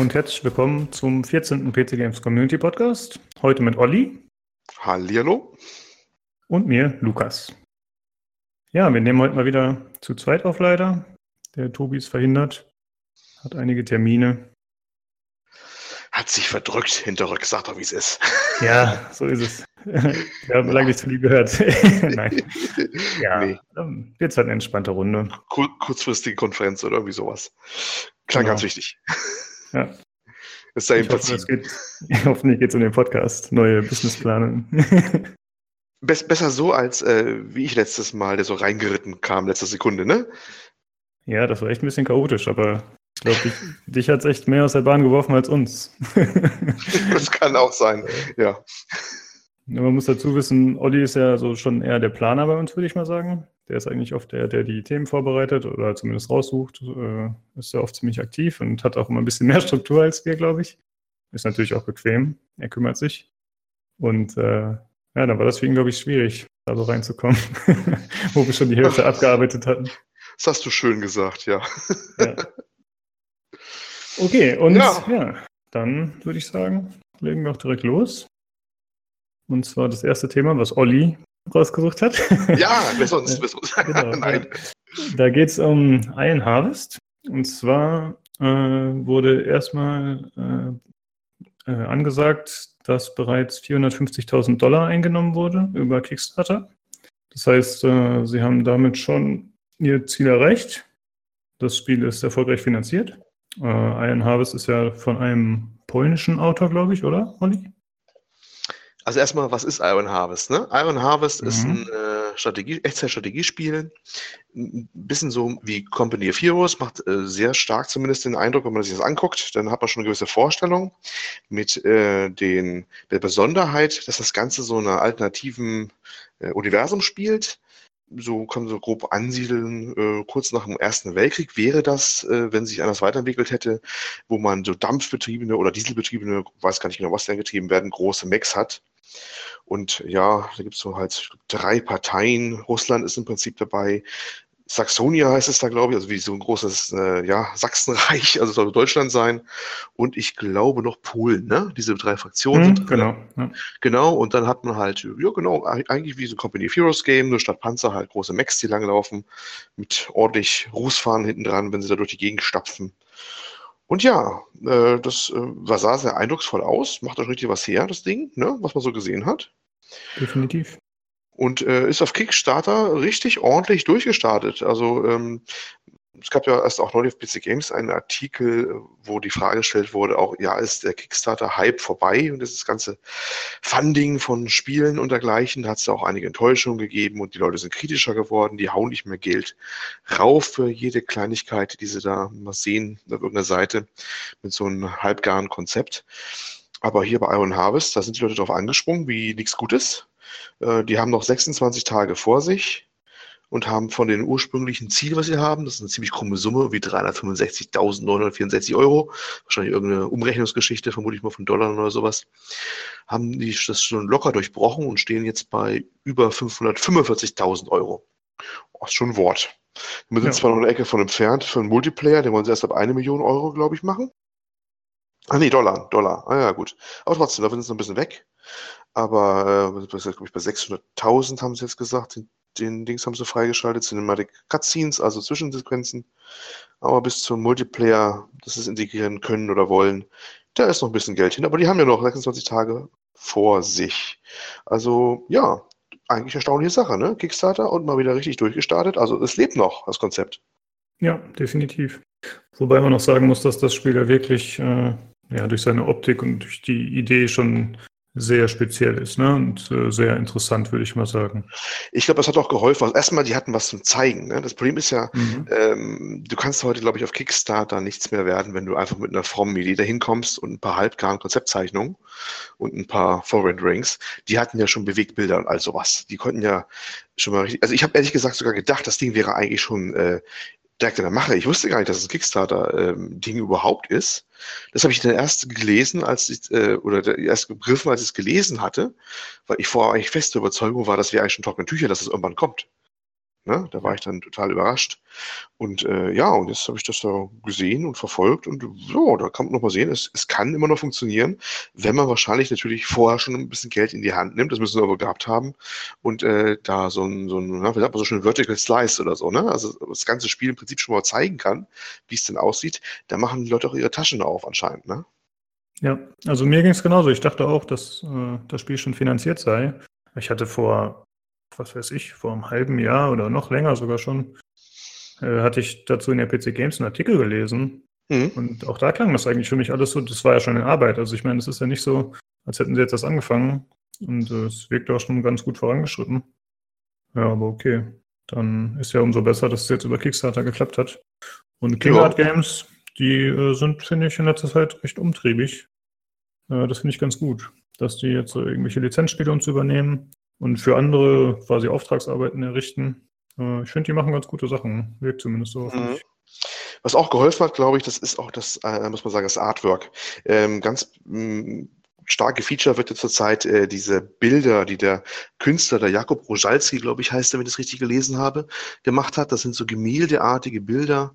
und herzlich willkommen zum 14. PC Games Community Podcast. Heute mit Olli. Hallihallo. Und mir, Lukas. Ja, wir nehmen heute mal wieder zu zweit auf leider. Der Tobi ist verhindert, hat einige Termine. Hat sich verdrückt hinterrück, sagt doch, wie es ist. Ja, so ist es. Wir haben lange nichts von ihm gehört. Nein. Ja, Nee. Jetzt halt eine entspannte Runde. Kurzfristige Konferenz oder irgendwie sowas. Klang Genau. ganz wichtig. Ja. Es sei ihm Ich hoffe, verziehen. hoffentlich geht es um den Podcast. Neue Businessplanung. Besser so, als wie ich letztes Mal, der so reingeritten kam, letzte Sekunde, ne? Ja, das war echt ein bisschen chaotisch, aber ich glaube, dich hat es echt mehr aus der Bahn geworfen als uns. Das kann auch sein, ja. Man muss dazu wissen, Olli ist ja so schon eher der Planer bei uns, würde ich mal sagen. Der ist eigentlich oft der die Themen vorbereitet oder zumindest raussucht. Ist ja oft ziemlich aktiv und hat auch immer ein bisschen mehr Struktur als wir, glaube ich. Ist natürlich auch bequem. Er kümmert sich. Und ja, dann war das für ihn, glaube ich, schwierig, da so reinzukommen, wo wir schon die Hälfte abgearbeitet hatten. Das hast du schön gesagt, ja. Ja. Okay, und ja, dann würde ich sagen, legen wir auch direkt los. Und zwar das erste Thema, was Olli rausgesucht hat. Ja, wer sonst? Genau, Nein. Da geht es um Iron Harvest. Und zwar wurde erstmal angesagt, dass bereits $450.000 eingenommen wurde über Kickstarter. Das heißt, sie haben damit schon ihr Ziel erreicht. Das Spiel ist erfolgreich finanziert. Iron Harvest ist ja von einem polnischen Autor, glaube ich, oder, Olli? Also erstmal, was ist Iron Harvest? Ne? Iron Harvest ist ein Echtzeit-Strategiespiel. Ein bisschen so wie Company of Heroes, macht sehr stark zumindest den Eindruck, wenn man sich das anguckt, dann hat man schon eine gewisse Vorstellung mit der Besonderheit, dass das Ganze so in einem alternativen Universum spielt. So kann man so grob ansiedeln, kurz nach dem Ersten Weltkrieg wäre das, wenn sich anders weiterentwickelt hätte, wo man so dampfbetriebene oder dieselbetriebene, weiß gar nicht genau, was denn getrieben werden, große Mechs hat. Und ja, da gibt es so halt 3 Parteien. Russland ist im Prinzip dabei. Saxonia heißt es da, glaube ich, also wie so ein großes Sachsenreich, also soll Deutschland sein. Und ich glaube noch Polen, ne? Diese 3 Fraktionen sind drin. Genau. Ja. Genau, und dann hat man halt, ja genau, eigentlich wie so ein Company of Heroes Game, nur statt Panzer halt große Mechs, die langlaufen, mit ordentlich Rußfahren hinten dran, wenn sie da durch die Gegend stapfen. Und ja, das sah sehr eindrucksvoll aus, macht auch richtig was her, das Ding, ne, was man so gesehen hat. Definitiv. Und ist auf Kickstarter richtig ordentlich durchgestartet. Also es gab ja erst auch neulich auf PC Games einen Artikel, wo die Frage gestellt wurde, auch ja, ist der Kickstarter-Hype vorbei und ist das ganze Funding von Spielen und dergleichen, da hat es auch einige Enttäuschungen gegeben und die Leute sind kritischer geworden, die hauen nicht mehr Geld rauf für jede Kleinigkeit, die sie da mal sehen auf irgendeiner Seite mit so einem halbgaren Konzept. Aber hier bei Iron Harvest, da sind die Leute drauf angesprungen, wie nichts Gutes. Die haben noch 26 Tage vor sich und haben von den ursprünglichen Ziel, was sie haben, das ist eine ziemlich krumme Summe, wie 365.964 Euro, wahrscheinlich irgendeine Umrechnungsgeschichte, vermute ich mal von Dollar oder sowas, haben die das schon locker durchbrochen und stehen jetzt bei über 545.000 Euro. Das ist schon ein Wort. Wir sind zwar noch eine Ecke von entfernt für einen Multiplayer, den wollen sie erst ab 1 Million Euro, glaube ich, machen. Ah nee, Dollar. Ah ja, gut. Aber trotzdem, da sind sie noch ein bisschen weg. Aber glaube ich, bei 600.000 haben sie jetzt gesagt, den Dings haben sie freigeschaltet, Cinematic Cutscenes, also Zwischensequenzen. Aber bis zum Multiplayer, dass sie es integrieren können oder wollen, da ist noch ein bisschen Geld hin. Aber die haben ja noch 26 Tage vor sich. Also ja, eigentlich erstaunliche Sache, ne? Kickstarter und mal wieder richtig durchgestartet. Also es lebt noch, das Konzept. Ja, definitiv. Wobei man noch sagen muss, dass das Spiel ja wirklich durch seine Optik und durch die Idee schon sehr speziell ist, ne? Und sehr interessant, würde ich mal sagen. Ich glaube, das hat auch geholfen. Also erstmal, die hatten was zum Zeigen. Ne? Das Problem ist ja, du kannst heute, glaube ich, auf Kickstarter nichts mehr werden, wenn du einfach mit einer frommen Idee dahin kommst und ein paar halbgaren Konzeptzeichnungen und ein paar Vorrenderings. Die hatten ja schon Bewegtbilder und all sowas. Die konnten ja schon mal richtig. Also ich habe ehrlich gesagt sogar gedacht, das Ding wäre eigentlich schon direkt in der Mache. Ich wusste gar nicht, dass es ein Kickstarter-Ding überhaupt ist. Das habe ich dann erst gelesen, als ich erst begriffen, als ich es gelesen hatte, weil ich vorher eigentlich feste Überzeugung war, das wäre eigentlich schon trockene Tücher, dass es irgendwann kommt. Ne? Da war ich dann total überrascht. Und ja, und jetzt habe ich das da gesehen und verfolgt und so, da kann man noch mal sehen, es kann immer noch funktionieren, wenn man wahrscheinlich natürlich vorher schon ein bisschen Geld in die Hand nimmt, das müssen sie aber gehabt haben, und da wie sagt man so schön, Vertical Slice oder so, ne? Also das ganze Spiel im Prinzip schon mal zeigen kann, wie es denn aussieht, da machen die Leute auch ihre Taschen auf anscheinend, ne? Ja, also mir ging es genauso. Ich dachte auch, dass das Spiel schon finanziert sei. Ich hatte vor, was weiß ich, vor einem halben Jahr oder noch länger sogar schon, hatte ich dazu in der PC Games einen Artikel gelesen. Mhm. Und auch da klang das eigentlich für mich alles so, das war ja schon in Arbeit. Also ich meine, es ist ja nicht so, als hätten sie jetzt das angefangen. Und es wirkt auch schon ganz gut vorangeschritten. Ja, aber okay. Dann ist ja umso besser, dass es jetzt über Kickstarter geklappt hat. Und King Ja. Art Games, die sind, finde ich, in letzter Zeit recht umtriebig. Das finde ich ganz gut, dass die jetzt so irgendwelche Lizenzspiele uns übernehmen und für andere quasi Auftragsarbeiten errichten. Ich finde, die machen ganz gute Sachen. Wirkt zumindest so auf Mhm. mich. Was auch geholfen hat, glaube ich, das ist auch das, muss man sagen, das Artwork. Ganz stark gefeatured wird jetzt zurzeit diese Bilder, die der Künstler, der Jakub Rogalski, glaube ich, heißt er, wenn ich das richtig gelesen habe, gemacht hat. Das sind so gemäldeartige Bilder,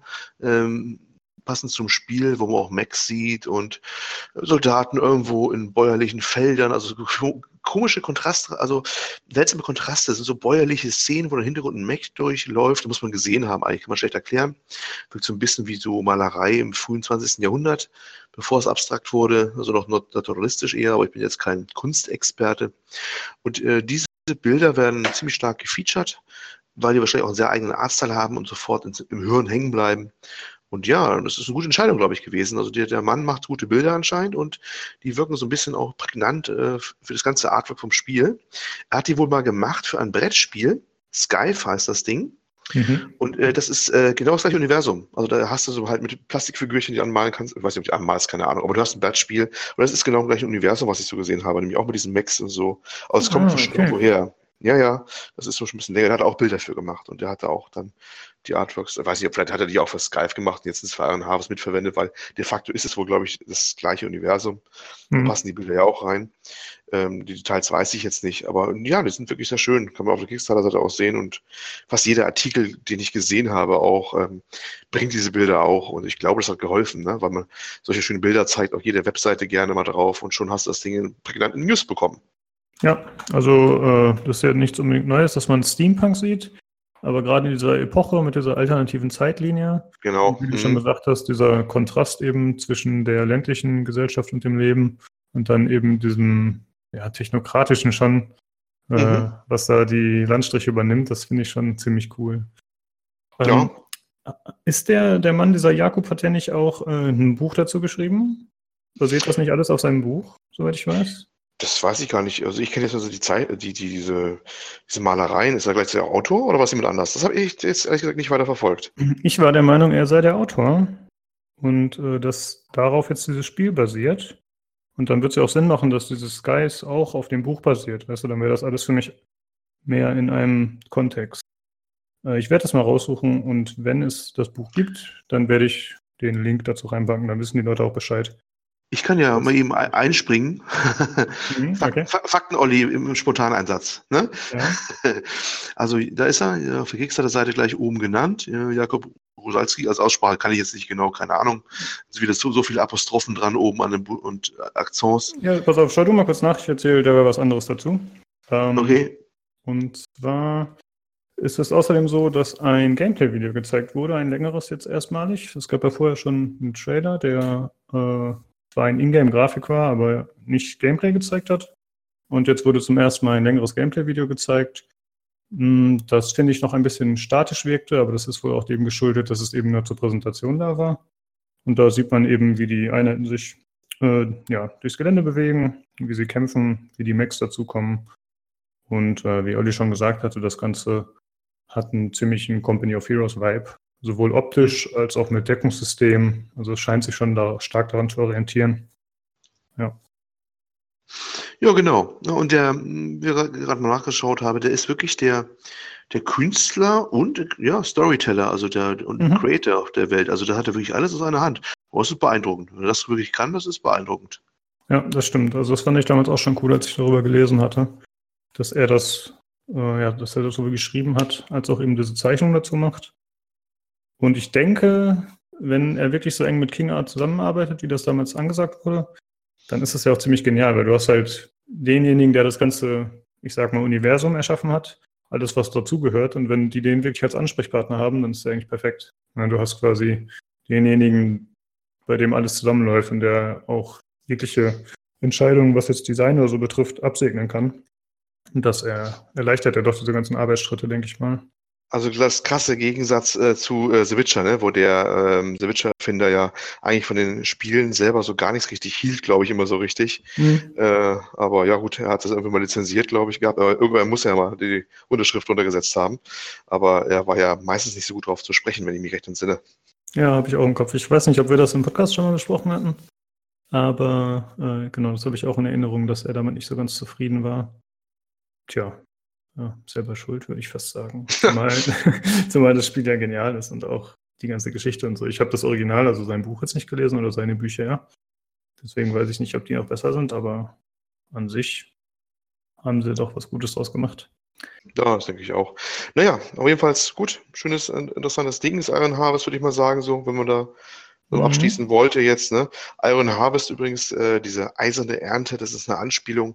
passend zum Spiel, wo man auch Mechs sieht und Soldaten irgendwo in bäuerlichen Feldern, also so komische Kontraste, also seltsame Kontraste, das sind so bäuerliche Szenen, wo im Hintergrund ein Mech durchläuft, das muss man gesehen haben, eigentlich kann man schlecht erklären. Wirkt so ein bisschen wie so Malerei im frühen 20. Jahrhundert, bevor es abstrakt wurde, also noch naturalistisch eher, aber ich bin jetzt kein Kunstexperte. Und diese Bilder werden ziemlich stark gefeatured, weil die wahrscheinlich auch einen sehr eigenen Artstyle haben und sofort im Hirn hängen bleiben. Und ja, das ist eine gute Entscheidung, glaube ich, gewesen. Also der Mann macht gute Bilder anscheinend und die wirken so ein bisschen auch prägnant für das ganze Artwork vom Spiel. Er hat die wohl mal gemacht für ein Brettspiel. Skype heißt das Ding. Mhm. Und das ist genau das gleiche Universum. Also da hast du so halt mit Plastikfigürchen, die du anmalen kannst. Ich weiß nicht, ob du anmalst, keine Ahnung. Aber du hast ein Brettspiel. Und das ist genau das gleiche Universum, was ich so gesehen habe. Nämlich auch mit diesen Mechs und so. Also es kommt bestimmt Okay. irgendwo her. Ja, ja, das ist so schon ein bisschen länger. Der hat auch Bilder dafür gemacht. Und der hatte auch dann die Artworks. Ich weiß nicht, vielleicht hat er die auch für Skype gemacht und jetzt ins Iron Harvest mitverwendet, weil de facto ist es wohl, glaube ich, das gleiche Universum. Da Mhm. passen die Bilder ja auch rein. Die Details weiß ich jetzt nicht, aber ja, die sind wirklich sehr schön. Kann man auf der Kickstarter-Seite auch sehen und fast jeder Artikel, den ich gesehen habe, auch bringt diese Bilder auch und ich glaube, das hat geholfen, ne? Weil man solche schönen Bilder zeigt, auch jede Webseite gerne mal drauf und schon hast du das Ding in prägnanten News bekommen. Ja, also das ist ja nichts unbedingt Neues, dass man Steampunk sieht, aber gerade in dieser Epoche mit dieser alternativen Zeitlinie, Genau. und wie du schon gesagt hast, dieser Kontrast eben zwischen der ländlichen Gesellschaft und dem Leben und dann eben diesem ja, technokratischen schon, was da die Landstriche übernimmt, das finde ich schon ziemlich cool. Ja, Ist der Mann, dieser Jakob, hat der nicht auch ein Buch dazu geschrieben? Basiert das nicht alles auf seinem Buch, soweit ich weiß? das weiß ich gar nicht. Also ich kenne jetzt also die Zeit, diese Malereien. Ist er gleich der Autor oder was jemand anders? Das habe ich jetzt ehrlich gesagt nicht weiter verfolgt. Ich war der Meinung, er sei der Autor und dass darauf jetzt dieses Spiel basiert. Und dann wird es ja auch Sinn machen, dass dieses Skies auch auf dem Buch basiert. Weißt du, dann wäre das alles für mich mehr in einem Kontext. Ich werde das mal raussuchen und wenn es das Buch gibt, dann werde ich den Link dazu reinpacken. Dann wissen die Leute auch Bescheid. Ich kann ja mal eben einspringen. Okay. Fakten-Olli im Spontaneinsatz. Ne? Ja. Also da ist er auf der Kickstarter-Seite gleich oben genannt. Jakub Rogalski, als Aussprache kann ich jetzt nicht genau, keine Ahnung. Es sind wieder so viele Apostrophen dran oben an dem und Akzents. Ja, pass auf, schau du mal kurz nach. Ich erzähle dir was anderes dazu. Okay. Und zwar ist es außerdem so, dass ein Gameplay-Video gezeigt wurde, ein längeres jetzt erstmalig. Es gab ja vorher schon einen Trailer, der zwar ein Ingame-Grafik war, aber nicht Gameplay gezeigt hat. Und jetzt wurde zum ersten Mal ein längeres Gameplay-Video gezeigt. Das finde ich noch ein bisschen statisch wirkte, aber das ist wohl auch dem geschuldet, dass es eben nur zur Präsentation da war. Und da sieht man eben, wie die Einheiten sich durchs Gelände bewegen, wie sie kämpfen, wie die Mechs dazukommen. Und wie Olli schon gesagt hatte, das Ganze hat einen ziemlichen Company of Heroes Vibe, sowohl optisch als auch mit Deckungssystem. Also es scheint sich schon da stark daran zu orientieren. Ja. Ja, genau. Ja, und der, wie ich gerade mal nachgeschaut habe, der ist wirklich der Künstler und ja, Storyteller, also und Creator der Welt. Also der hat ja wirklich alles aus seiner Hand. Oh, das ist beeindruckend. Wenn er das wirklich kann, das ist beeindruckend. Ja, das stimmt. Also das fand ich damals auch schon cool, als ich darüber gelesen hatte, dass er das ja, dass er das so geschrieben hat, als auch eben diese Zeichnung dazu macht. Und ich denke, wenn er wirklich so eng mit King Art zusammenarbeitet, wie das damals angesagt wurde, dann ist das ja auch ziemlich genial, weil du hast halt denjenigen, der das ganze, ich sag mal, Universum erschaffen hat, alles, was dazugehört. Und wenn die den wirklich als Ansprechpartner haben, dann ist der eigentlich perfekt. Ja, du hast quasi denjenigen, bei dem alles zusammenläuft und der auch jegliche Entscheidungen, was jetzt Design oder so betrifft, absegnen kann. Und das erleichtert ja doch diese ganzen Arbeitsschritte, denke ich mal. Also das krasse Gegensatz zu The Witcher, ne? Wo der The Witcher-Erfinder ja eigentlich von den Spielen selber so gar nichts richtig hielt, glaube ich, immer so richtig. Mhm. Aber ja gut, er hat das irgendwann mal lizenziert, glaube ich, gehabt. Aber irgendwann muss er ja mal die Unterschrift runtergesetzt haben. Aber er war ja meistens nicht so gut drauf zu sprechen, wenn ich mich recht entsinne. Ja, habe ich auch im Kopf. Ich weiß nicht, ob wir das im Podcast schon mal besprochen hatten, aber genau, das habe ich auch in Erinnerung, dass er damit nicht so ganz zufrieden war. Tja, ja, selber schuld, würde ich fast sagen. Zumal das Spiel ja genial ist und auch die ganze Geschichte und so. Ich habe das Original, also sein Buch jetzt nicht gelesen oder seine Bücher, ja. Deswegen weiß ich nicht, ob die noch besser sind, aber an sich haben sie doch was Gutes draus gemacht. Ja, das denke ich auch. Naja, auf jeden Fall gut. Schönes, interessantes Ding ist Iron Harvest, würde ich mal sagen, so, wenn man da so Mhm. abschließen wollte jetzt, ne? Iron Harvest übrigens, diese eiserne Ernte, das ist eine Anspielung,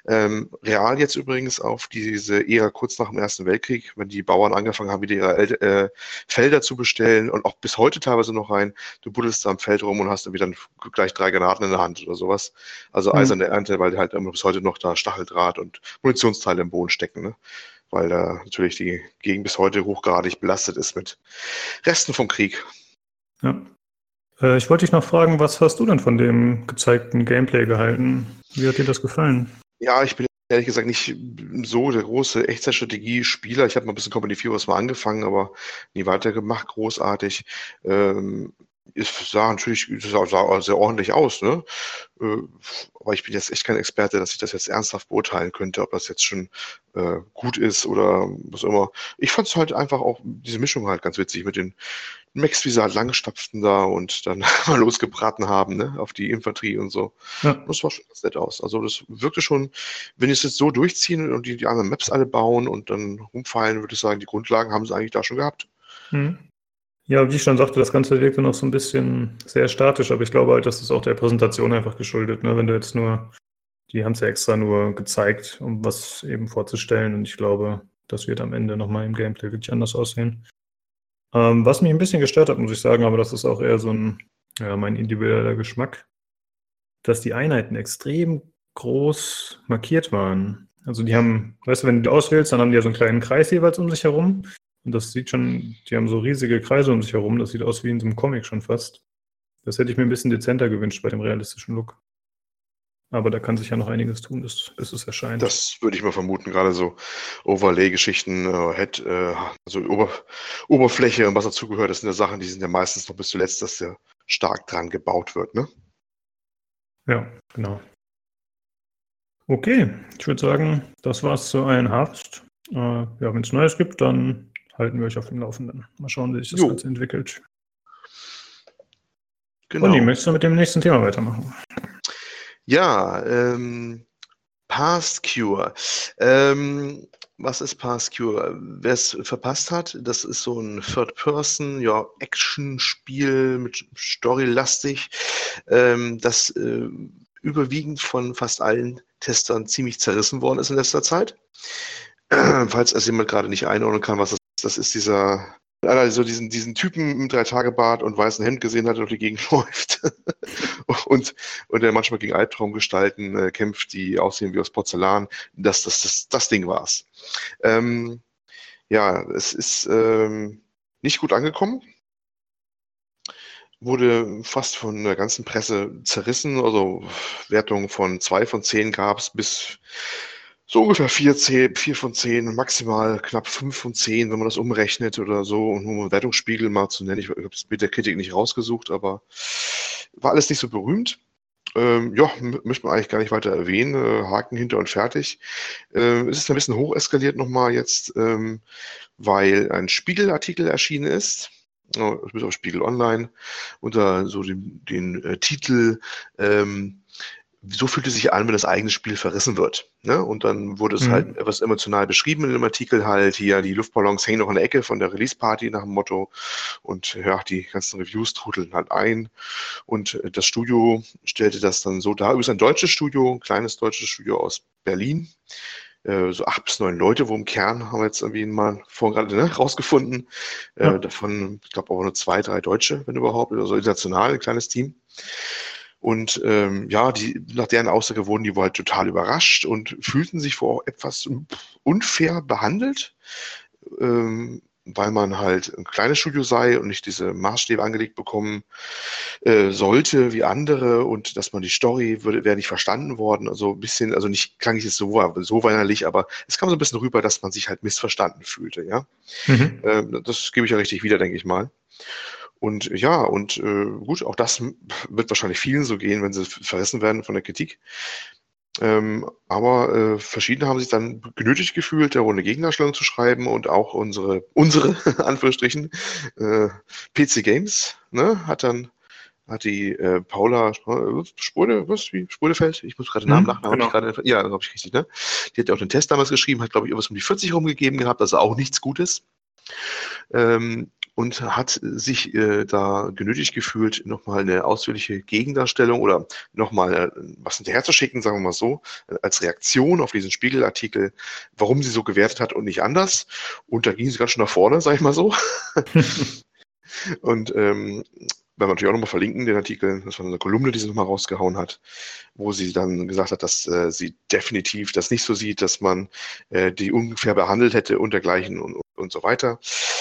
real jetzt übrigens auf diese Ära kurz nach dem Ersten Weltkrieg, wenn die Bauern angefangen haben, wieder ihre Felder zu bestellen und auch bis heute teilweise noch rein. Du buddelst da am Feld rum und hast dann wieder gleich 3 Granaten in der Hand oder sowas. Also Mhm. eiserne Ernte, weil halt immer bis heute noch da Stacheldraht und Munitionsteile im Boden stecken, ne? Weil da natürlich die Gegend bis heute hochgradig belastet ist mit Resten vom Krieg. Ja. Ich wollte dich noch fragen, was hast du denn von dem gezeigten Gameplay gehalten? Wie hat dir das gefallen? Ja, ich bin ehrlich gesagt nicht so der große Echtzeitstrategie-Spieler. Ich habe mal ein bisschen Company of Heroes mal angefangen, aber nie weitergemacht, großartig. Ähm, Es sah natürlich sah sehr ordentlich aus, ne? Äh, aber ich bin jetzt echt kein Experte, dass ich das jetzt ernsthaft beurteilen könnte, ob das jetzt schon gut ist oder was immer. Ich fand es halt einfach auch, diese Mischung halt ganz witzig mit den Mechs, wie sie halt langstapften da und dann mal losgebraten haben, ne, auf die Infanterie und so. Ja. Das sah schon ganz nett aus. Also das wirkte schon, wenn die es jetzt so durchziehen und die anderen Maps alle bauen und dann rumfallen, würde ich sagen, die Grundlagen haben sie eigentlich da schon gehabt. Mhm. Ja, wie ich schon sagte, das Ganze wirkte noch so ein bisschen sehr statisch, aber ich glaube halt, das ist auch der Präsentation einfach geschuldet, ne? Wenn du jetzt nur, die haben es ja extra nur gezeigt, um was eben vorzustellen und ich glaube, das wird am Ende nochmal im Gameplay wirklich anders aussehen. Was mich ein bisschen gestört hat, muss ich sagen, aber das ist auch eher so ja, mein individueller Geschmack, dass die Einheiten extrem groß markiert waren. Also die haben, weißt du, wenn du die auswählst, dann haben die ja so einen kleinen Kreis jeweils um sich herum. Und das sieht schon, die haben so riesige Kreise um sich herum. Das sieht aus wie in so einem Comic schon fast. Das hätte ich mir ein bisschen dezenter gewünscht bei dem realistischen Look. Aber da kann sich ja noch einiges tun, bis es erscheint. Das würde ich mal vermuten, gerade so Overlay-Geschichten, also Oberfläche und was dazugehört, das sind ja Sachen, die sind ja meistens noch bis zuletzt, dass ja stark dran gebaut wird, ne? Ja, genau. Okay, ich würde sagen, das war's zu Iron Harvest. Ja, wenn es Neues gibt, dann halten wir euch auf dem Laufenden. Mal schauen, wie sich das Jo, Ganze entwickelt. Ronny, genau. möchtest du mit dem nächsten Thema weitermachen? Ja, Past Cure. Was ist Past Cure? Wer es verpasst hat, das ist so ein Third-Person, ja, Action-Spiel mit Story-lastig, das überwiegend von fast allen Testern ziemlich zerrissen worden ist in letzter Zeit. Falls es jemand gerade nicht einordnen kann, was das ist, dieser, also diesen Typen im Drei-Tage-Bart und weißen Hemd gesehen hat, der durch die Gegend läuft. und, und der manchmal gegen Albtraumgestalten kämpft, die aussehen wie aus Porzellan. Das Ding war's. Ja, es ist nicht gut angekommen. Wurde fast von der ganzen Presse zerrissen. Also Wertungen von 2 von 10 gab es bis so ungefähr 4 von 10, maximal knapp 5 von 10, wenn man das umrechnet oder so. Und um einen Wertungsspiegel mal zu nennen, ich habe es mit der Kritik nicht rausgesucht, aber war alles nicht so berühmt. Ja, möchte man eigentlich gar nicht weiter erwähnen. Haken hinter und fertig. Es ist ein bisschen hoch eskaliert nochmal jetzt, weil ein Spiegelartikel erschienen ist. Ich bin auf Spiegel Online unter so den Titel so fühlt es sich an, wenn das eigene Spiel verrissen wird. Ne? Und dann wurde es halt etwas emotional beschrieben in dem Artikel halt, hier die Luftballons hängen noch in der Ecke von der Release-Party nach dem Motto und ja, die ganzen Reviews trudeln halt ein und das Studio stellte das dann so dar, übrigens ein deutsches Studio, ein kleines deutsches Studio aus Berlin, so 8 bis 9 Leute, wo im Kern haben wir jetzt irgendwie mal vorhin gerade rausgefunden, davon, ich glaube, aber nur 2, 3 Deutsche, wenn überhaupt, also international, ein kleines Team. Und ja, nach deren Aussage wurden die wohl halt total überrascht und fühlten sich wohl auch etwas unfair behandelt, weil man halt ein kleines Studio sei und nicht diese Maßstäbe angelegt bekommen sollte wie andere und dass man die Story wäre nicht verstanden worden. Also ein bisschen, also nicht klang ich jetzt so weinerlich, aber es kam so ein bisschen rüber, dass man sich halt missverstanden fühlte, ja. Das gebe ich ja richtig wieder, denke ich mal. Und ja, gut, auch das wird wahrscheinlich vielen so gehen, wenn sie verrissen werden von der Kritik. Aber verschiedene haben sich dann genötigt gefühlt, da eine Gegendarstellung zu schreiben und auch unsere Anführungsstrichen, PC Games, ne, hat die Paula Spurdefeld, ich muss gerade den Namen nachdenken, Genau. ja, glaube ich richtig, ne? Die hat ja auch den Test damals geschrieben, hat, glaube ich, irgendwas um die 40 rumgegeben gehabt, also auch nichts Gutes. Und hat sich da genötigt gefühlt, nochmal eine ausführliche Gegendarstellung oder nochmal was hinterherzuschicken, sagen wir mal so, als Reaktion auf diesen Spiegelartikel, warum sie so gewertet hat und nicht anders. Und da ging sie ganz schön nach vorne, sag ich mal so. Und werden wir natürlich auch nochmal verlinken, den Artikel, das war eine Kolumne, die sie nochmal rausgehauen hat, wo sie dann gesagt hat, dass sie definitiv das nicht so sieht, dass man die unfair behandelt hätte und dergleichen und so weiter.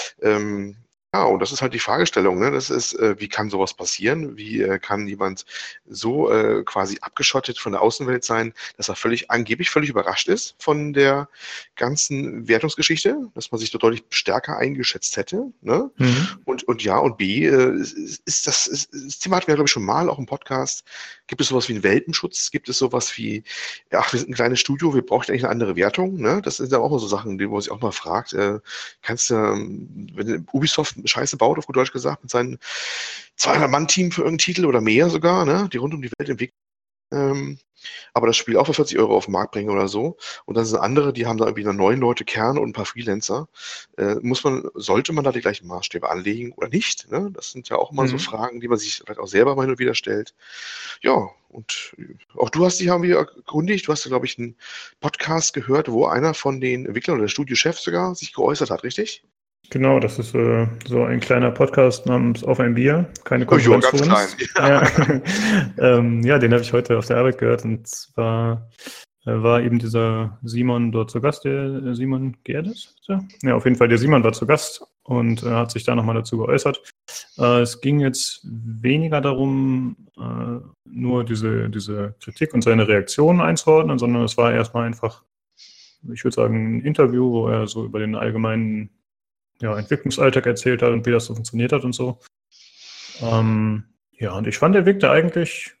Ja, und das ist halt die Fragestellung, ne? Das ist, wie kann sowas passieren? Wie kann jemand so quasi abgeschottet von der Außenwelt sein, dass er angeblich völlig überrascht ist von der ganzen Wertungsgeschichte, dass man sich da deutlich stärker eingeschätzt hätte, ne? Und ja, und B, das Thema hatten wir, glaube ich, schon mal auch im Podcast. Gibt es sowas wie einen Welpenschutz? Gibt es sowas wie, ach, wir sind ein kleines Studio, wir brauchen eigentlich eine andere Wertung, ne? Das sind ja auch mal so Sachen, wo man sich auch mal fragt, kannst du, wenn Ubisoft Scheiße baut, auf gut Deutsch gesagt, mit seinem 200-Mann-Team für irgendeinen Titel oder mehr sogar, ne, die rund um die Welt entwickeln, aber das Spiel auch für 40 Euro auf den Markt bringen oder so. Und dann sind andere, die haben da irgendwie 9 Leute Kern und ein paar Freelancer. Sollte man da die gleichen Maßstäbe anlegen oder nicht? Ne? Das sind ja auch immer so Fragen, die man sich vielleicht auch selber mal hin und wieder stellt. Ja, und auch du hast dich irgendwie erkundigt. Du hast ja, glaube ich, einen Podcast gehört, wo einer von den Entwicklern oder der Studiochef sogar sich geäußert hat, richtig? Genau, das ist so ein kleiner Podcast namens Auf ein Bier, keine Konferenz für uns. Ja. Ja, den habe ich heute auf der Arbeit gehört und zwar war eben dieser Simon dort zu Gast, der Simon Gerdes. Ja, auf jeden Fall, der Simon war zu Gast und hat sich da nochmal dazu geäußert. Es ging jetzt weniger darum, nur diese Kritik und seine Reaktionen einzuordnen, sondern es war erstmal einfach, ich würde sagen, ein Interview, wo er so über den allgemeinen Entwicklungsalltag erzählt hat und wie das so funktioniert hat und so. Ja, und ich fand, er wirkte eigentlich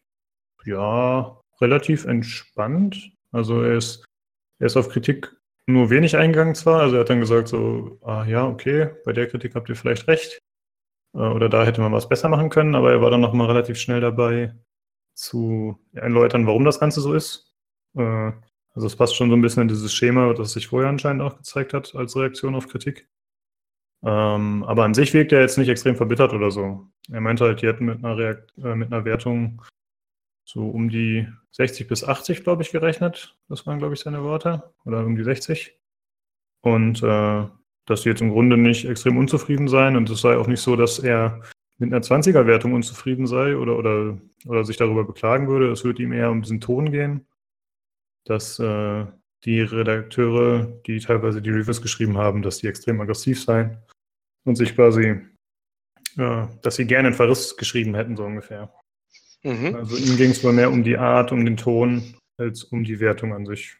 relativ entspannt. Also er ist auf Kritik nur wenig eingegangen zwar. Also er hat dann gesagt so, okay, bei der Kritik habt ihr vielleicht recht. Oder da hätte man was besser machen können, aber er war dann nochmal relativ schnell dabei zu erläutern, warum das Ganze so ist. Also es passt schon so ein bisschen in dieses Schema, das sich vorher anscheinend auch gezeigt hat als Reaktion auf Kritik. Aber an sich wirkt er jetzt nicht extrem verbittert oder so. Er meinte halt, die hätten mit einer Wertung so um die 60 bis 80, glaube ich, gerechnet. Das waren, glaube ich, seine Worte. Oder um die 60. Und dass sie jetzt im Grunde nicht extrem unzufrieden seien. Und es sei auch nicht so, dass er mit einer 20er-Wertung unzufrieden sei oder sich darüber beklagen würde. Es würde ihm eher um diesen Ton gehen, dass die Redakteure, die teilweise die Reviews geschrieben haben, dass die extrem aggressiv seien und sich quasi, dass sie gerne einen Verriss geschrieben hätten, so ungefähr. Also ihm ging es wohl mehr um die Art, um den Ton, als um die Wertung an sich.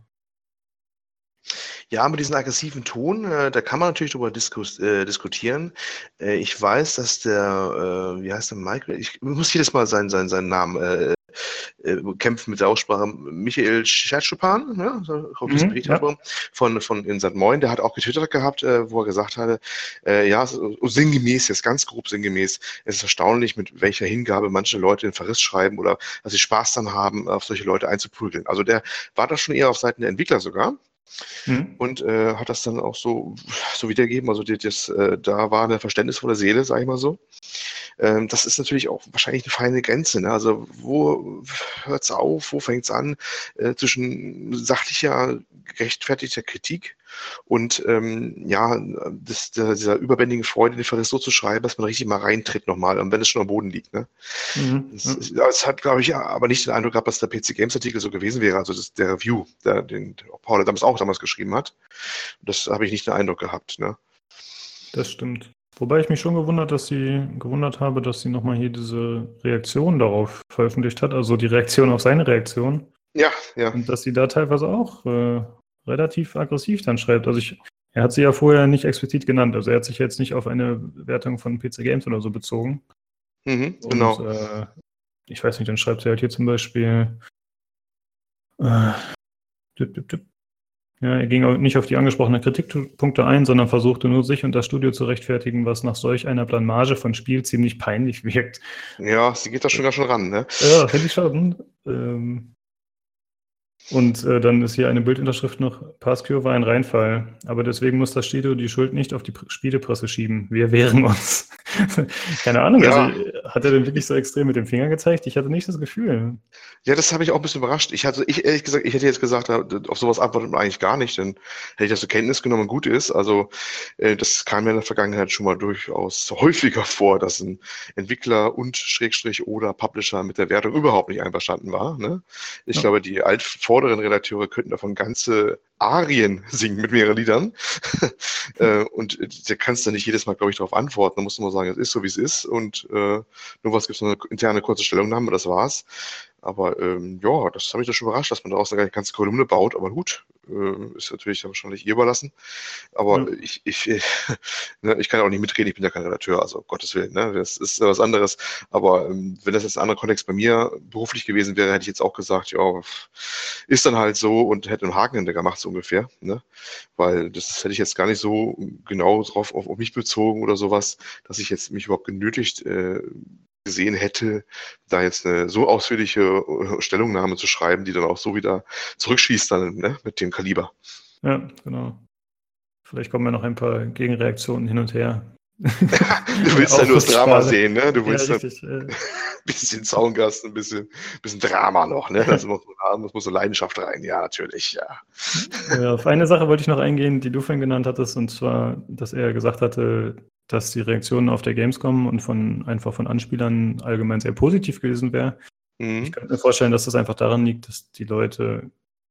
Ja, mit diesem aggressiven Ton, da kann man natürlich darüber diskutieren. Ich weiß, dass der, wie heißt der, Michael? Ich muss jedes Mal seinen Namen kämpfen mit der Aussprache. Michael Schertschupan, ja, so, auf das Bericht Ja. von in St. Moin, der hat auch getwittert gehabt, wo er gesagt hatte, ja, so sinngemäß, jetzt ganz grob sinngemäß, es ist erstaunlich, mit welcher Hingabe manche Leute den Verriss schreiben oder dass sie Spaß dann haben, auf solche Leute einzuprügeln. Also der war da schon eher auf Seiten der Entwickler sogar. Mhm. Und hat das dann auch so wiedergegeben. Also da war eine verständnisvolle Seele, sage ich mal so. Das ist natürlich auch wahrscheinlich eine feine Grenze. Ne? Also wo hört es auf, wo fängt es an zwischen sachlicher, gerechtfertigter Kritik und ja, dieser überbändigen Freude, den Verriss so zu schreiben, dass man richtig mal reintritt nochmal, und wenn es schon am Boden liegt. Ne? Das hat, glaube ich, aber nicht den Eindruck gehabt, dass der PC Games Artikel so gewesen wäre, also der Review, den Paul damals geschrieben hat. Das habe ich nicht den Eindruck gehabt. Ne? Das stimmt. Wobei ich mich schon gewundert habe, dass sie nochmal hier diese Reaktion darauf veröffentlicht hat, also die Reaktion auf seine Reaktion. Ja, ja. Und dass sie da teilweise auch relativ aggressiv dann schreibt. Also er hat sie ja vorher nicht explizit genannt, also er hat sich jetzt nicht auf eine Wertung von PC Games oder so bezogen. Genau. Und ich weiß nicht, dann schreibt sie halt hier zum Beispiel ja, er ging auch nicht auf die angesprochenen Kritikpunkte ein, sondern versuchte nur sich und das Studio zu rechtfertigen, was nach solch einer Blamage von Spiel ziemlich peinlich wirkt. Ja, sie geht da schon ganz schön ran, ne? Ja, finde ich schon. Und dann ist hier eine Bildunterschrift noch, Pascure war ein Reinfall, aber deswegen muss das Studio die Schuld nicht auf die Spielepresse schieben. Wir wehren uns. Keine Ahnung, Ja. also hat er denn wirklich so extrem mit dem Finger gezeigt? Ich hatte nicht das Gefühl. Ja, das habe ich auch ein bisschen überrascht. Ehrlich gesagt, ich hätte jetzt gesagt, auf sowas antwortet man eigentlich gar nicht, dann hätte ich das zur Kenntnis genommen und gut ist. Also das kam mir in der Vergangenheit schon mal durchaus häufiger vor, dass ein Entwickler und Schrägstrich oder Publisher mit der Wertung überhaupt nicht einverstanden war. Ne? Ich Ja. glaube, die vorderen Redakteure könnten davon ganze Arien singen mit mehreren Liedern. Und da kannst du nicht jedes Mal, glaube ich, darauf antworten. Da musst du mal sagen, es ist so, wie es ist. Und nur was gibt es eine interne kurze Stellungnahme, das war's. Aber ja, das hat mich doch schon überrascht, dass man daraus eine ganze Kolumne baut. Aber gut, ist natürlich wahrscheinlich ihr überlassen. Aber Ja. ich kann auch nicht mitreden, ich bin ja kein Redakteur, also um Gottes Willen, ne? Das ist was anderes. Aber wenn das jetzt ein anderer Kontext bei mir beruflich gewesen wäre, hätte ich jetzt auch gesagt, ja, ist dann halt so und hätte einen Haken hinter gemacht, so ungefähr. Ne? Weil das hätte ich jetzt gar nicht so genau drauf auf mich bezogen oder sowas, dass ich jetzt mich überhaupt genötigt gesehen hätte, da jetzt eine so ausführliche Stellungnahme zu schreiben, die dann auch so wieder zurückschießt dann, ne, mit dem Kaliber. Ja, genau. Vielleicht kommen ja noch ein paar Gegenreaktionen hin und her. Du willst ja nur das Drama sehen, ne? Du willst ja, richtig. Ein bisschen Zaungast, ein bisschen Drama noch, ne? Das muss so Leidenschaft rein, ja, natürlich, ja. Ja, auf eine Sache wollte ich noch eingehen, die du vorhin genannt hattest, und zwar, dass er gesagt hatte, dass die Reaktionen auf der Gamescom und einfach von Anspielern allgemein sehr positiv gewesen wäre. Ich könnte mir vorstellen, dass das einfach daran liegt, dass die Leute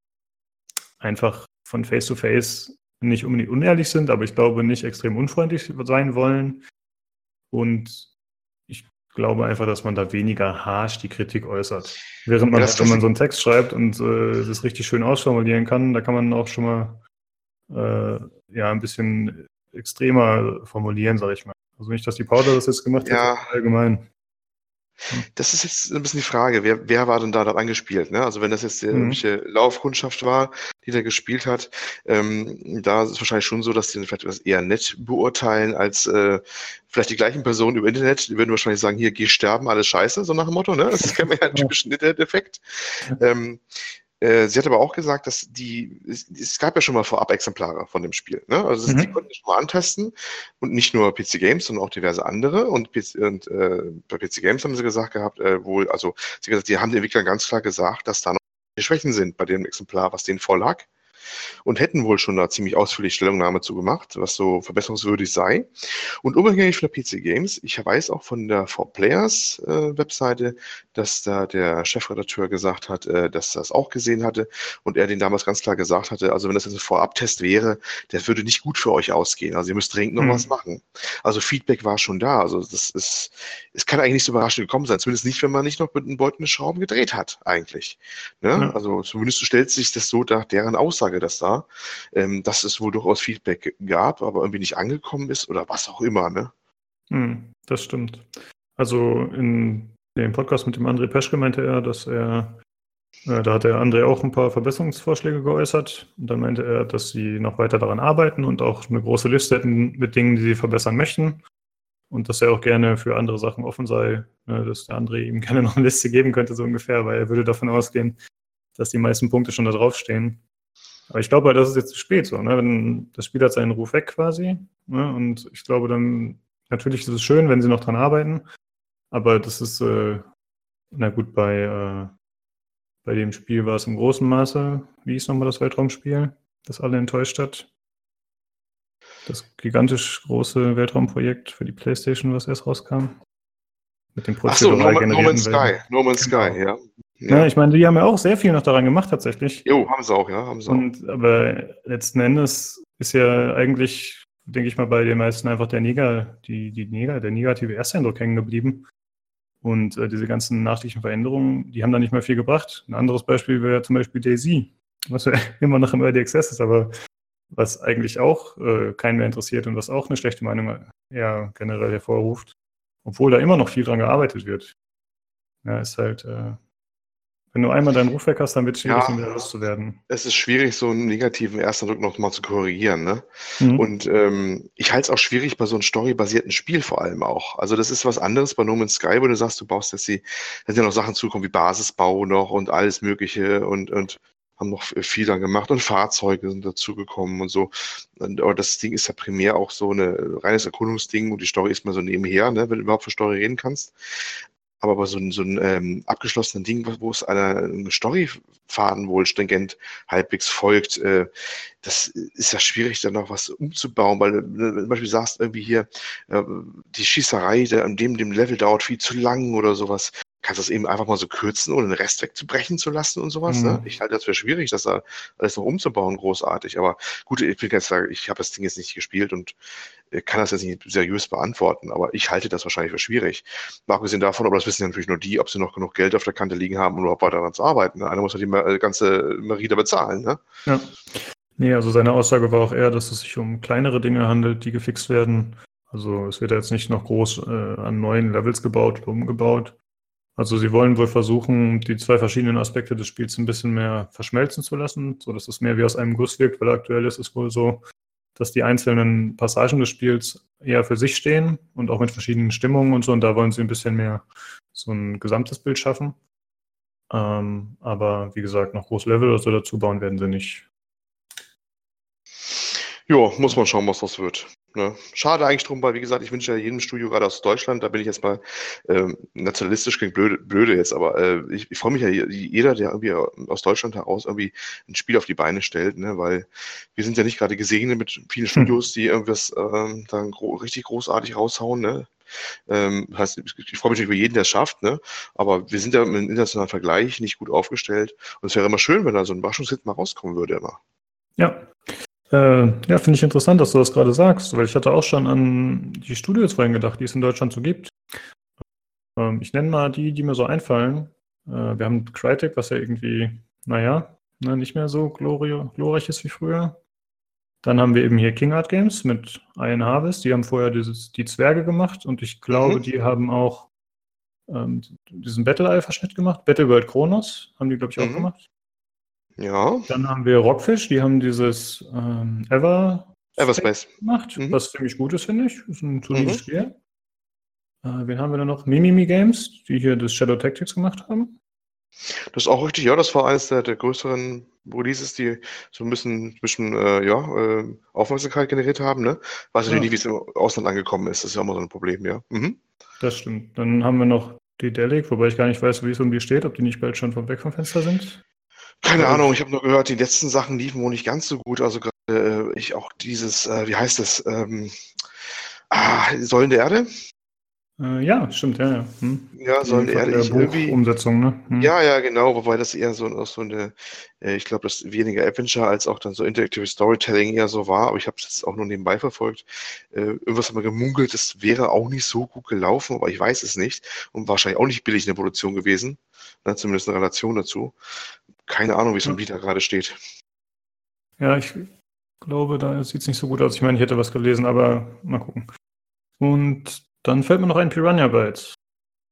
einfach von Face-to-Face nicht unbedingt unehrlich sind, aber ich glaube nicht extrem unfreundlich sein wollen. Und ich glaube einfach, dass man da weniger harsch die Kritik äußert. Während man, wenn man so einen Text schreibt und das richtig schön ausformulieren kann, da kann man auch schon mal ein bisschen extremer formulieren, sage ich mal. Also nicht, dass die Paula das jetzt gemacht hat, allgemein. Das ist jetzt ein bisschen die Frage, wer war denn da angespielt? Ne? Also wenn das jetzt irgendwelche Laufkundschaft war, die da gespielt hat, da ist es wahrscheinlich schon so, dass die vielleicht etwas eher nett beurteilen als vielleicht die gleichen Personen über Internet. Die würden wahrscheinlich sagen, hier, geh sterben, alles scheiße, so nach dem Motto. Ne? Das kennt man ja einen typischen Internet-Effekt. Sie hat aber auch gesagt, dass es gab ja schon mal Vorab-Exemplare von dem Spiel. Ne? Also die konnten schon mal antesten und nicht nur PC Games, sondern auch diverse andere. Und bei PC Games haben sie gesagt gehabt, sie haben den Entwicklern ganz klar gesagt, dass da noch Schwächen sind bei dem Exemplar, was denen vorlag. Und hätten wohl schon da ziemlich ausführlich Stellungnahme zu gemacht, was so verbesserungswürdig sei. Und unabhängig von der PC Games, ich weiß auch von der 4Players Webseite, dass da der Chefredakteur gesagt hat, dass er das auch gesehen hatte und er den damals ganz klar gesagt hatte, also wenn das jetzt ein Vorabtest wäre, der würde nicht gut für euch ausgehen. Also ihr müsst dringend noch was machen. Also Feedback war schon da. Also es kann eigentlich nicht so überraschend gekommen sein, zumindest nicht, wenn man nicht noch mit den Beuten Schrauben gedreht hat, eigentlich. Ne? Ja. Also zumindest stellt sich das so nach deren Aussage, dass es wohl durchaus Feedback gab, aber irgendwie nicht angekommen ist oder was auch immer, ne? Das stimmt. Also in dem Podcast mit dem André Peschke meinte er, dass da hat der André auch ein paar Verbesserungsvorschläge geäußert. Und dann meinte er, dass sie noch weiter daran arbeiten und auch eine große Liste hätten mit Dingen, die sie verbessern möchten. Und dass er auch gerne für andere Sachen offen sei, dass der André ihm gerne noch eine Liste geben könnte, so ungefähr, weil er würde davon ausgehen, dass die meisten Punkte schon da draufstehen. Aber ich glaube halt, das ist jetzt zu spät so. Wenn das Spiel hat seinen Ruf weg quasi. Und ich glaube dann, natürlich ist es schön, wenn sie noch dran arbeiten. Aber das ist, na gut, bei dem Spiel war es im großen Maße, wie hieß nochmal das Weltraumspiel, das alle enttäuscht hat. Das gigantisch große Weltraumprojekt für die PlayStation, was erst rauskam. Mit dem prozedural generierten Welten. No Man's Sky, ja. Ja, ich meine, die haben ja auch sehr viel noch daran gemacht, tatsächlich. Jo, haben sie auch, ja. Aber letzten Endes ist ja eigentlich, denke ich mal, bei den meisten einfach der negative Ersteindruck hängen geblieben. Und diese ganzen nachtlichen Veränderungen, die haben da nicht mehr viel gebracht. Ein anderes Beispiel wäre zum Beispiel DayZ, was ja immer noch im Early Access ist, aber was eigentlich auch keinen mehr interessiert und was auch eine schlechte Meinung eher generell hervorruft, obwohl da immer noch viel dran gearbeitet wird. Ja, ist halt, wenn du einmal deinen Ruf weg hast, dann wird es schwierig, ihn wieder loszuwerden. Es ist schwierig, so einen negativen Ersteindruck nochmal zu korrigieren, ne? Mhm. Und ich halte es auch schwierig bei so einem storybasierten Spiel vor allem auch. Also das ist was anderes bei No Man's Sky, wo du sagst, du baust jetzt da sind ja noch Sachen zukommen wie Basisbau noch und alles Mögliche und haben noch viel dann gemacht und Fahrzeuge sind dazugekommen und so. Aber das Ding ist ja primär auch so ein reines Erkundungsding und die Story ist mal so nebenher, ne, wenn du überhaupt von Story reden kannst. Aber bei so ein abgeschlossenen Ding, wo es einem Storyfaden wohl stringent halbwegs folgt, das ist ja schwierig, dann noch was umzubauen, weil wenn du zum Beispiel sagst, irgendwie hier, die Schießerei an dem Level dauert viel zu lang oder sowas, kannst du das eben einfach mal so kürzen, ohne den Rest wegzubrechen zu lassen und sowas. Ne? Ich halte das für schwierig, das da alles noch umzubauen, großartig. Aber gut, ich will jetzt sagen, ich habe das Ding jetzt nicht gespielt und kann das jetzt nicht seriös beantworten, aber ich halte das wahrscheinlich für schwierig. Mal abgesehen davon, aber das wissen ja natürlich nur die, ob sie noch genug Geld auf der Kante liegen haben, um überhaupt weiter daran zu arbeiten. Ne? Einer muss ja die ganze Merida bezahlen. Ne? Ja. Nee, also seine Aussage war auch eher, dass es sich um kleinere Dinge handelt, die gefixt werden. Also es wird jetzt nicht noch groß an neuen Levels gebaut oder umgebaut. Also sie wollen wohl versuchen, die zwei verschiedenen Aspekte des Spiels ein bisschen mehr verschmelzen zu lassen, sodass es mehr wie aus einem Guss wirkt, weil aktuell ist es wohl so, dass die einzelnen Passagen des Spiels eher für sich stehen und auch mit verschiedenen Stimmungen und so. Und da wollen sie ein bisschen mehr so ein gesamtes Bild schaffen. Aber wie gesagt, noch groß Level oder so dazu bauen werden sie nicht. Ja, muss man schauen, was das wird. Ne? Schade eigentlich drum, weil, wie gesagt, ich wünsche ja jedem Studio, gerade aus Deutschland, da bin ich jetzt mal nationalistisch, klingt blöde jetzt, aber ich freue mich ja jeder, der irgendwie aus Deutschland heraus irgendwie ein Spiel auf die Beine stellt, ne? Weil wir sind ja nicht gerade gesegnet mit vielen Studios, die irgendwas dann richtig großartig raushauen. Ne? Heißt, ich freue mich natürlich über jeden, der es schafft, ne? Aber wir sind ja im internationalen Vergleich nicht gut aufgestellt und es wäre immer schön, wenn da so ein Überraschungshit mal rauskommen würde immer. Ja. Ja, finde ich interessant, dass du das gerade sagst, weil ich hatte auch schon an die Studios vorhin gedacht, die es in Deutschland so gibt. Ich nenne mal die mir so einfallen. Wir haben Crytek, was ja irgendwie, nicht mehr so glorreich ist wie früher. Dann haben wir eben hier King Art Games mit Iron Harvest. Die haben vorher die Zwerge gemacht und ich glaube, die haben auch diesen Battle-Eye-Verschnitt gemacht. Battle World Chronos haben die, glaube ich, auch gemacht. Ja. Dann haben wir Rockfish, die haben dieses Everspace gemacht, was ziemlich gut ist, finde ich. Das ist ein solides Spiel. Wen haben wir da noch? Mimimi Games, die hier das Shadow Tactics gemacht haben. Das ist auch richtig, ja, das war eines der größeren Releases, die so ein bisschen Aufmerksamkeit generiert haben, ne? Weiß natürlich nicht, wie es im Ausland angekommen ist, das ist ja immer so ein Problem, ja. Das stimmt. Dann haben wir noch die Delic, wobei ich gar nicht weiß, wie es um die steht, ob die nicht bald schon weg vom Fenster sind. Keine Ahnung, ich habe nur gehört, die letzten Sachen liefen wohl nicht ganz so gut, also gerade ich auch dieses, wie heißt das, Säulen der Erde? Ja, stimmt, ja. Ja, Säulen der Erde. Buchumsetzung, ne? Ja, genau, wobei das eher so eine, ich glaube, das weniger Adventure als auch dann so Interactive Storytelling eher so war, aber ich habe es jetzt auch nur nebenbei verfolgt. Irgendwas haben wir gemunkelt, das wäre auch nicht so gut gelaufen, aber ich weiß es nicht und wahrscheinlich auch nicht billig in der Produktion gewesen, ne, zumindest in Relation dazu. Keine Ahnung, wie es im Bieter gerade steht. Ja, ich glaube, da sieht es nicht so gut aus. Ich meine, ich hätte was gelesen, aber mal gucken. Und dann fällt mir noch ein Piranha Bytes.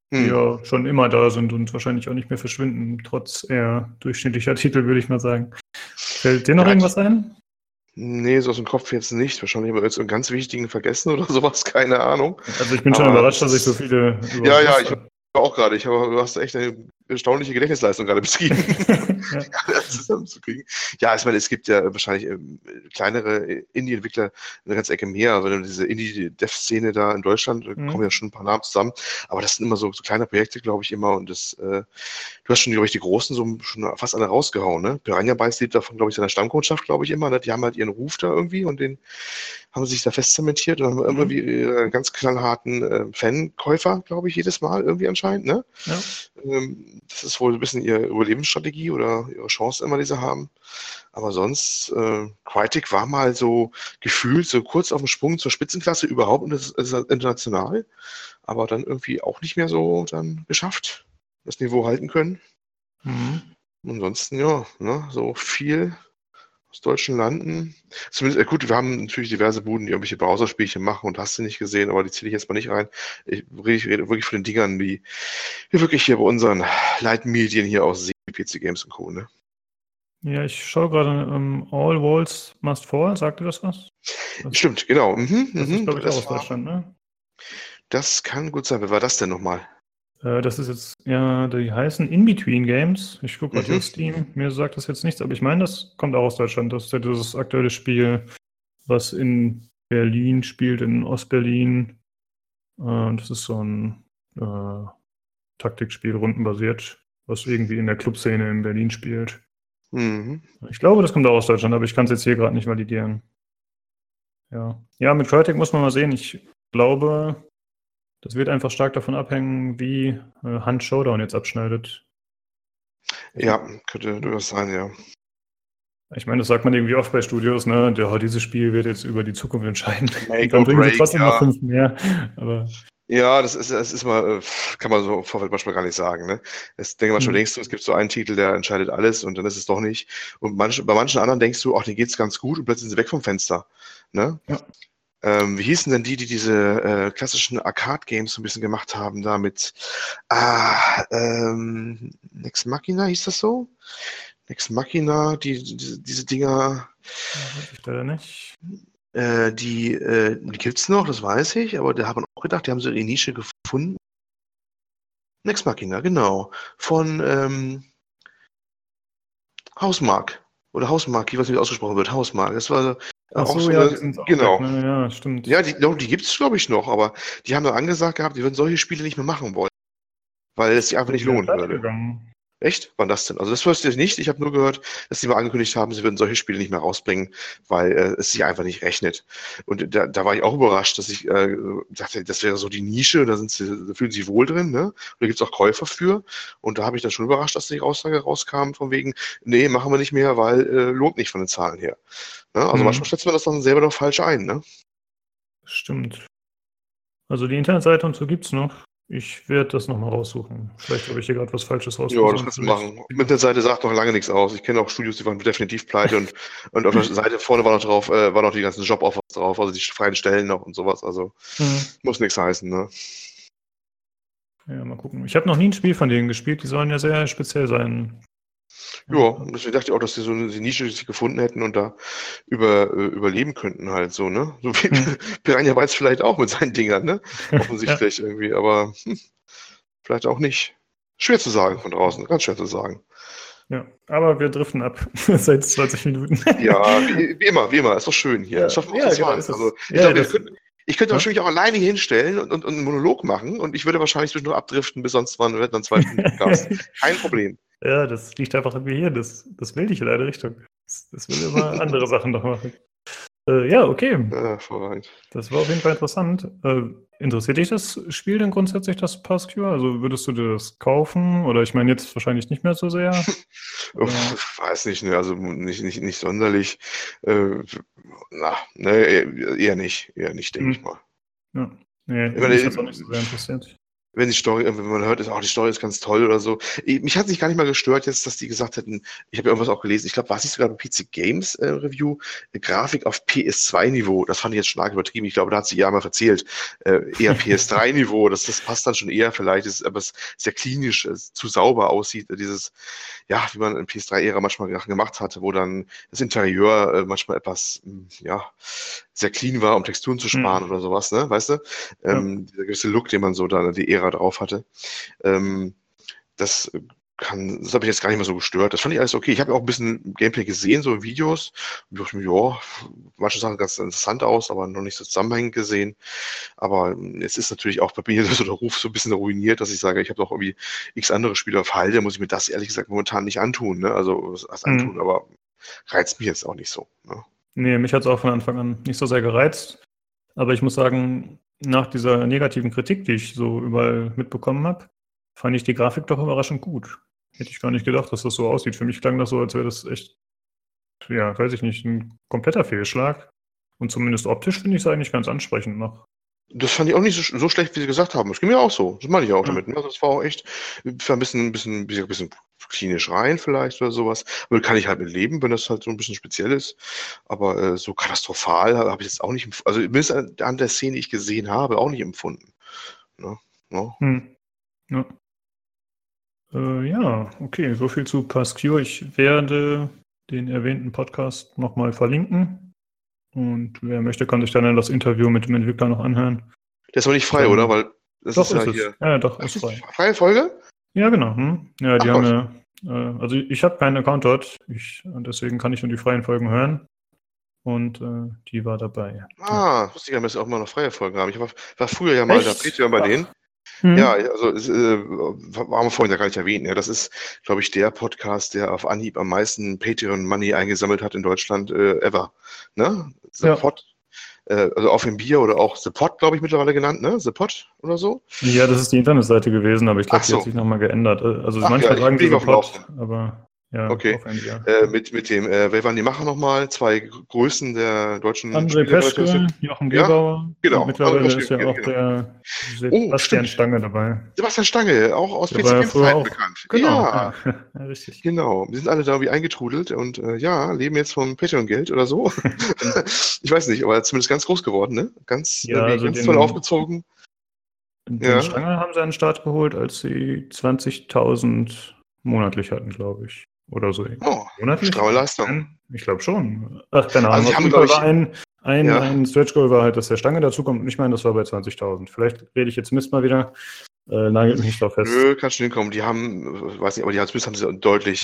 die Hm. ja schon immer da sind und wahrscheinlich auch nicht mehr verschwinden, trotz eher durchschnittlicher Titel, würde ich mal sagen. Fällt dir noch Ja, irgendwas ein? nee, so aus dem Kopf jetzt nicht. Wahrscheinlich haben wir jetzt einen ganz wichtigen vergessen oder sowas, keine Ahnung. Also ich bin schon Aber überrascht, es dass ich so ist, viele ja, überhaupt ja, ich wusste. auch gerade. Du hast echt eine erstaunliche Gedächtnisleistung gerade betrieben. Ja. Das zusammenzukriegen. Ja, ich meine, es gibt ja wahrscheinlich kleinere Indie-Entwickler eine ganze Ecke mehr. Also diese Indie-Dev-Szene da in Deutschland, da kommen ja Mhm. schon ein paar Namen zusammen. Aber das sind immer so kleine Projekte, glaube ich, immer. Und du hast schon, glaube ich, die Großen so schon fast alle rausgehauen, ne? Piranha Bytes lebt davon, glaube ich, seiner Stammkundschaft, glaube ich, immer. Ne? Die haben halt ihren Ruf da irgendwie und den haben sich da fest zementiert und haben immer wie Mhm. ihre ganz knallharten Fankäufer, glaube ich, jedes Mal irgendwie anscheinend, ne? Ja. Das ist wohl ein bisschen ihre Überlebensstrategie oder ihre Chance immer, die sie haben. Aber sonst, Crytek war mal so gefühlt so kurz auf dem Sprung zur Spitzenklasse überhaupt international, aber dann irgendwie auch nicht mehr so dann geschafft, das Niveau halten können. Mhm. Ansonsten, ja, ne, so viel aus deutschen Landen. Zumindest, gut, wir haben natürlich diverse Buden, die irgendwelche Browserspielchen machen und hast du nicht gesehen, aber die zähle ich jetzt mal nicht rein. Ich rede wirklich von den Dingern, die wir wirklich hier bei unseren Leitmedien hier aus sehen, PC Games und Co. Ne? Ja, ich schaue gerade All Walls Must Fall. Sagt dir das was? Das, Stimmt, genau. das ist, glaube ich, auch aus Deutschland, ne? Das kann gut sein. Wer war das denn nochmal? Das ist jetzt, ja, die heißen In-Between Games. Ich gucke gerade hier Mhm. auf Steam. Mir sagt das jetzt nichts, aber ich meine, das kommt auch aus Deutschland. Das ist ja dieses aktuelle Spiel, was in Berlin spielt, in Ostberlin. Das ist so ein Taktikspiel, rundenbasiert, was irgendwie in der Clubszene in Berlin spielt. Mhm. Ich glaube, das kommt auch aus Deutschland, aber ich kann es jetzt hier gerade nicht validieren. Ja. Ja, mit Crytek muss man mal sehen. Ich glaube, das wird einfach stark davon abhängen, wie Hunt Showdown jetzt abschneidet. Ich, Ja, könnte durchaus sein, ja. ich meine, das sagt man irgendwie oft bei Studios, ne? Dieses Spiel wird jetzt über die Zukunft entscheiden. Und Make dann or bringen sie break, trotzdem noch ja. 5 mehr. Aber Ja, das ist mal, kann man so im Vorfeld manchmal gar nicht sagen. Ne? Ich denke manchmal hm, denkst du, es gibt so einen Titel, der entscheidet alles und dann ist es doch nicht. Und bei manchen anderen denkst du, ach, denen geht's ganz gut und plötzlich sind sie weg vom Fenster. Ne? ja, Wie hießen denn die diese klassischen Arcade-Games so ein bisschen gemacht haben, da mit Nex Machina hieß das so? Nex Machina, diese Dinger, weiß ich leider nicht. die gibt's noch, das weiß ich, aber da hat man auch gedacht, die haben so ihre Nische gefunden. Nex Machina, genau. Von Hausmark. Oder Hausmark, ich weiß nicht, wie ausgesprochen wird. Hausmark. Das war Ach auch so, so ja, die eine, sind auch weg, genau. ne? Ja, stimmt. Ja, die gibt es, glaube ich, noch, aber die haben nur angesagt gehabt, die würden solche Spiele nicht mehr machen wollen, weil es sich einfach nicht Die sind lohnen pleite würde. gegangen. Echt? Wann das denn? Also das wusste ich nicht. Ich habe nur gehört, dass sie mal angekündigt haben, sie würden solche Spiele nicht mehr rausbringen, weil es sich einfach nicht rechnet. Und da war ich auch überrascht, dass ich dachte, das wäre so die Nische, da fühlen sie sich wohl drin, ne? Und da gibt es auch Käufer für. Und da habe ich dann schon überrascht, dass die Aussage rauskam von wegen, nee, machen wir nicht mehr, weil lohnt nicht von den Zahlen her. Ne? Also manchmal Hm, schätzt man das dann selber doch falsch ein, ne? stimmt. Also die Internetseite und so gibt's noch. Ich werde das nochmal raussuchen. Vielleicht habe ich hier gerade was Falsches Ja, das rausgesucht. kannst du Vielleicht. machen. Mit der Seite sagt noch lange nichts aus. Ich kenne auch Studios, die waren definitiv pleite und auf der Seite vorne war noch drauf, waren noch die ganzen Job-Offers drauf, also die freien Stellen noch und sowas. Also Hm. muss nichts heißen, ne? Ja, mal gucken. Ich habe noch nie ein Spiel von denen gespielt. Die sollen ja sehr speziell sein. Ja, Ja. und deswegen dachte ich auch, dass die so eine die Nische sich gefunden hätten und da überleben könnten halt so, ne? So wie Hm. Piranha Bytes vielleicht auch mit seinen Dingern, ne? Ja. Offensichtlich irgendwie, aber vielleicht auch nicht. Schwer zu sagen von draußen, ganz schwer zu sagen. Ja, aber wir driften ab seit 20 Minuten. Ja, wie immer, ist doch schön hier. Ja, Ist doch auch ja, das genau, Fun. ist Also, es. Ja, das. ich könnte Ja? wahrscheinlich auch alleine hier hinstellen und einen Monolog machen und ich würde wahrscheinlich zwischendurch abdriften, bis sonst waren wir dann 2 Stunden Podcast. Kein Problem. Ja, das liegt einfach im Gehirn. Das will nicht in eine Richtung. Das will immer andere Sachen noch machen. Ja, okay. Hervorragend. Das war auf jeden Fall interessant. Interessiert dich das Spiel denn grundsätzlich, das Pascua? Also würdest du dir das kaufen? Oder ich meine jetzt wahrscheinlich nicht mehr so sehr. Weiß nicht, ne, also nicht sonderlich. Äh, ne, eher nicht, denke ich Hm. mal. Ja. Nee, Ich meine, mich hat es auch nicht so sehr interessiert. wenn die Story, wenn man hört, die Story ist ganz toll oder so. Mich hat sich gar nicht mal gestört jetzt, dass die gesagt hätten, ich habe ja irgendwas auch gelesen, ich glaube, war es nicht sogar bei PC Games Review, Grafik auf PS2-Niveau, das fand ich jetzt schon arg übertrieben, ich glaube, da hat sie ja mal erzählt, eher PS3-Niveau, das passt dann schon eher vielleicht, aber es sehr klinisch, zu sauber aussieht, dieses, ja, wie man in PS3-Ära manchmal gemacht hatte, wo dann das Interieur manchmal etwas, ja, sehr clean war, um Texturen zu sparen oder sowas, ne, weißt du? Dieser gewisse Look, den man so da die Ära drauf hatte. Ähm, das das habe ich jetzt gar nicht mehr so gestört. Das fand ich alles okay. Ich habe ja auch ein bisschen Gameplay gesehen, so in Videos. Und dachte mir, ja, manche Sachen ganz interessant aus, aber noch nicht so zusammenhängend gesehen. Aber es ist natürlich auch bei mir so der Ruf so ein bisschen ruiniert, dass ich sage, ich habe doch irgendwie x andere Spiele auf Halde, muss ich mir das ehrlich gesagt momentan nicht antun. Ne? Also was antun, aber reizt mich jetzt auch nicht so. Ne? Nee, mich hat es auch von Anfang an nicht so sehr gereizt. Aber ich muss sagen, nach dieser negativen Kritik, die ich so überall mitbekommen habe, fand ich die Grafik doch überraschend gut. Hätte ich gar nicht gedacht, dass das so aussieht. Für mich klang das so, als wäre das echt, ja, weiß ich nicht, ein kompletter Fehlschlag. Und zumindest optisch finde ich es eigentlich ganz ansprechend noch. Das fand ich auch nicht so schlecht, wie sie gesagt haben. Das ging mir auch so. Das meine ich auch damit. Ne? Also das war auch echt, war ein bisschen klinisch rein vielleicht oder sowas. Aber kann ich halt mit leben, wenn das halt so ein bisschen speziell ist. Aber so katastrophal habe ich jetzt auch nicht, also zumindest an der Szene, die ich gesehen habe, auch nicht empfunden. Ne? No? Ja. Ja, okay, so viel zu Pascure. Ich werde den erwähnten Podcast nochmal verlinken. Und wer möchte, kann sich dann das Interview mit dem Entwickler noch anhören. Der ist aber nicht frei, oder? Weil das doch, ist ja ist hier. Ja, doch, ist frei. Freie Folge? Ja, genau. Ja, die Ach, haben ja, also ich habe keinen Account dort, deswegen kann ich nur die freien Folgen hören. Und die war dabei. Wusste ich gar nicht, dass sie auch mal noch freie Folgen haben. Ich war früher ja mal da Patreon bei denen. Mhm. Ja, also haben wir vorhin ja gar nicht erwähnt. Ja, das ist, glaube ich, der Podcast, der auf Anhieb am meisten Patreon-Money eingesammelt hat in Deutschland ever. Ne? The Pod, also auf dem Bier oder auch The Pod, glaube ich, mittlerweile genannt, ne? The Pod oder so. Ja, das ist die Internetseite gewesen, aber ich glaube, die hat sich nochmal geändert. Also manchmal sagen sie The Pod, aber ja, okay. auf ein Bier. Mit dem, wer waren die Macher nochmal? Zwei Größen der deutschen André Peschke, Jochen Gebauer. Ja, genau. Und mittlerweile ist ja auch der Sebastian Stange dabei. Sebastian Stange, auch aus PC Games Zeiten bekannt. Genau, ja, richtig. Genau. Wir sind alle da wie eingetrudelt und leben jetzt vom Patreon-Geld oder so. Ich weiß nicht, aber zumindest ganz groß geworden, ne? Ganz toll aufgezogen. Den Stange haben sie an den Start geholt, als sie 20.000 monatlich hatten, glaube ich. Oder so. Monatlich? Stramme Leistung. Ich glaube schon. Ach, keine Ahnung. Also auf jeden Fall war ein Stretch Goal war halt, dass der Stange dazukommt. Und ich meine, das war bei 20.000. Vielleicht rede ich jetzt Mist mal wieder. Nagelt mich nicht drauf fest. Nö, kann schon hinkommen. Die haben, weiß nicht, aber zumindest haben sie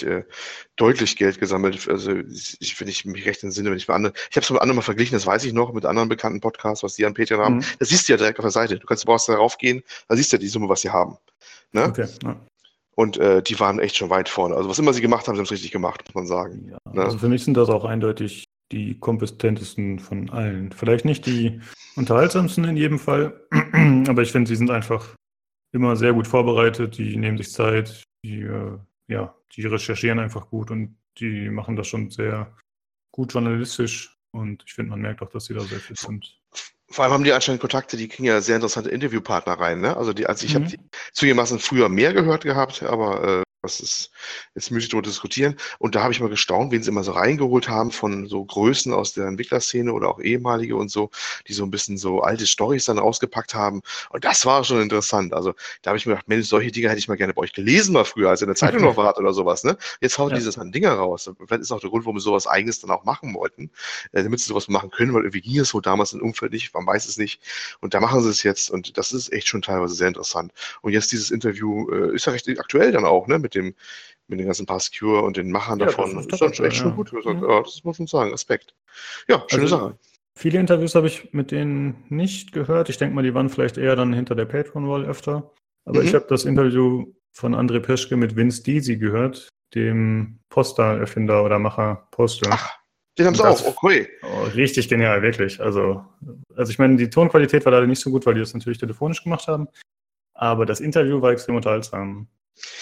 deutlich Geld gesammelt. Also wenn ich mich recht entsinne, ich habe es mit anderen mal verglichen, das weiß ich noch, mit anderen bekannten Podcasts, was die an Patreon haben. Das siehst du ja direkt auf der Seite. Du brauchst da raufgehen, da siehst du ja die Summe, was sie haben. Ne? Okay, ja. Und die waren echt schon weit vorne. Also was immer sie gemacht haben, sie haben es richtig gemacht, muss man sagen. Ja, ne? Also für mich sind das auch eindeutig die kompetentesten von allen. Vielleicht nicht die unterhaltsamsten in jedem Fall, aber ich finde, sie sind einfach immer sehr gut vorbereitet, die nehmen sich Zeit, die recherchieren einfach gut und die machen das schon sehr gut journalistisch und ich finde, man merkt auch, dass sie da sehr fit sind. Vor allem haben die anscheinend Kontakte, die kriegen ja sehr interessante Interviewpartner rein, ne? Also ich habe die zugegebenermaßen früher mehr gehört gehabt, aber das ist jetzt müßig darüber diskutieren. Und da habe ich mal gestaunt, wen sie immer so reingeholt haben von so Größen aus der Entwicklerszene oder auch ehemalige und so, die so ein bisschen so alte Storys dann ausgepackt haben. Und das war schon interessant. Also da habe ich mir gedacht, Mensch, solche Dinge hätte ich mal gerne bei euch gelesen mal früher, als ihr in der Zeitung noch wart oder sowas, ne? Jetzt haut dieses an Dinger raus. Vielleicht ist auch der Grund, warum wir sowas Eigenes dann auch machen wollten, damit sie sowas machen können, weil irgendwie ging es so damals im Umfeld nicht, man weiß es nicht. Und da machen sie es jetzt und das ist echt schon teilweise sehr interessant. Und jetzt dieses Interview ist ja recht aktuell dann auch, ne? Mit den ganzen Pascure und den Machern davon. Das ist dann echt schon gut. Ja, das muss man sagen. Respekt. Ja, schöne Sache. Viele Interviews habe ich mit denen nicht gehört. Ich denke mal, die waren vielleicht eher dann hinter der Patreon-Wall öfter. Aber ich habe das Interview von André Peschke mit Vince Deasy gehört, dem Postal-Erfinder oder Macher Postal. Ach, den haben sie auch. Okay. Richtig genial, wirklich. Also ich meine, die Tonqualität war leider nicht so gut, weil die das natürlich telefonisch gemacht haben. Aber das Interview war extrem unterhaltsam.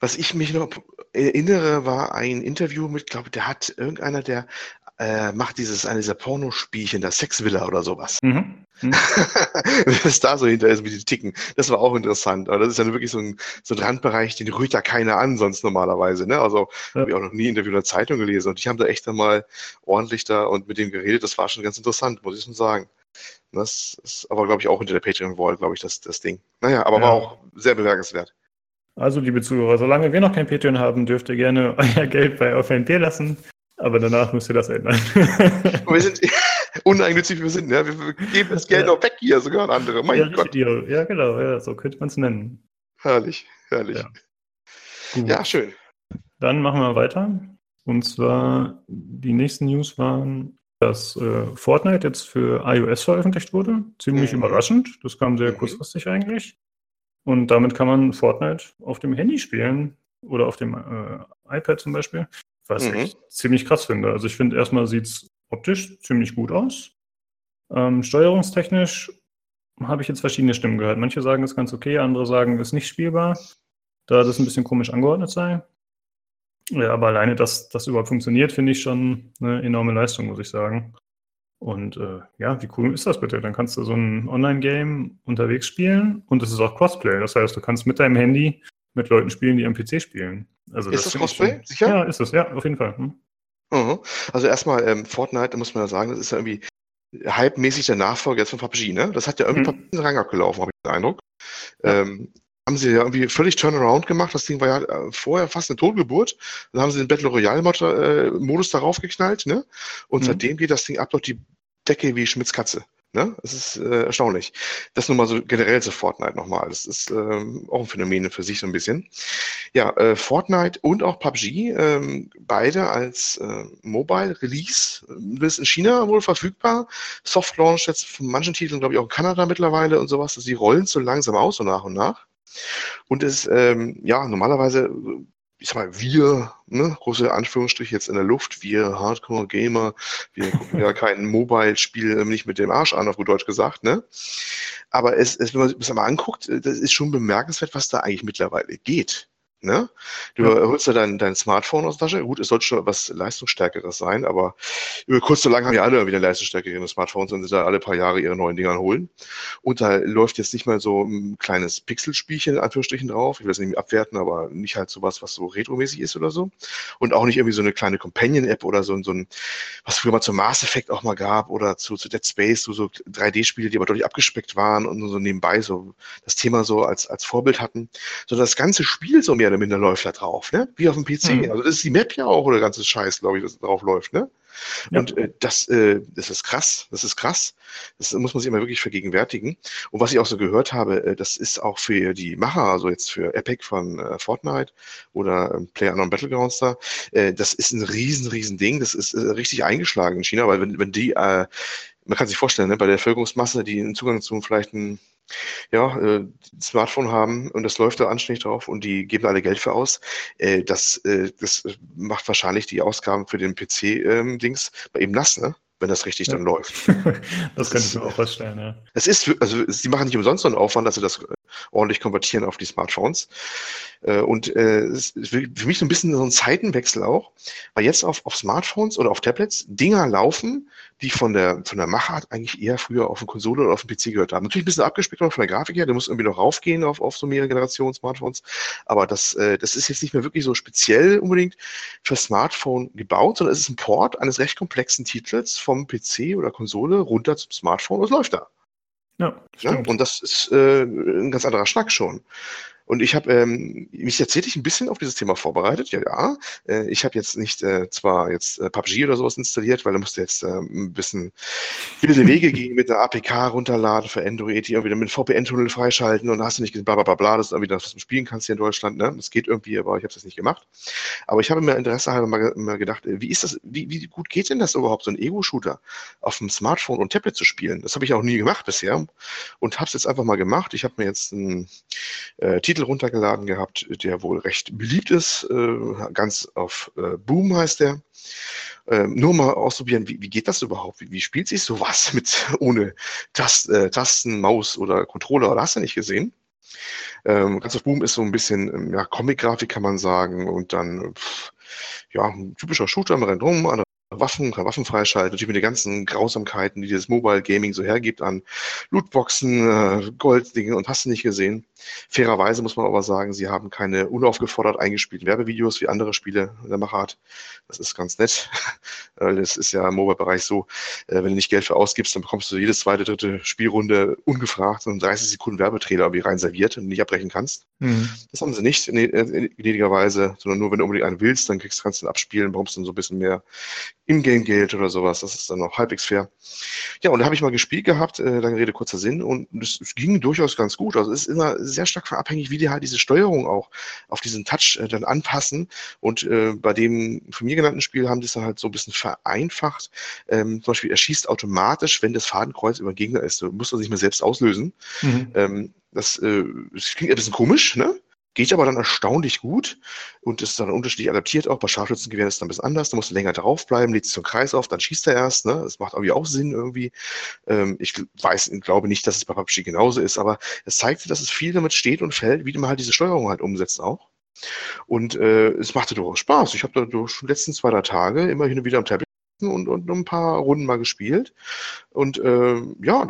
Was ich mich noch erinnere, war ein Interview mit, glaube der hat irgendeiner, der macht eine dieser Pornospielchen, das Sexvilla oder sowas. Mhm. Mhm. Was da so hinter ist, wie die ticken. Das war auch interessant. Aber das ist dann wirklich so ein Randbereich, den rührt ja keiner an, sonst normalerweise. Ne? Also Ja. habe ich auch noch nie ein Interview in der Zeitung gelesen. Und die haben da echt einmal ordentlich da und mit dem geredet. Das war schon ganz interessant, muss ich schon sagen. Das ist aber, glaube ich, auch hinter der Patreon-Wall, glaube ich, das Ding. Naja, aber war Ja. auch sehr bemerkenswert. Also, liebe Zuhörer, solange wir noch kein Patreon haben, dürft ihr gerne euer Geld bei OFNP lassen, aber danach müsst ihr das ändern. Und wir sind uneigennützig, wie wir sind. Ne? Wir geben das Geld Ja, noch weg hier, sogar an andere. ja, Mein richtig, Gott. ja, genau, ja, so könnte man es nennen. Herrlich, herrlich. Ja, Ja, gut. schön. Dann machen wir weiter. Und zwar, die nächsten News waren, dass Fortnite jetzt für iOS veröffentlicht wurde. Ziemlich Mhm. überraschend. Das kam sehr Mhm. kurzfristig eigentlich. Und damit kann man Fortnite auf dem Handy spielen oder auf dem iPad zum Beispiel, was Mhm. ich ziemlich krass finde. Also ich finde, erstmal sieht es optisch ziemlich gut aus. Steuerungstechnisch habe ich jetzt verschiedene Stimmen gehört. Manche sagen, es ist ganz okay, andere sagen, es ist nicht spielbar, da das ein bisschen komisch angeordnet sei. Ja, aber alleine, dass das überhaupt funktioniert, finde ich schon eine enorme Leistung, muss ich sagen. Und ja, wie cool ist das bitte? Dann kannst du so ein Online-Game unterwegs spielen und es ist auch Crossplay. Das heißt, du kannst mit deinem Handy mit Leuten spielen, die am PC spielen. Also Ist das das finde ich Cosplay? schon. Sicher? Ja, ist es, ja, auf jeden Fall. Hm? Mhm. Also erstmal Fortnite, da muss man ja sagen, das ist ja irgendwie hypemäßig der Nachfolger jetzt von PUBG, ne? Das hat ja irgendwie PUBG Mhm. den Rang abgelaufen, habe ich den Eindruck. Ja. Ähm, haben sie ja irgendwie völlig Turnaround gemacht. Das Ding war ja vorher fast eine Totgeburt. Dann haben sie den Battle Royale-Modus darauf geknallt, ne? Und Mhm. seitdem geht das Ding ab durch die Decke wie Schmitz Katze. Ne? Das ist erstaunlich. Das nur mal so generell zu Fortnite nochmal. Das ist auch ein Phänomen für sich so ein bisschen. Ja, Fortnite und auch PUBG, beide als Mobile Release, das ist in China wohl verfügbar. Soft Launch jetzt von manchen Titeln, glaube ich, auch in Kanada mittlerweile und sowas. Also die rollen so langsam aus, so nach und nach. Und es, ja, normalerweise, ich sag mal, wir, ne, große Anführungsstriche jetzt in der Luft, wir Hardcore-Gamer, wir gucken ja kein Mobile-Spiel nicht mit dem Arsch an, auf gut Deutsch gesagt, ne? Aber wenn man sich das mal anguckt, das ist schon bemerkenswert, was da eigentlich mittlerweile geht. Ne? Du Ja. holst ja dein Smartphone aus der Tasche. Gut, es sollte schon was Leistungsstärkeres sein, aber über kurz oder lang haben ja alle wieder leistungsstärkere Smartphones und sich da alle paar Jahre ihre neuen Dinger holen. Und da läuft jetzt nicht mal so ein kleines Pixelspielchen, in Anführungsstrichen, drauf. Ich will es nicht abwerten, aber nicht halt sowas, was so retromäßig ist oder so. Und auch nicht irgendwie so eine kleine Companion-App oder so ein, was früher mal zum Mass Effect auch mal gab oder zu Dead Space, so 3D-Spiele, die aber deutlich abgespeckt waren und so nebenbei so das Thema so als Vorbild hatten. Sondern das ganze Spiel so mehr oder minder läuft da drauf, ne? Wie auf dem PC. Mhm. Also das ist die Map ja auch oder der ganze Scheiß, glaube ich, das drauf läuft, ne? Ja. Und das ist krass, das ist krass. Das muss man sich immer wirklich vergegenwärtigen. Und was ich auch so gehört habe, das ist auch für die Macher, also jetzt für Epic von Fortnite oder PlayerUnknown's Battlegrounds da, das ist ein riesen Ding. Das ist richtig eingeschlagen in China, weil wenn die, man kann sich vorstellen, ne, bei der Bevölkerungsmasse, die einen Zugang zu vielleicht ein ja, Smartphone haben und das läuft da anständig drauf und die geben alle Geld für aus. Das macht wahrscheinlich die Ausgaben für den PC-Dings bei eben nass, ne? Wenn das richtig Ja. dann läuft. Das Das könnte ich ist, mir auch vorstellen, ja. es ist, also sie machen nicht umsonst so einen Aufwand, dass sie das ordentlich konvertieren auf die Smartphones. Es ist für mich so ein bisschen so ein Zeitenwechsel auch, weil jetzt auf Smartphones oder auf Tablets Dinger laufen, die von der Machart eigentlich eher früher auf eine Konsole oder auf den PC gehört haben. Natürlich ein bisschen abgespeckt von der Grafik her, der muss irgendwie noch raufgehen auf so mehrere Generationen Smartphones, aber das ist jetzt nicht mehr wirklich so speziell unbedingt für Smartphone gebaut, sondern es ist ein Port eines recht komplexen Titels vom PC oder Konsole runter zum Smartphone und es läuft da. Ja, Ne? stimmt. Und das ist ein ganz anderer Schnack schon. Und ich habe mich tatsächlich ein bisschen auf dieses Thema vorbereitet. Ja, ja. Ich habe jetzt nicht zwar jetzt PUBG oder sowas installiert, weil da musste jetzt ein bisschen wilde Wege gehen mit der APK runterladen für Android, die irgendwie mit VPN-Tunnel freischalten und hast du nicht bla bla bla bla, das ist irgendwie das, was du spielen kannst hier in Deutschland. Ne? Das geht irgendwie, aber ich habe das nicht gemacht. Aber ich habe mir Interesse halber mal gedacht, wie ist das, wie gut geht denn das überhaupt, so ein Ego-Shooter auf dem Smartphone und Tablet zu spielen? Das habe ich auch nie gemacht bisher und habe es jetzt einfach mal gemacht. Ich habe mir jetzt einen Titel runtergeladen gehabt, der wohl recht beliebt ist. Ganz auf Boom heißt der. Nur mal ausprobieren, wie geht das überhaupt? Wie spielt sich sowas mit ohne Tasten, Maus oder Controller? Oder hast du nicht gesehen? Guns of Boom ist so ein bisschen ja, Comic-Grafik, kann man sagen. Und dann, ja, ein typischer Shooter, man rennt rum, an Waffen, kann Waffen freischalten, natürlich mit den ganzen Grausamkeiten, die dieses Mobile Gaming so hergibt an Lootboxen, Golddinge und hast du nicht gesehen. Fairerweise muss man aber sagen, sie haben keine unaufgefordert eingespielten Werbevideos wie andere Spiele der Machart. Das ist ganz nett. Das ist ja im Mobile-Bereich so, wenn du nicht Geld für ausgibst, dann bekommst du jede zweite, dritte Spielrunde ungefragt und 30 Sekunden Werbetrailer irgendwie rein serviert und nicht abbrechen kannst. Das haben sie nicht gnädigerweise, sondern nur, wenn du unbedingt einen willst, dann kannst du ihn abspielen, bekommst dann so ein bisschen mehr Ingame-Geld oder sowas. Das ist dann noch halbwegs fair. Ja, und da habe ich mal gespielt gehabt, lange Rede, kurzer Sinn, und es ging durchaus ganz gut. Also es ist immer sehr stark von abhängig, wie die halt diese Steuerung auch auf diesen Touch dann anpassen. Und bei dem von mir genannten Spiel haben die es dann halt so ein bisschen vereinfacht. Zum Beispiel, er schießt automatisch, wenn das Fadenkreuz über den Gegner ist. Du musst das nicht mehr selbst auslösen. Das klingt ein bisschen komisch, ne? Geht aber dann erstaunlich gut und ist dann unterschiedlich adaptiert auch. Bei Scharfschützengewehren ist es dann ein bisschen anders. Da musst du länger draufbleiben, lädst den Kreis auf, dann schießt er erst. Ne? Das macht irgendwie auch Sinn irgendwie. Ich glaube nicht, dass es bei PUBG genauso ist, aber es zeigt, dass es viel damit steht und fällt, wie man halt diese Steuerung halt umsetzt auch. Und es machte durchaus Spaß. Ich habe da durch die letzten 2, 3 Tage immer hin und wieder am Tablet und ein paar Runden mal gespielt. Und ja,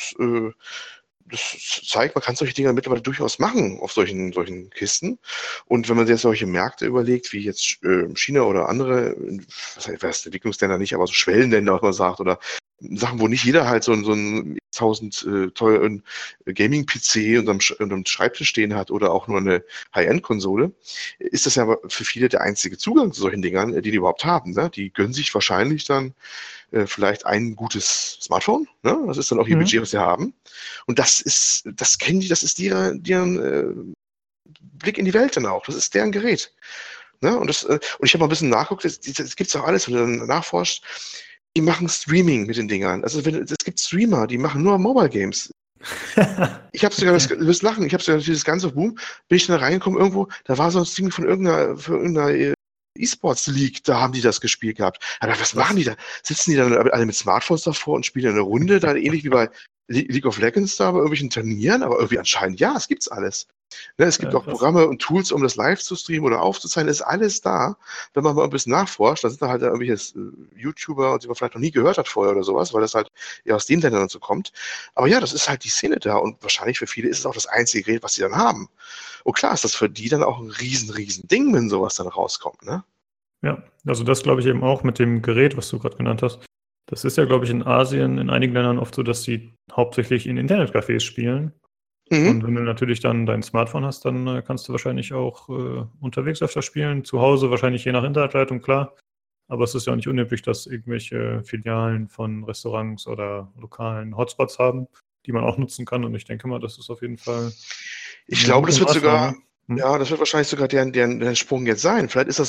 das zeigt, man kann solche Dinge mittlerweile durchaus machen auf solchen Kisten. Und wenn man sich jetzt solche Märkte überlegt, wie jetzt China oder andere, was Entwicklungsländer nicht, aber so Schwellenländer, was man sagt, oder Sachen, wo nicht jeder halt so einen 1000 teuren Gaming-PC unterm Schreibtisch stehen hat oder auch nur eine High-End-Konsole, ist das ja aber für viele der einzige Zugang zu solchen Dingern, die überhaupt haben. Ne? Die gönnen sich wahrscheinlich dann vielleicht ein gutes Smartphone. Ne? Das ist dann auch ihr Budget, was sie haben. Und das kennen die, das ist deren Blick in die Welt dann auch. Das ist deren Gerät. Ne? Und ich habe mal ein bisschen nachgeguckt, das gibt es auch alles, wenn du dann nachforscht. Die machen Streaming mit den Dingern. Also es gibt Streamer, die machen nur Mobile Games. Ich habe sogar, du wirst lachen, ich habe sogar dieses ganze Boom, bin ich da reingekommen irgendwo, da war so ein Stream von irgendeiner E-Sports League, da haben die das gespielt gehabt. Aber was machen die da? Sitzen die dann alle mit Smartphones davor und spielen eine Runde, da ähnlich wie bei League of Legends da bei irgendwelchen Turnieren, aber irgendwie anscheinend, ja, es gibt's alles. Ne, es gibt auch Programme und Tools, um das live zu streamen oder aufzuzeichnen, ist alles da. Wenn man mal ein bisschen nachforscht, dann sind da halt irgendwelche YouTuber, die man vielleicht noch nie gehört hat vorher oder sowas, weil das halt ja aus den Ländern und so kommt. Aber ja, das ist halt die Szene da und wahrscheinlich für viele ist es auch das einzige Gerät, was sie dann haben. Und klar ist das für die dann auch ein riesen Ding, wenn sowas dann rauskommt, ne? Ja, also das glaube ich eben auch mit dem Gerät, was du gerade genannt hast. Das ist ja, glaube ich, in Asien, in einigen Ländern oft so, dass sie hauptsächlich in Internetcafés spielen. Und wenn du natürlich dann dein Smartphone hast, dann kannst du wahrscheinlich auch unterwegs öfter spielen, zu Hause wahrscheinlich je nach Internetleitung, klar. Aber es ist ja auch nicht unüblich, dass irgendwelche Filialen von Restaurants oder lokalen Hotspots haben, die man auch nutzen kann. Und ich denke mal, das ist auf jeden Fall Ich glaube, das wird sogar, Maßnahme. ja, das wird wahrscheinlich sogar deren Sprung jetzt sein. Vielleicht ist das,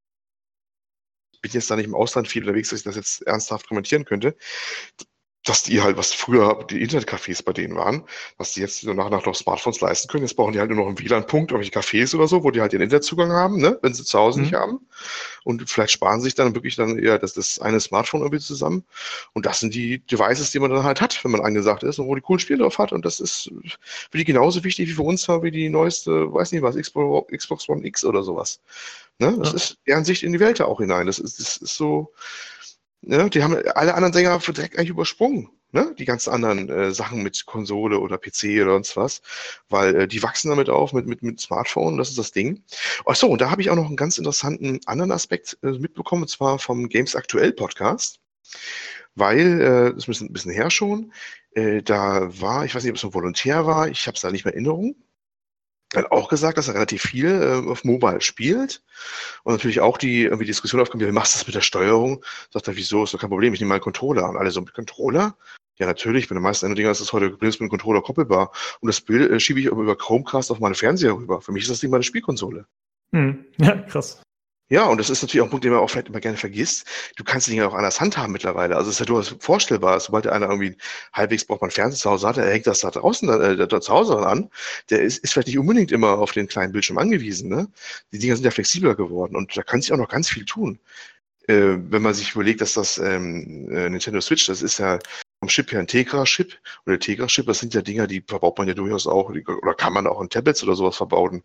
ich bin jetzt da nicht im Ausland viel unterwegs, dass ich das jetzt ernsthaft kommentieren könnte, dass die halt, was früher die Internetcafés bei denen waren, dass die jetzt so nach und nach noch Smartphones leisten können. Jetzt brauchen die halt nur noch einen WLAN-Punkt, irgendwelche Cafés oder so, wo die halt ihren Internetzugang haben, ne, wenn sie zu Hause nicht haben. Und vielleicht sparen sich dann wirklich dann eher das eine Smartphone irgendwie zusammen. Und das sind die Devices, die man dann halt hat, wenn man angesagt ist und wo die coolen Spiele drauf hat. Und das ist für die genauso wichtig wie für uns wie die neueste, weiß nicht was, Xbox One X oder sowas. Ne? Das ist deren Sicht in die Welt da auch hinein. Das ist so. Ne, die haben alle anderen Sänger direkt eigentlich übersprungen, ne? Die ganzen anderen Sachen mit Konsole oder PC oder sonst was, weil die wachsen damit auf mit Smartphone, das ist das Ding. Achso, und da habe ich auch noch einen ganz interessanten anderen Aspekt mitbekommen, und zwar vom Games Aktuell Podcast, weil, das ist ein bisschen her schon, da war, ich weiß nicht, ob es ein Volontär war, ich habe es da nicht mehr in Erinnerung, er hat auch gesagt, dass er relativ viel auf Mobile spielt und natürlich auch die irgendwie Diskussion aufkommt, wie machst du das mit der Steuerung? Sagt er, wieso, ist doch kein Problem, ich nehme mal einen Controller. Und alle so, mit Controller? Ja, natürlich, bei den meisten Dinger ist das heute mit dem Controller koppelbar. Und das Bild schiebe ich über Chromecast auf meine Fernseher rüber. Für mich ist das Ding meine Spielkonsole. Ja, krass. Ja, und das ist natürlich auch ein Punkt, den man auch vielleicht immer gerne vergisst. Du kannst die Dinger auch anders handhaben mittlerweile. Also es ist ja durchaus vorstellbar, sobald einer irgendwie halbwegs braucht man Fernseher zu Hause hat, er hängt das da draußen, da zu Hause an. Der ist vielleicht nicht unbedingt immer auf den kleinen Bildschirm angewiesen. Ne? Die Dinger sind ja flexibler geworden und da kann sich auch noch ganz viel tun. Wenn man sich überlegt, dass das Nintendo Switch, das ist ja vom Chip her ein Tegra-Chip. Und der Tegra-Chip, das sind ja Dinger, die verbaut man ja durchaus auch, oder kann man auch in Tablets oder sowas verbauen.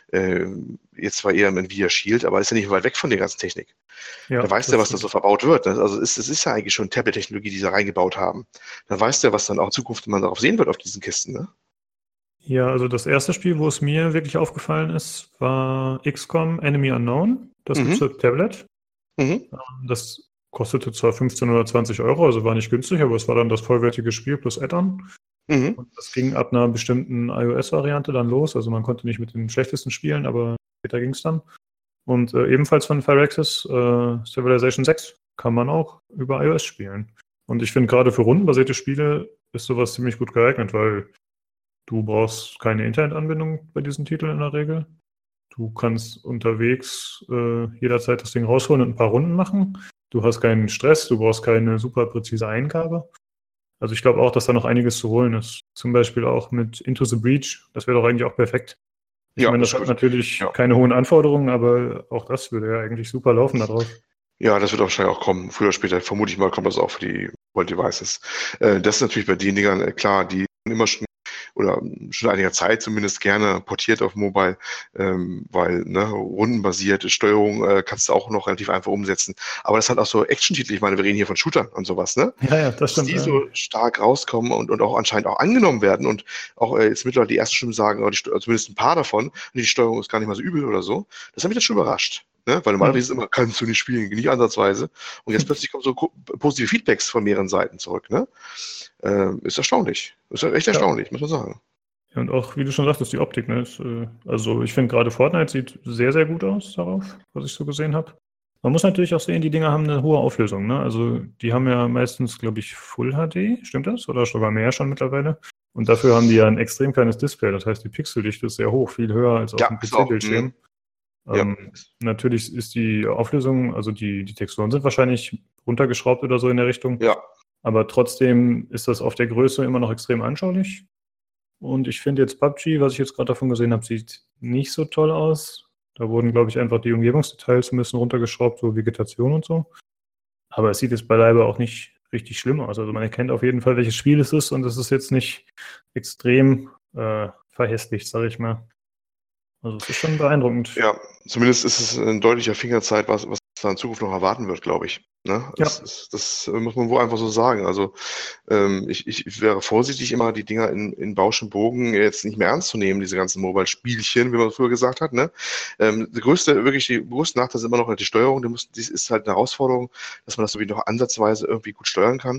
Jetzt zwar eher im Nvidia Shield, aber ist ja nicht weit weg von der ganzen Technik. Ja, Da weißt du ja, was da so verbaut wird. Ne? Also es ist ja eigentlich schon Tablet-Technologie, die sie reingebaut haben. Da weißt du ja, was dann auch in Zukunft man darauf sehen wird auf diesen Kisten. Ne? Ja, also das erste Spiel, wo es mir wirklich aufgefallen ist, war XCOM Enemy Unknown. Das gibt's für Tablet. Mhm. Das kostete zwar 15 oder 20 Euro, also war nicht günstig, aber es war dann das vollwertige Spiel plus Add-on. Mhm. Und das ging ab einer bestimmten iOS-Variante dann los. Also man konnte nicht mit den schlechtesten spielen, aber später ging es dann. Und ebenfalls von Firaxis, Civilization 6 kann man auch über iOS spielen. Und ich finde, gerade für rundenbasierte Spiele ist sowas ziemlich gut geeignet, weil du brauchst keine Internetanbindung bei diesen Titeln in der Regel. Du kannst unterwegs jederzeit das Ding rausholen und ein paar Runden machen. Du hast keinen Stress, du brauchst keine super präzise Eingabe. Also ich glaube auch, dass da noch einiges zu holen ist. Zum Beispiel auch mit Into the Breach. Das wäre doch eigentlich auch perfekt. Ich Ja, meine, ist das hat gut. natürlich Ja. keine hohen Anforderungen, aber auch das würde ja eigentlich super laufen darauf. Ja, das wird wahrscheinlich auch kommen. Früher oder später, vermute ich mal, kommt das auch für die Mobile Devices. Das ist natürlich bei den Dingern, klar, die immer schon oder schon einiger Zeit zumindest gerne portiert auf Mobile, weil rundenbasierte Steuerung kannst du auch noch relativ einfach umsetzen. Aber das hat auch so Action-Titel, ich meine, wir reden hier von Shootern und sowas, ne? Ja, das Dass stimmt. die so stark rauskommen und auch anscheinend auch angenommen werden und auch jetzt mittlerweile die ersten Stimmen sagen, oder zumindest ein paar davon, die Steuerung ist gar nicht mal so übel oder so. Das hat mich dann schon überrascht. Ne? Weil normalerweise ist es immer, kannst du nicht spielen, nicht ansatzweise. Und jetzt plötzlich kommen so positive Feedbacks von mehreren Seiten zurück. Ne? Ist erstaunlich. Ist echt erstaunlich, muss man sagen. Ja, und auch, wie du schon sagtest, die Optik. Ne, ist, also ich finde gerade Fortnite sieht sehr, sehr gut aus darauf, was ich so gesehen habe. Man muss natürlich auch sehen, die Dinger haben eine hohe Auflösung. Ne? Also die haben ja meistens, glaube ich, Full HD, stimmt das? Oder sogar mehr schon mittlerweile? Und dafür haben die ja ein extrem kleines Display. Das heißt, die Pixeldichte ist sehr hoch, viel höher als auf dem PC-Bildschirm. Natürlich ist die Auflösung, also die Texturen sind wahrscheinlich runtergeschraubt oder so in der Richtung. Ja. Aber trotzdem ist das auf der Größe immer noch extrem anschaulich. Und ich finde jetzt PUBG, was ich jetzt gerade davon gesehen habe, sieht nicht so toll aus. Da wurden, glaube ich, einfach die Umgebungsdetails ein bisschen runtergeschraubt, so Vegetation und so. Aber es sieht jetzt beileibe auch nicht richtig schlimm aus. Also man erkennt auf jeden Fall, welches Spiel es ist und es ist jetzt nicht extrem verhässlicht, sage ich mal. Also es ist schon beeindruckend. Ja, zumindest ist es ein deutlicher Fingerzeig, was da in Zukunft noch erwarten wird, glaube ich. Ne? Das muss man wohl einfach so sagen. Also ich wäre vorsichtig, immer die Dinger in Bausch und Bogen jetzt nicht mehr ernst zu nehmen, diese ganzen Mobile-Spielchen, wie man früher gesagt hat. Ne? Die größte Nachteil ist immer noch die Steuerung. Die ist halt eine Herausforderung, dass man das irgendwie noch ansatzweise irgendwie gut steuern kann.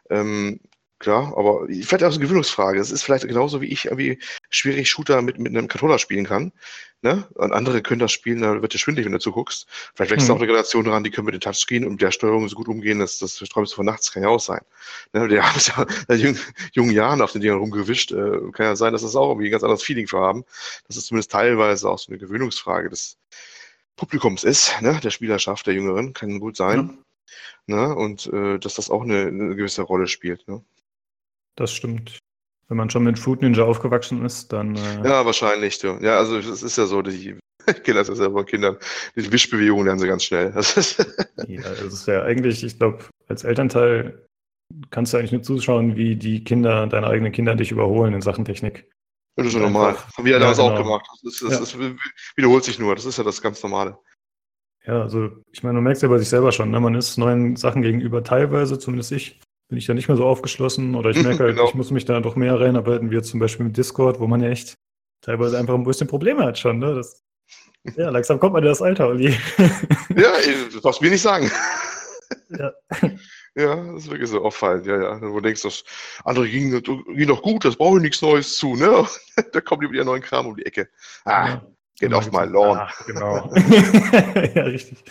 Klar, aber vielleicht auch eine Gewöhnungsfrage. Es ist vielleicht genauso wie ich irgendwie schwierig Shooter mit einem Controller spielen kann. Ne? Und andere können das spielen, da wird dir schwindelig, wenn du zuguckst. Vielleicht wächst auch eine Generation dran, die können mit dem Touchscreen und der Steuerung so gut umgehen, das träumst du von nachts, kann ja auch sein. Ne? Die haben es ja in jungen Jahren auf den Dingern rumgewischt. Kann ja sein, dass das auch irgendwie ein ganz anderes Feeling für haben. Das ist zumindest teilweise auch so eine Gewöhnungsfrage des Publikums ist, ne? Der Spielerschaft, der Jüngeren, kann gut sein. Ja. Ne? Und dass das auch eine gewisse Rolle spielt. Ne? Das stimmt. Wenn man schon mit Fruit Ninja aufgewachsen ist, dann. Ja, wahrscheinlich. Du. Ja, also es ist ja so, ich kenne das ja selber von Kindern, die Wischbewegungen lernen sie ganz schnell. Das ist ja eigentlich, ich glaube, als Elternteil kannst du eigentlich nur zuschauen, wie die Kinder, deine eigenen Kinder dich überholen in Sachen Technik. Das ist ja normal. Haben wir ja damals auch gemacht. Das wiederholt sich nur. Das ist ja das ganz Normale. Ja, also ich meine, du merkst ja bei sich selber schon, ne? Man ist neuen Sachen gegenüber teilweise, zumindest bin ich da nicht mehr so aufgeschlossen oder ich merke halt, ich muss mich da doch mehr reinarbeiten, wie jetzt zum Beispiel mit Discord, wo man ja echt teilweise einfach ein bisschen Probleme hat schon, ne? Langsam kommt man in das Alter, Olli. Ja, das darfst du mir nicht sagen. Ja. Ja, das ist wirklich so auffallend, ja. Wo du denkst, das andere ging doch gut, das brauche ich nichts Neues zu, ne? Da kommt wieder neuen Kram um die Ecke. Geht auf mal Lawn. Genau. Ja, richtig.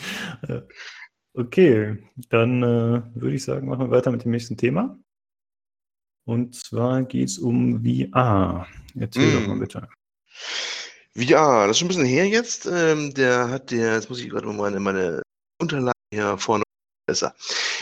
Okay, dann würde ich sagen, machen wir weiter mit dem nächsten Thema. Und zwar geht es um VR. Erzähl doch mal bitte. VR, das ist schon ein bisschen her jetzt. Jetzt muss ich gerade mal meine Unterlagen hier vorne besser.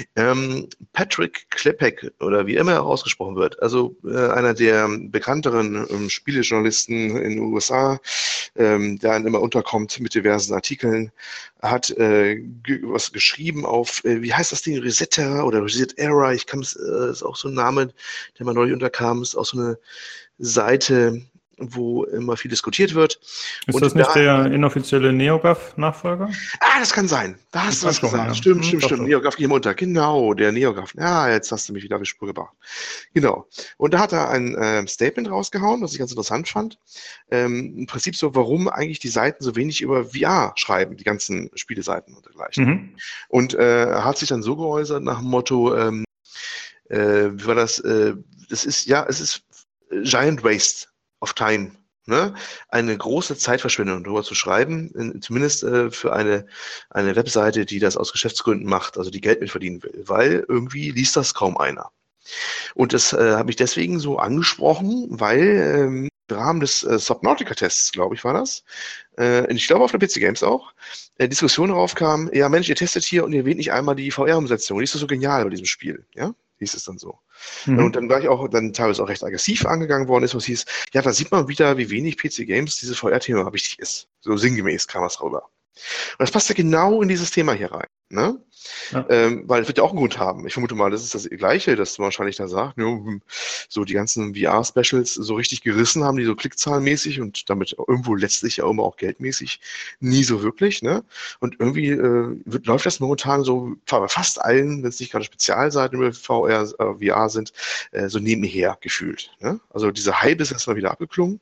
Patrick Klepek oder wie immer er ausgesprochen wird, also einer der bekannteren Spielejournalisten in den USA, der dann immer unterkommt mit diversen Artikeln, hat was geschrieben auf, wie heißt das Ding, Resetera oder Resetera, ist auch so ein Name, der mal neulich unterkam, ist auch so eine Seite, wo immer viel diskutiert wird. Ist das nicht der inoffizielle NeoGAF-Nachfolger? Das kann sein. Da hast du was schon, gesagt. ja. Stimmt. NeoGAF geht ihm unter. Genau, der NeoGAF. Ja, jetzt hast du mich wieder auf die Spur gebracht. Genau. Und da hat er ein Statement rausgehauen, was ich ganz interessant fand. Im Prinzip so, warum eigentlich die Seiten so wenig über VR schreiben, die ganzen Spieleseiten und dergleichen. Und er hat sich dann so geäußert nach dem Motto, wie war das? Es ist Giant Waste of Time. Ne? Eine große Zeitverschwendung, darüber zu schreiben, zumindest für eine Webseite, die das aus Geschäftsgründen macht, also die Geld mit verdienen will, weil irgendwie liest das kaum einer. Und das habe ich deswegen so angesprochen, weil im Rahmen des Subnautica-Tests, glaube ich, war das, ich glaube auf der PC Games auch, Diskussion darauf kam, ja Mensch, ihr testet hier und ihr wählt nicht einmal die VR-Umsetzung, die ist doch so genial bei diesem Spiel, ja? Hieß es dann so. Und dann war ich auch dann teilweise auch recht aggressiv angegangen worden, wo es hieß, ja, da sieht man wieder, wie wenig PC Games dieses VR-Thema wichtig ist. So sinngemäß kam es rüber. Und das passt ja genau in dieses Thema hier rein. Ne? Ja. Weil es wird ja auch einen Grund haben. Ich vermute mal, das ist das Gleiche, dass man wahrscheinlich da sagt, so die ganzen VR-Specials so richtig gerissen haben, die so klickzahlenmäßig und damit irgendwo letztlich ja immer auch geldmäßig nie so wirklich. Ne? Und irgendwie läuft das momentan so bei fast allen, wenn es nicht gerade Spezialseiten über VR sind, so nebenher gefühlt. Ne? Also dieser Hype ist erstmal wieder abgeklungen.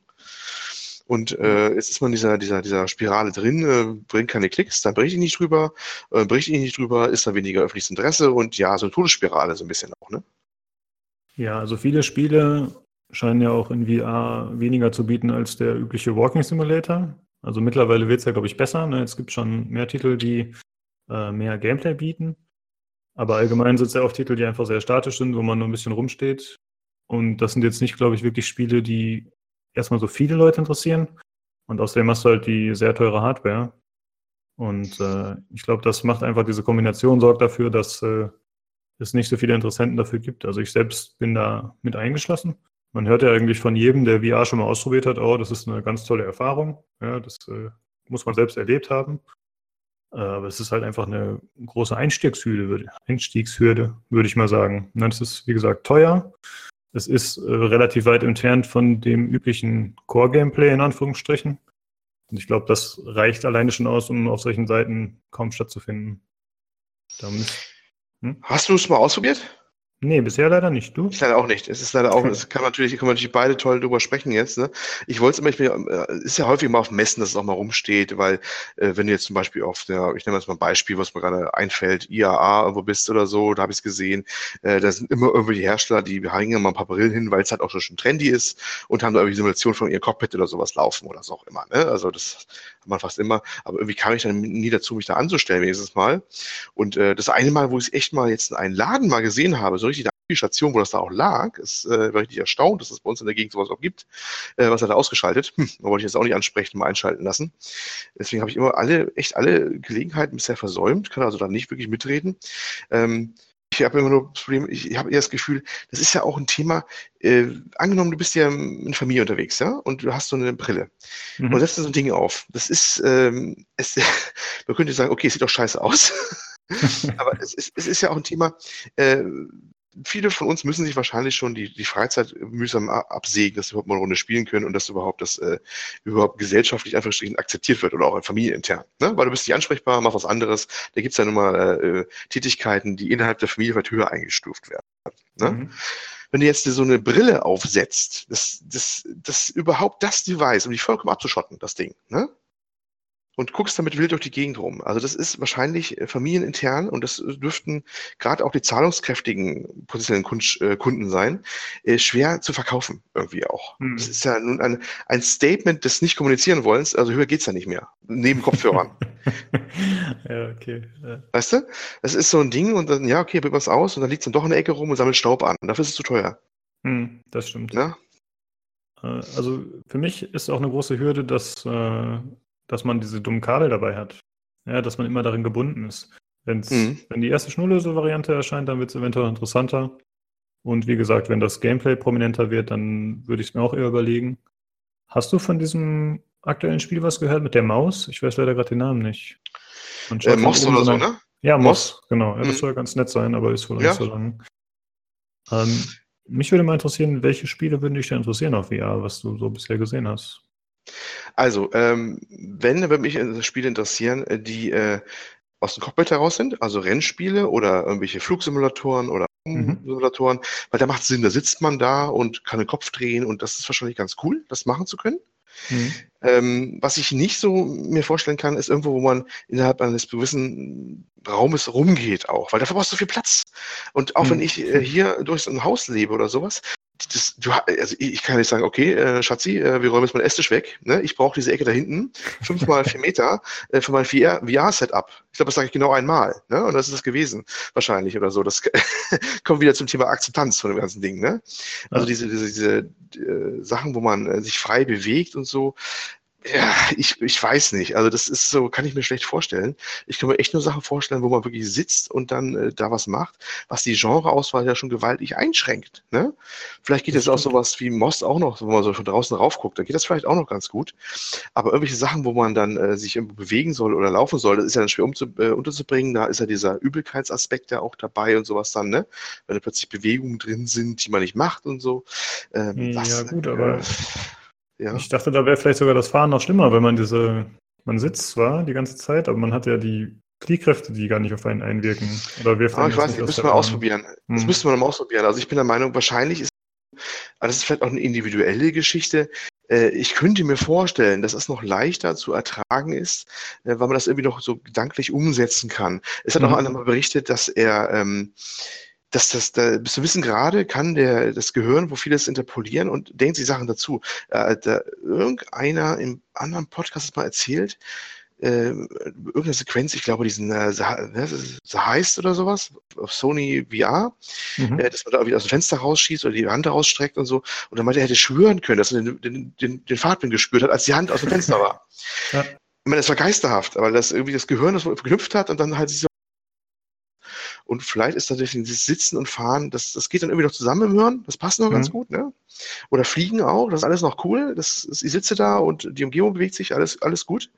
Und jetzt ist man in dieser Spirale drin, bringt keine Klicks, dann berichte ich nicht drüber, ist da weniger öffentliches Interesse und ja, so eine Todesspirale so ein bisschen auch, ne? Ja, also viele Spiele scheinen ja auch in VR weniger zu bieten als der übliche Walking Simulator. Also mittlerweile wird es ja, glaube ich, besser. Ne? Es gibt schon mehr Titel, die mehr Gameplay bieten. Aber allgemein sind es ja auch Titel, die einfach sehr statisch sind, wo man nur ein bisschen rumsteht. Und das sind jetzt nicht, glaube ich, wirklich Spiele, die erstmal so viele Leute interessieren. Und außerdem hast du halt die sehr teure Hardware. Und ich glaube, das macht einfach diese Kombination, sorgt dafür, dass es nicht so viele Interessenten dafür gibt. Also ich selbst bin da mit eingeschlossen. Man hört ja eigentlich von jedem, der VR schon mal ausprobiert hat, oh, das ist eine ganz tolle Erfahrung. Ja, das muss man selbst erlebt haben. Aber es ist halt einfach eine große Einstiegshürde, würde ich mal sagen. Das ist, wie gesagt, teuer. Es ist relativ weit entfernt von dem üblichen Core-Gameplay in Anführungsstrichen. Und ich glaube, das reicht alleine schon aus, um auf solchen Seiten kaum stattzufinden. Hast du es mal ausprobiert? Nee, bisher leider nicht. Du? Ich leider auch nicht. Es ist leider auch, kann man natürlich beide toll drüber sprechen jetzt. Ne? Ich wollte es immer, ist ja häufig mal auf Messen, dass es auch mal rumsteht, weil wenn du jetzt zum Beispiel ich nehme jetzt mal ein Beispiel, was mir gerade einfällt, IAA irgendwo bist oder so, da habe ich es gesehen, da sind immer irgendwie die Hersteller, die hängen mal ein paar Brillen hin, weil es halt auch schon trendy ist und haben da irgendwie Simulation von ihrem Cockpit oder sowas laufen oder so auch immer. Ne? Also das hat man fast immer, aber irgendwie kam ich dann nie dazu, mich da anzustellen wenigstens mal. Und das eine Mal, wo ich es echt mal jetzt in einen Laden mal gesehen habe, so richtig die Station, wo das da auch lag, war richtig erstaunt, dass es bei uns in der Gegend sowas auch gibt. Was hat er ausgeschaltet? Da wollte ich jetzt auch nicht ansprechen, mal einschalten lassen. Deswegen habe ich immer alle Gelegenheiten bisher versäumt, kann also da nicht wirklich mitreden. Ich habe immer nur das Problem, ich habe eher das Gefühl, das ist ja auch ein Thema, angenommen, du bist ja in Familie unterwegs, ja, und du hast so eine Brille und setzt so ein Ding auf. Das ist, man könnte sagen, okay, es sieht doch scheiße aus. Aber es ist ja auch ein Thema, viele von uns müssen sich wahrscheinlich schon die Freizeit mühsam absägen, dass sie überhaupt mal eine Runde spielen können und dass überhaupt das überhaupt gesellschaftlich einfach akzeptiert wird oder auch familienintern. Ne? Weil du bist nicht ansprechbar, mach was anderes. Da gibt es ja nun mal Tätigkeiten, die innerhalb der Familie weit höher eingestuft werden. Ne? Wenn du jetzt dir so eine Brille aufsetzt, das überhaupt das Device, um dich vollkommen abzuschotten, das Ding, ne? Und guckst damit wild durch die Gegend rum. Also das ist wahrscheinlich familienintern und das dürften gerade auch die zahlungskräftigen potenziellen Kunden sein, schwer zu verkaufen irgendwie auch. Das ist ja nun ein Statement des Nicht-Kommunizieren-Wollens, also höher geht's ja nicht mehr, neben Kopfhörern. Ja, okay. Ja. Weißt du? Das ist so ein Ding und dann, ja, okay, probiert was aus und dann liegt es dann doch in der Ecke rum und sammelt Staub an. Dafür ist es zu teuer. Das stimmt. Ne? Also für mich ist auch eine große Hürde, dass man diese dummen Kabel dabei hat. Ja, dass man immer darin gebunden ist. Mhm. Wenn die erste Schnurlöse-Variante erscheint, dann wird es eventuell interessanter. Und wie gesagt, wenn das Gameplay prominenter wird, dann würde ich es mir auch eher überlegen. Hast du von diesem aktuellen Spiel was gehört mit der Maus? Ich weiß leider gerade den Namen nicht. Man schaut von Moss oben oder so so, eine. ne? Ja, Moss? Moss, genau. Ja, das Mhm. soll ganz nett sein, aber ist wohl noch nicht Ja. so lang. Mich würde mal interessieren, welche Spiele würden dich denn interessieren auf VR, was du so bisher gesehen hast? Also, wenn, dann würde mich Spiele interessieren, die aus dem Cockpit heraus sind, also Rennspiele oder irgendwelche Flugsimulatoren oder Mhm. Simulatoren, weil da macht Sinn, da sitzt man da und kann den Kopf drehen und das ist wahrscheinlich ganz cool, das machen zu können. Mhm. Was ich nicht so mir vorstellen kann, ist irgendwo, wo man innerhalb eines gewissen Raumes rumgeht auch, weil dafür brauchst du viel Platz. Und auch wenn Mhm. ich hier durch so ein Haus lebe oder sowas, also ich kann nicht sagen, okay, Schatzi, wir räumen jetzt mal den Esstisch weg. Ne? Ich brauche diese Ecke da hinten, 5 mal 4 Meter für mein VR-Setup. Ich glaube, das sage ich genau einmal. Ne? Und das ist es gewesen, wahrscheinlich oder so. Das kommt wieder zum Thema Akzeptanz von dem ganzen Ding. Ne? Also Ja. diese Sachen, wo man sich frei bewegt und so, ja, ich weiß nicht. Also das ist so, kann ich mir schlecht vorstellen. Ich kann mir echt nur Sachen vorstellen, wo man wirklich sitzt und dann da was macht, was die Genreauswahl ja schon gewaltig einschränkt. Ne? Vielleicht geht Das es auch stimmt. sowas wie Most auch noch, wo man so von draußen rauf guckt. Da geht das vielleicht auch noch ganz gut. Aber irgendwelche Sachen, wo man dann sich irgendwo bewegen soll oder laufen soll, das ist ja dann schwer unterzubringen. Da ist ja dieser Übelkeitsaspekt ja auch dabei und sowas dann, ne? Wenn da plötzlich Bewegungen drin sind, die man nicht macht und so. Ja, Das, gut, aber ja. ich dachte, da wäre vielleicht sogar das Fahren noch schlimmer, wenn man sitzt zwar die ganze Zeit, aber man hat ja die Fliehkräfte, die gar nicht auf einen einwirken. Oder wirft Aber einen ich das weiß nicht nicht, aus müssen der wir Bahn? ausprobieren. Das Hm. müsste man mal ausprobieren. Also ich bin der Meinung, wahrscheinlich ist, aber das ist vielleicht auch eine individuelle Geschichte. Ich könnte mir vorstellen, dass es noch leichter zu ertragen ist, weil man das irgendwie noch so gedanklich umsetzen kann. Es hat auch einer Mhm. mal berichtet, dass das, da, bis zu gewissen Grade kann das Gehirn, wo vieles interpolieren und denkt sich Sachen dazu. Irgendeiner im anderen Podcast hat mal erzählt, irgendeine Sequenz, ich glaube, diesen The Heist oder sowas auf Sony VR, Mhm. dass man da irgendwie aus dem Fenster rausschießt oder die Hand rausstreckt und so. Und dann meinte er, hätte schwören können, dass er den Fahrtwind gespürt hat, als die Hand aus dem Fenster war. Ja, Ich meine, das war geisterhaft, aber das irgendwie das Gehirn das verknüpft hat und dann halt sich so. Und vielleicht ist tatsächlich dieses Sitzen und Fahren, das geht dann irgendwie noch zusammen im Hirn, das passt noch ganz mhm. gut, ne? Oder Fliegen auch, das ist alles noch cool. Ich sitze da und die Umgebung bewegt sich, alles gut.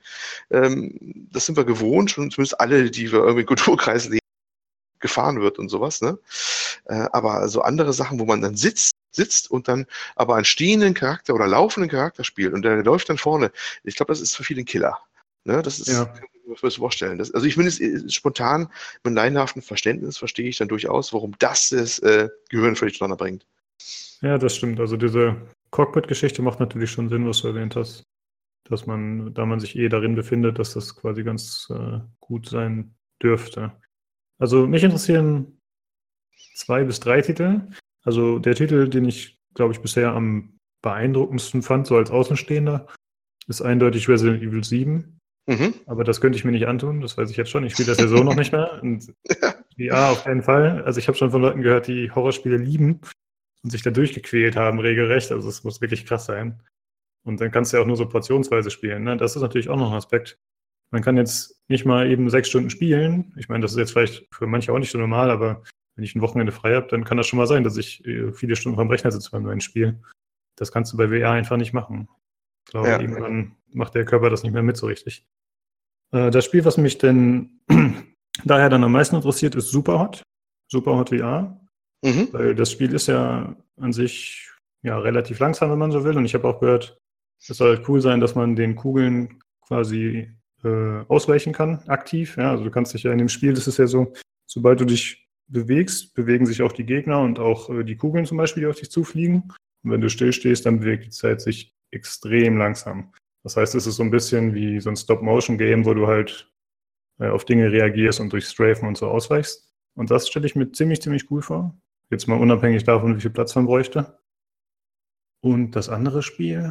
Das sind wir gewohnt, schon zumindest alle, die wir irgendwie in Kulturkreisen leben, gefahren wird und sowas, ne? Aber so andere Sachen, wo man dann sitzt und dann aber einen stehenden Charakter oder laufenden Charakter spielt und der läuft dann vorne. Ich glaube, das ist für viele ein Killer. Ne? Das ist, Ja. was wir uns vorstellen. Also ich finde es spontan mit laienhaftem Verständnis verstehe ich dann durchaus, warum das Gehirn völlig durcheinander bringt. Ja, das stimmt. Also diese Cockpit-Geschichte macht natürlich schon Sinn, was du erwähnt hast, dass man, da man sich eh darin befindet, dass das quasi ganz gut sein dürfte. Also mich interessieren 2 bis 3 Titel. Also der Titel, den ich, glaube ich, bisher am beeindruckendsten fand, so als Außenstehender, ist eindeutig Resident Evil 7. Mhm. Aber das könnte ich mir nicht antun, das weiß ich jetzt schon. Ich spiele das ja so noch nicht mehr. Und ja, auf keinen Fall. Also ich habe schon von Leuten gehört, die Horrorspiele lieben und sich da durchgequält haben, regelrecht. Also es muss wirklich krass sein. Und dann kannst du ja auch nur so portionsweise spielen. Ne? Das ist natürlich auch noch ein Aspekt. Man kann jetzt nicht mal eben 6 Stunden spielen. Ich meine, das ist jetzt vielleicht für manche auch nicht so normal, aber wenn ich ein Wochenende frei habe, dann kann das schon mal sein, dass ich viele Stunden vom Rechner sitze beim neuen Spiel. Das kannst du bei VR einfach nicht machen. Ich glaube, Ja, genau. irgendwann macht der Körper das nicht mehr mit so richtig. Das Spiel, was mich denn daher dann am meisten interessiert, ist Superhot. Superhot VR. Mhm. Weil das Spiel ist ja an sich ja relativ langsam, wenn man so will. Und ich habe auch gehört, es soll halt cool sein, dass man den Kugeln quasi ausweichen kann, aktiv. Ja, also du kannst dich ja in dem Spiel, das ist ja so, sobald du dich bewegst, bewegen sich auch die Gegner und auch die Kugeln zum Beispiel, die auf dich zufliegen. Und wenn du stillstehst, dann bewegt die Zeit sich extrem langsam. Das heißt, es ist so ein bisschen wie so ein Stop-Motion-Game, wo du halt auf Dinge reagierst und durch Strafen und so ausweichst. Und das stelle ich mir ziemlich, ziemlich cool vor. Jetzt mal unabhängig davon, wie viel Platz man bräuchte. Und das andere Spiel,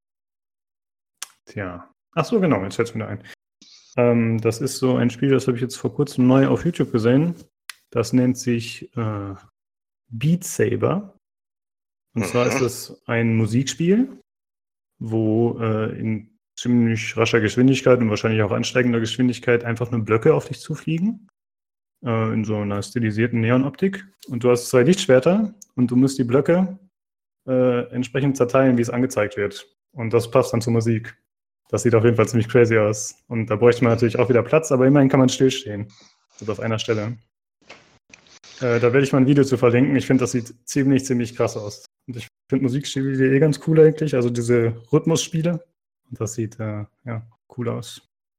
tja, ach so, genau, jetzt fällt es mir ein. Das ist so ein Spiel, das habe ich jetzt vor kurzem neu auf YouTube gesehen. Das nennt sich Beat Saber. Und zwar ist Mhm. das ein Musikspiel, wo in ziemlich rascher Geschwindigkeit und wahrscheinlich auch ansteigender Geschwindigkeit einfach nur Blöcke auf dich zufliegen. in so einer stilisierten Neonoptik. Und du hast 2 Lichtschwerter und du musst die Blöcke entsprechend zerteilen, wie es angezeigt wird. Und das passt dann zur Musik. Das sieht auf jeden Fall ziemlich crazy aus. Und da bräuchte man natürlich auch wieder Platz, aber immerhin kann man stillstehen. Also auf einer Stelle. Da werde ich mal ein Video zu verlinken. Ich finde, das sieht ziemlich krass aus. Und ich finde Musikspiele ganz cool eigentlich. Also diese Rhythmusspiele. Und das sieht cool aus.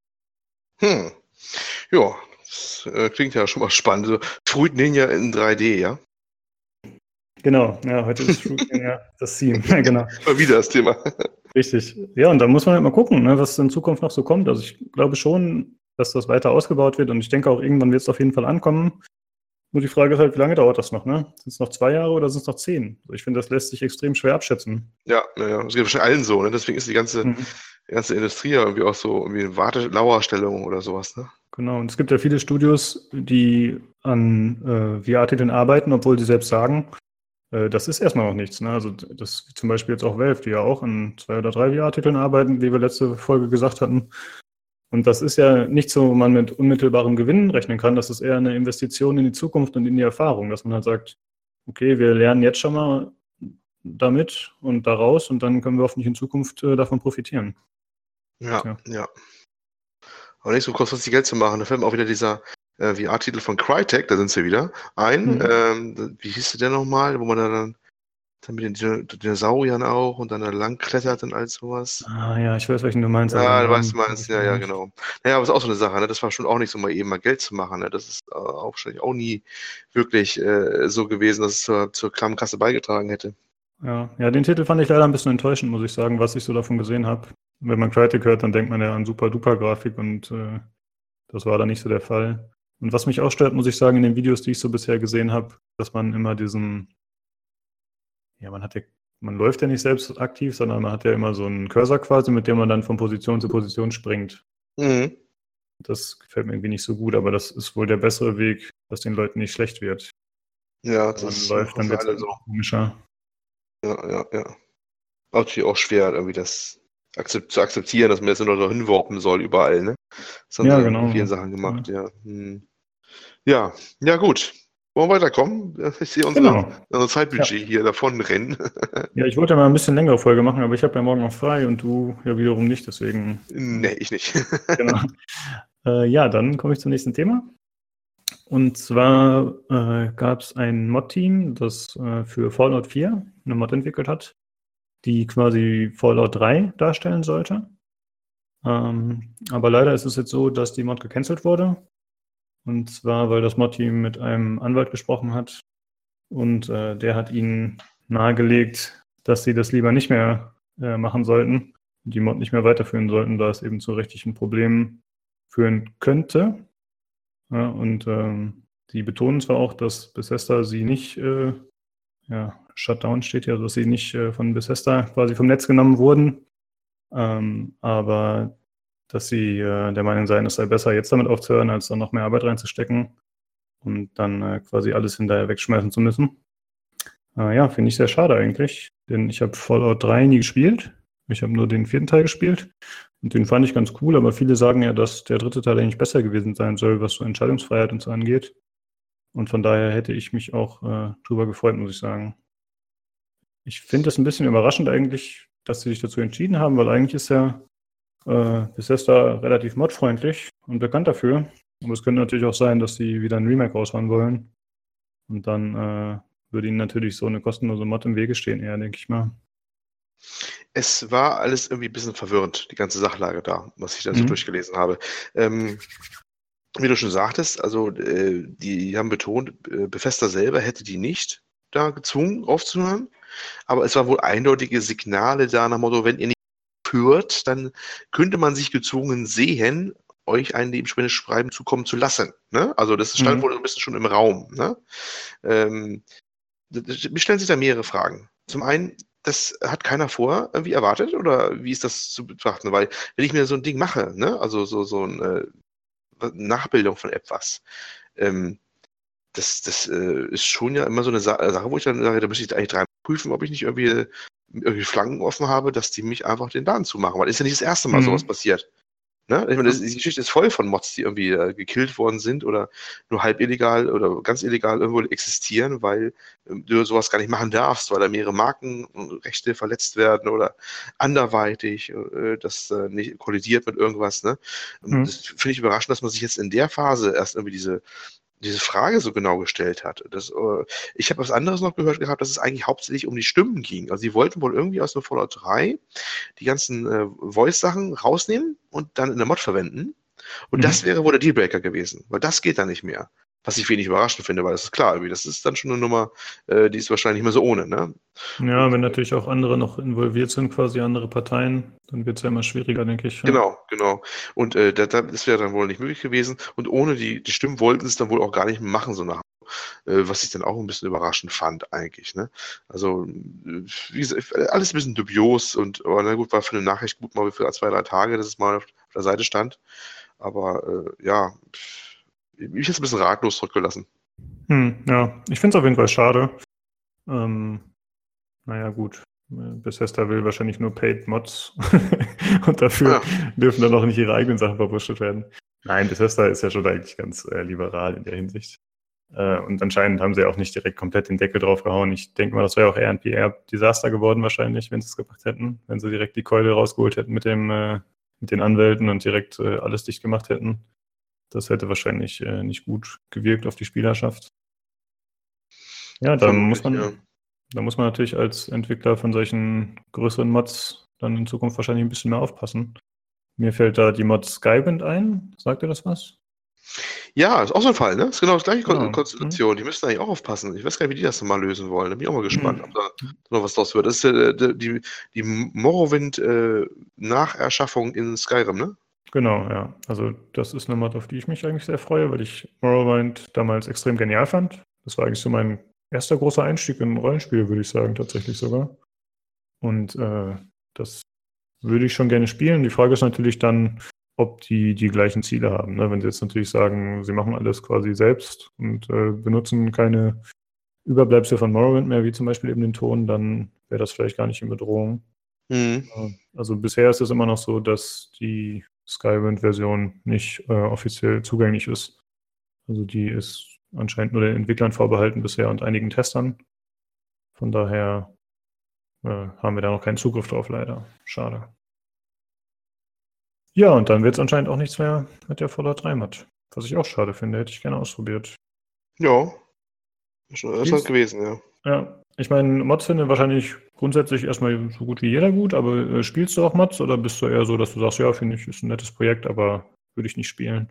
Ja, das klingt ja schon mal spannend. So, Fruit Ninja in 3D, ja? Genau, ja, heute ist Fruit Ninja das Theme. Ja, genau. Mal wieder das Thema. Richtig. Ja, und da muss man halt mal gucken, ne, was in Zukunft noch so kommt. Also ich glaube schon, dass das weiter ausgebaut wird und ich denke auch, irgendwann wird es auf jeden Fall ankommen. Nur die Frage ist halt, wie lange dauert das noch, ne? Sind es noch 2 Jahre oder sind es noch 10? Also ich finde, das lässt sich extrem schwer abschätzen. Ja, das geht wahrscheinlich allen so, ne? Deswegen ist die ganze Industrie ja irgendwie auch so irgendwie in Lauerstellung oder sowas, ne? Genau, und es gibt ja viele Studios, die an VR-Titeln arbeiten, obwohl sie selbst sagen, das ist erstmal noch nichts. Ne? Also das zum Beispiel jetzt auch Valve, die ja auch an 2 oder 3 VR-Titeln arbeiten, wie wir letzte Folge gesagt hatten. Und das ist ja nichts, wo man mit unmittelbaren Gewinnen rechnen kann. Das ist eher eine Investition in die Zukunft und in die Erfahrung, dass man halt sagt, okay, wir lernen jetzt schon mal damit und daraus und dann können wir hoffentlich in Zukunft davon profitieren. Ja. Aber nicht so kurzfristig Geld zu machen. Da fällt mir auch wieder dieser VR-Titel von Crytek, da sind sie wieder, ein. Wie hieß der nochmal? Wo man dann mit den Dinosauriern auch und dann da lang klettert und all sowas. Ah ja, ich weiß, welchen du meinst. Ja, du weißt, du meinst. Ja, genau. Naja, aber ist auch so eine Sache, ne? Das war schon auch nicht so mal eben mal Geld zu machen. Ne? Das ist auch wahrscheinlich auch nie wirklich so gewesen, dass es zur klammen Kasse beigetragen hätte. Ja, den Titel fand ich leider ein bisschen enttäuschend, muss ich sagen, was ich so davon gesehen habe. Wenn man Crytek hört, dann denkt man ja an super-duper Grafik und das war da nicht so der Fall. Und was mich auch stört, muss ich sagen, in den Videos, die ich so bisher gesehen habe, dass man immer man läuft ja nicht selbst aktiv, sondern man hat ja immer so einen Cursor quasi, mit dem man dann von Position zu Position springt. Mhm. Das gefällt mir irgendwie nicht so gut, aber das ist wohl der bessere Weg, dass den Leuten nicht schlecht wird. Ja, Wenn man läuft, dann wird es so komischer. Ja. Natürlich auch schwer, irgendwie das zu akzeptieren, dass man jetzt nur noch hinwarpen soll überall, ne? Das haben sie in vielen Sachen gemacht, ja. Ja, gut. Wollen wir weiterkommen? Ich sehe unser Zeitbudget hier davon rennen. Ja, ich wollte mal ein bisschen längere Folge machen, aber ich habe ja morgen noch frei und du ja wiederum nicht, deswegen. Nee, ich nicht. Genau. Dann komme ich zum nächsten Thema. Und zwar gab es ein Mod-Team, das für Fallout 4 eine Mod entwickelt hat, die quasi Fallout 3 darstellen sollte. Aber leider ist es jetzt so, dass die Mod gecancelt wurde. Und zwar, weil das Mod-Team mit einem Anwalt gesprochen hat und der hat ihnen nahegelegt, dass sie das lieber nicht mehr machen sollten und die Mod nicht mehr weiterführen sollten, da es eben zu rechtlichen Problemen führen könnte. Ja, und die betonen zwar auch, dass Bethesda sie nicht, Shutdown steht ja, dass sie nicht von Bethesda quasi vom Netz genommen wurden, aber dass sie der Meinung seien, es sei besser, jetzt damit aufzuhören, als dann noch mehr Arbeit reinzustecken und dann quasi alles hinterher wegschmeißen zu müssen. Finde ich sehr schade eigentlich, denn ich habe Fallout 3 nie gespielt. Ich habe nur den 4. Teil gespielt und den fand ich ganz cool, aber viele sagen ja, dass der 3. Teil eigentlich besser gewesen sein soll, was so Entscheidungsfreiheit und so angeht. Und von daher hätte ich mich auch drüber gefreut, muss ich sagen. Ich finde es ein bisschen überraschend eigentlich, dass sie sich dazu entschieden haben, weil eigentlich ist ja Bethesda relativ modfreundlich und bekannt dafür. Aber es könnte natürlich auch sein, dass sie wieder ein Remake raushauen wollen. Und dann würde ihnen natürlich so eine kostenlose Mod im Wege stehen, eher, denke ich mal. Es war alles irgendwie ein bisschen verwirrend, die ganze Sachlage da, was ich da so durchgelesen habe. Wie du schon sagtest, also die haben betont, Bethesda selber hätte die nicht da gezwungen aufzuhören, aber es waren wohl eindeutige Signale da nach dem Motto, wenn ihr nicht hört, dann könnte man sich gezwungen sehen, euch ein entsprechendes Schreiben zukommen zu lassen. Ne? Also das stand wohl ein bisschen schon im Raum. Ne? Mir stellen sich da mehrere Fragen. Zum einen, das hat keiner vorher irgendwie erwartet oder wie ist das zu betrachten? Weil wenn ich mir so ein Ding mache, ne? Also so eine Nachbildung von etwas, das ist schon ja immer so eine Sache, wo ich dann sage, da müsste ich eigentlich dreimal prüfen, ob ich nicht irgendwie Flanken offen habe, dass die mich einfach den Laden zumachen. Weil ist ja nicht das erste Mal sowas passiert. Ne? Ich meine, die Geschichte ist voll von Mods, die irgendwie gekillt worden sind oder nur halb illegal oder ganz illegal irgendwo existieren, weil du sowas gar nicht machen darfst, weil da mehrere Markenrechte verletzt werden oder anderweitig das nicht kollidiert mit irgendwas. Ne? Das finde ich überraschend, dass man sich jetzt in der Phase erst irgendwie diese Frage so genau gestellt hat. Ich habe was anderes noch gehört gehabt, dass es eigentlich hauptsächlich um die Stimmen ging. Also sie wollten wohl irgendwie aus dem Fallout 3 die ganzen Voice-Sachen rausnehmen und dann in der Mod verwenden. Und das wäre wohl der Dealbreaker gewesen, weil das geht dann nicht mehr. Was ich wenig überraschend finde, weil das ist klar, irgendwie, das ist dann schon eine Nummer, die ist wahrscheinlich nicht mehr so ohne. Ne? Ja, wenn natürlich auch andere noch involviert sind, quasi andere Parteien, dann wird es ja immer schwieriger, denke ich. Ja. Genau. Und das wäre dann wohl nicht möglich gewesen. Und ohne die Stimmen wollten sie es dann wohl auch gar nicht mehr machen, so nach was ich dann auch ein bisschen überraschend fand eigentlich. Ne? Also, wie gesagt, alles ein bisschen dubios aber na gut, war für eine Nachricht gut mal für 2, 3 Tage, dass es mal auf der Seite stand. Aber ja, mich jetzt ein bisschen ratlos zurückgelassen. Ja, ich finde es auf jeden Fall schade. Naja, gut. Bethesda will wahrscheinlich nur Paid Mods und dafür dürfen dann auch nicht ihre eigenen Sachen verwurstet werden. Nein, Bethesda ist ja schon eigentlich ganz liberal in der Hinsicht. Und anscheinend haben sie auch nicht direkt komplett den Deckel drauf gehauen. Ich denke mal, das wäre auch eher ein PR-Desaster geworden wahrscheinlich, wenn sie es gemacht hätten. Wenn sie direkt die Keule rausgeholt hätten mit den Anwälten und direkt alles dicht gemacht hätten. Das hätte wahrscheinlich nicht gut gewirkt auf die Spielerschaft. Ja, da muss man natürlich als Entwickler von solchen größeren Mods dann in Zukunft wahrscheinlich ein bisschen mehr aufpassen. Mir fällt da die Mod Skywind ein. Sagt ihr das was? Ja, ist auch so ein Fall, ne? Ist genau das gleiche Konstellation. Die müssten eigentlich auch aufpassen. Ich weiß gar nicht, wie die das mal lösen wollen. Da bin ich auch mal gespannt, ob da noch was draus wird. Das ist die Morrowind-Nacherschaffung in Skyrim, ne? Genau, ja. Also das ist eine Mod, auf die ich mich eigentlich sehr freue, weil ich Morrowind damals extrem genial fand. Das war eigentlich so mein erster großer Einstieg in Rollenspiele, würde ich sagen, tatsächlich sogar. Und das würde ich schon gerne spielen. Die Frage ist natürlich dann, ob die gleichen Ziele haben. Ne? Wenn sie jetzt natürlich sagen, sie machen alles quasi selbst und benutzen keine Überbleibsel von Morrowind mehr, wie zum Beispiel eben den Ton, dann wäre das vielleicht gar nicht in Bedrohung. Also bisher ist es immer noch so, dass die Skywind-Version nicht offiziell zugänglich ist. Also die ist anscheinend nur den Entwicklern vorbehalten bisher und einigen Testern. Von daher haben wir da noch keinen Zugriff drauf, leider. Schade. Ja, und dann wird es anscheinend auch nichts mehr mit der Fallout 3 Mod. Was ich auch schade finde, hätte ich gerne ausprobiert. Ja, ist schon interessant gewesen, ja. Ja, ich meine, Mods finde wahrscheinlich grundsätzlich erstmal so gut wie jeder gut, aber spielst du auch Mods oder bist du eher so, dass du sagst, ja, finde ich, ist ein nettes Projekt, aber würde ich nicht spielen?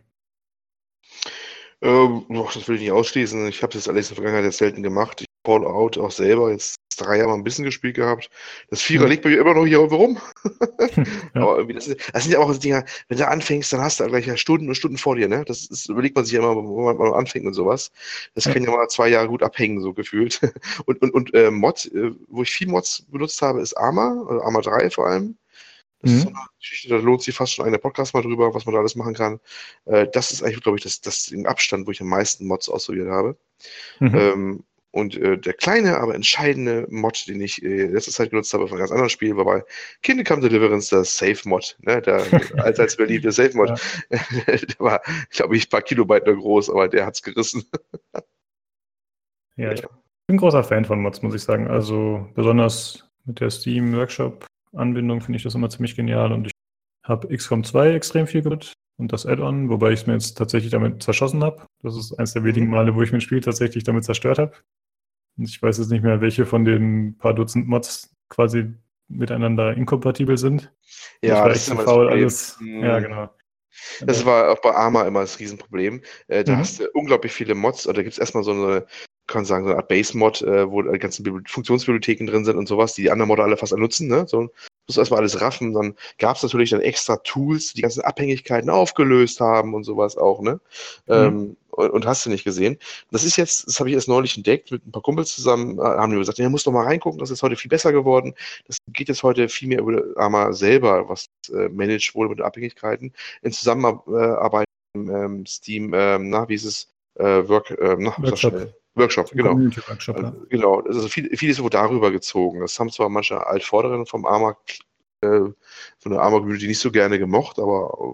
Das will ich nicht ausschließen. Ich habe das alles in der Vergangenheit jetzt selten gemacht. Ich habe Fallout auch selber jetzt 3 Jahre mal ein bisschen gespielt gehabt. Das Vierer liegt bei mir immer noch hier rum. Ja. Aber irgendwie, das sind ja auch so Dinger, wenn du anfängst, dann hast du gleich ja Stunden und Stunden vor dir, ne? Überlegt man sich ja immer, wo man anfängt und sowas. Das kann ja mal 2 Jahre gut abhängen, so gefühlt. Und Mods, wo ich viel Mods benutzt habe, ist Arma 3 vor allem. Das ist so eine Geschichte, da lohnt sich fast schon eine Podcast mal drüber, was man da alles machen kann. Das ist eigentlich, glaube ich, das im Abstand, wo ich am meisten Mods ausprobiert habe. Und der kleine, aber entscheidende Mod, den ich in letzter Zeit genutzt habe, von einem ganz anderen Spiel, war bei Kingdom Come Deliverance der Safe-Mod. Ne? Der allseits beliebte Safe-Mod. Ja. Der war, glaube ich, ein paar Kilobyte nur groß, aber der hat es gerissen. Ja, ich bin ein großer Fan von Mods, muss ich sagen. Also besonders mit der Steam-Workshop-Anbindung finde ich das immer ziemlich genial und ich habe XCOM 2 extrem viel genutzt und das Add-on, wobei ich es mir jetzt tatsächlich damit zerschossen habe. Das ist eines der wenigen Male, wo ich mein Spiel tatsächlich damit zerstört habe. Und ich weiß jetzt nicht mehr, welche von den paar Dutzend Mods quasi miteinander inkompatibel sind. Ja, ich war echt zu faul, alles. Ja, genau. Das war auch bei Arma immer das Riesenproblem. Da hast du unglaublich viele Mods, oder da gibt es erstmal so eine Art Base-Mod, wo die ganzen Funktionsbibliotheken drin sind und sowas, die anderen Modder alle fast nutzen, ne? So, musst du erstmal alles raffen. Dann gab es natürlich dann extra Tools, die ganzen Abhängigkeiten aufgelöst haben und sowas auch, ne? Und hast du nicht gesehen. Das habe ich erst neulich entdeckt, mit ein paar Kumpels zusammen, haben die gesagt, ja, musst doch mal reingucken, das ist heute viel besser geworden. Das geht jetzt heute viel mehr über Arma selber, was managt wurde mit den Abhängigkeiten, in Zusammenarbeit mit Steam, wie hieß es, Workshop, genau. Workshop, ja. Genau, also vieles wurde darüber gezogen. Das haben zwar manche Altvorderen vom Arma, von der Arma-Community nicht so gerne gemocht, aber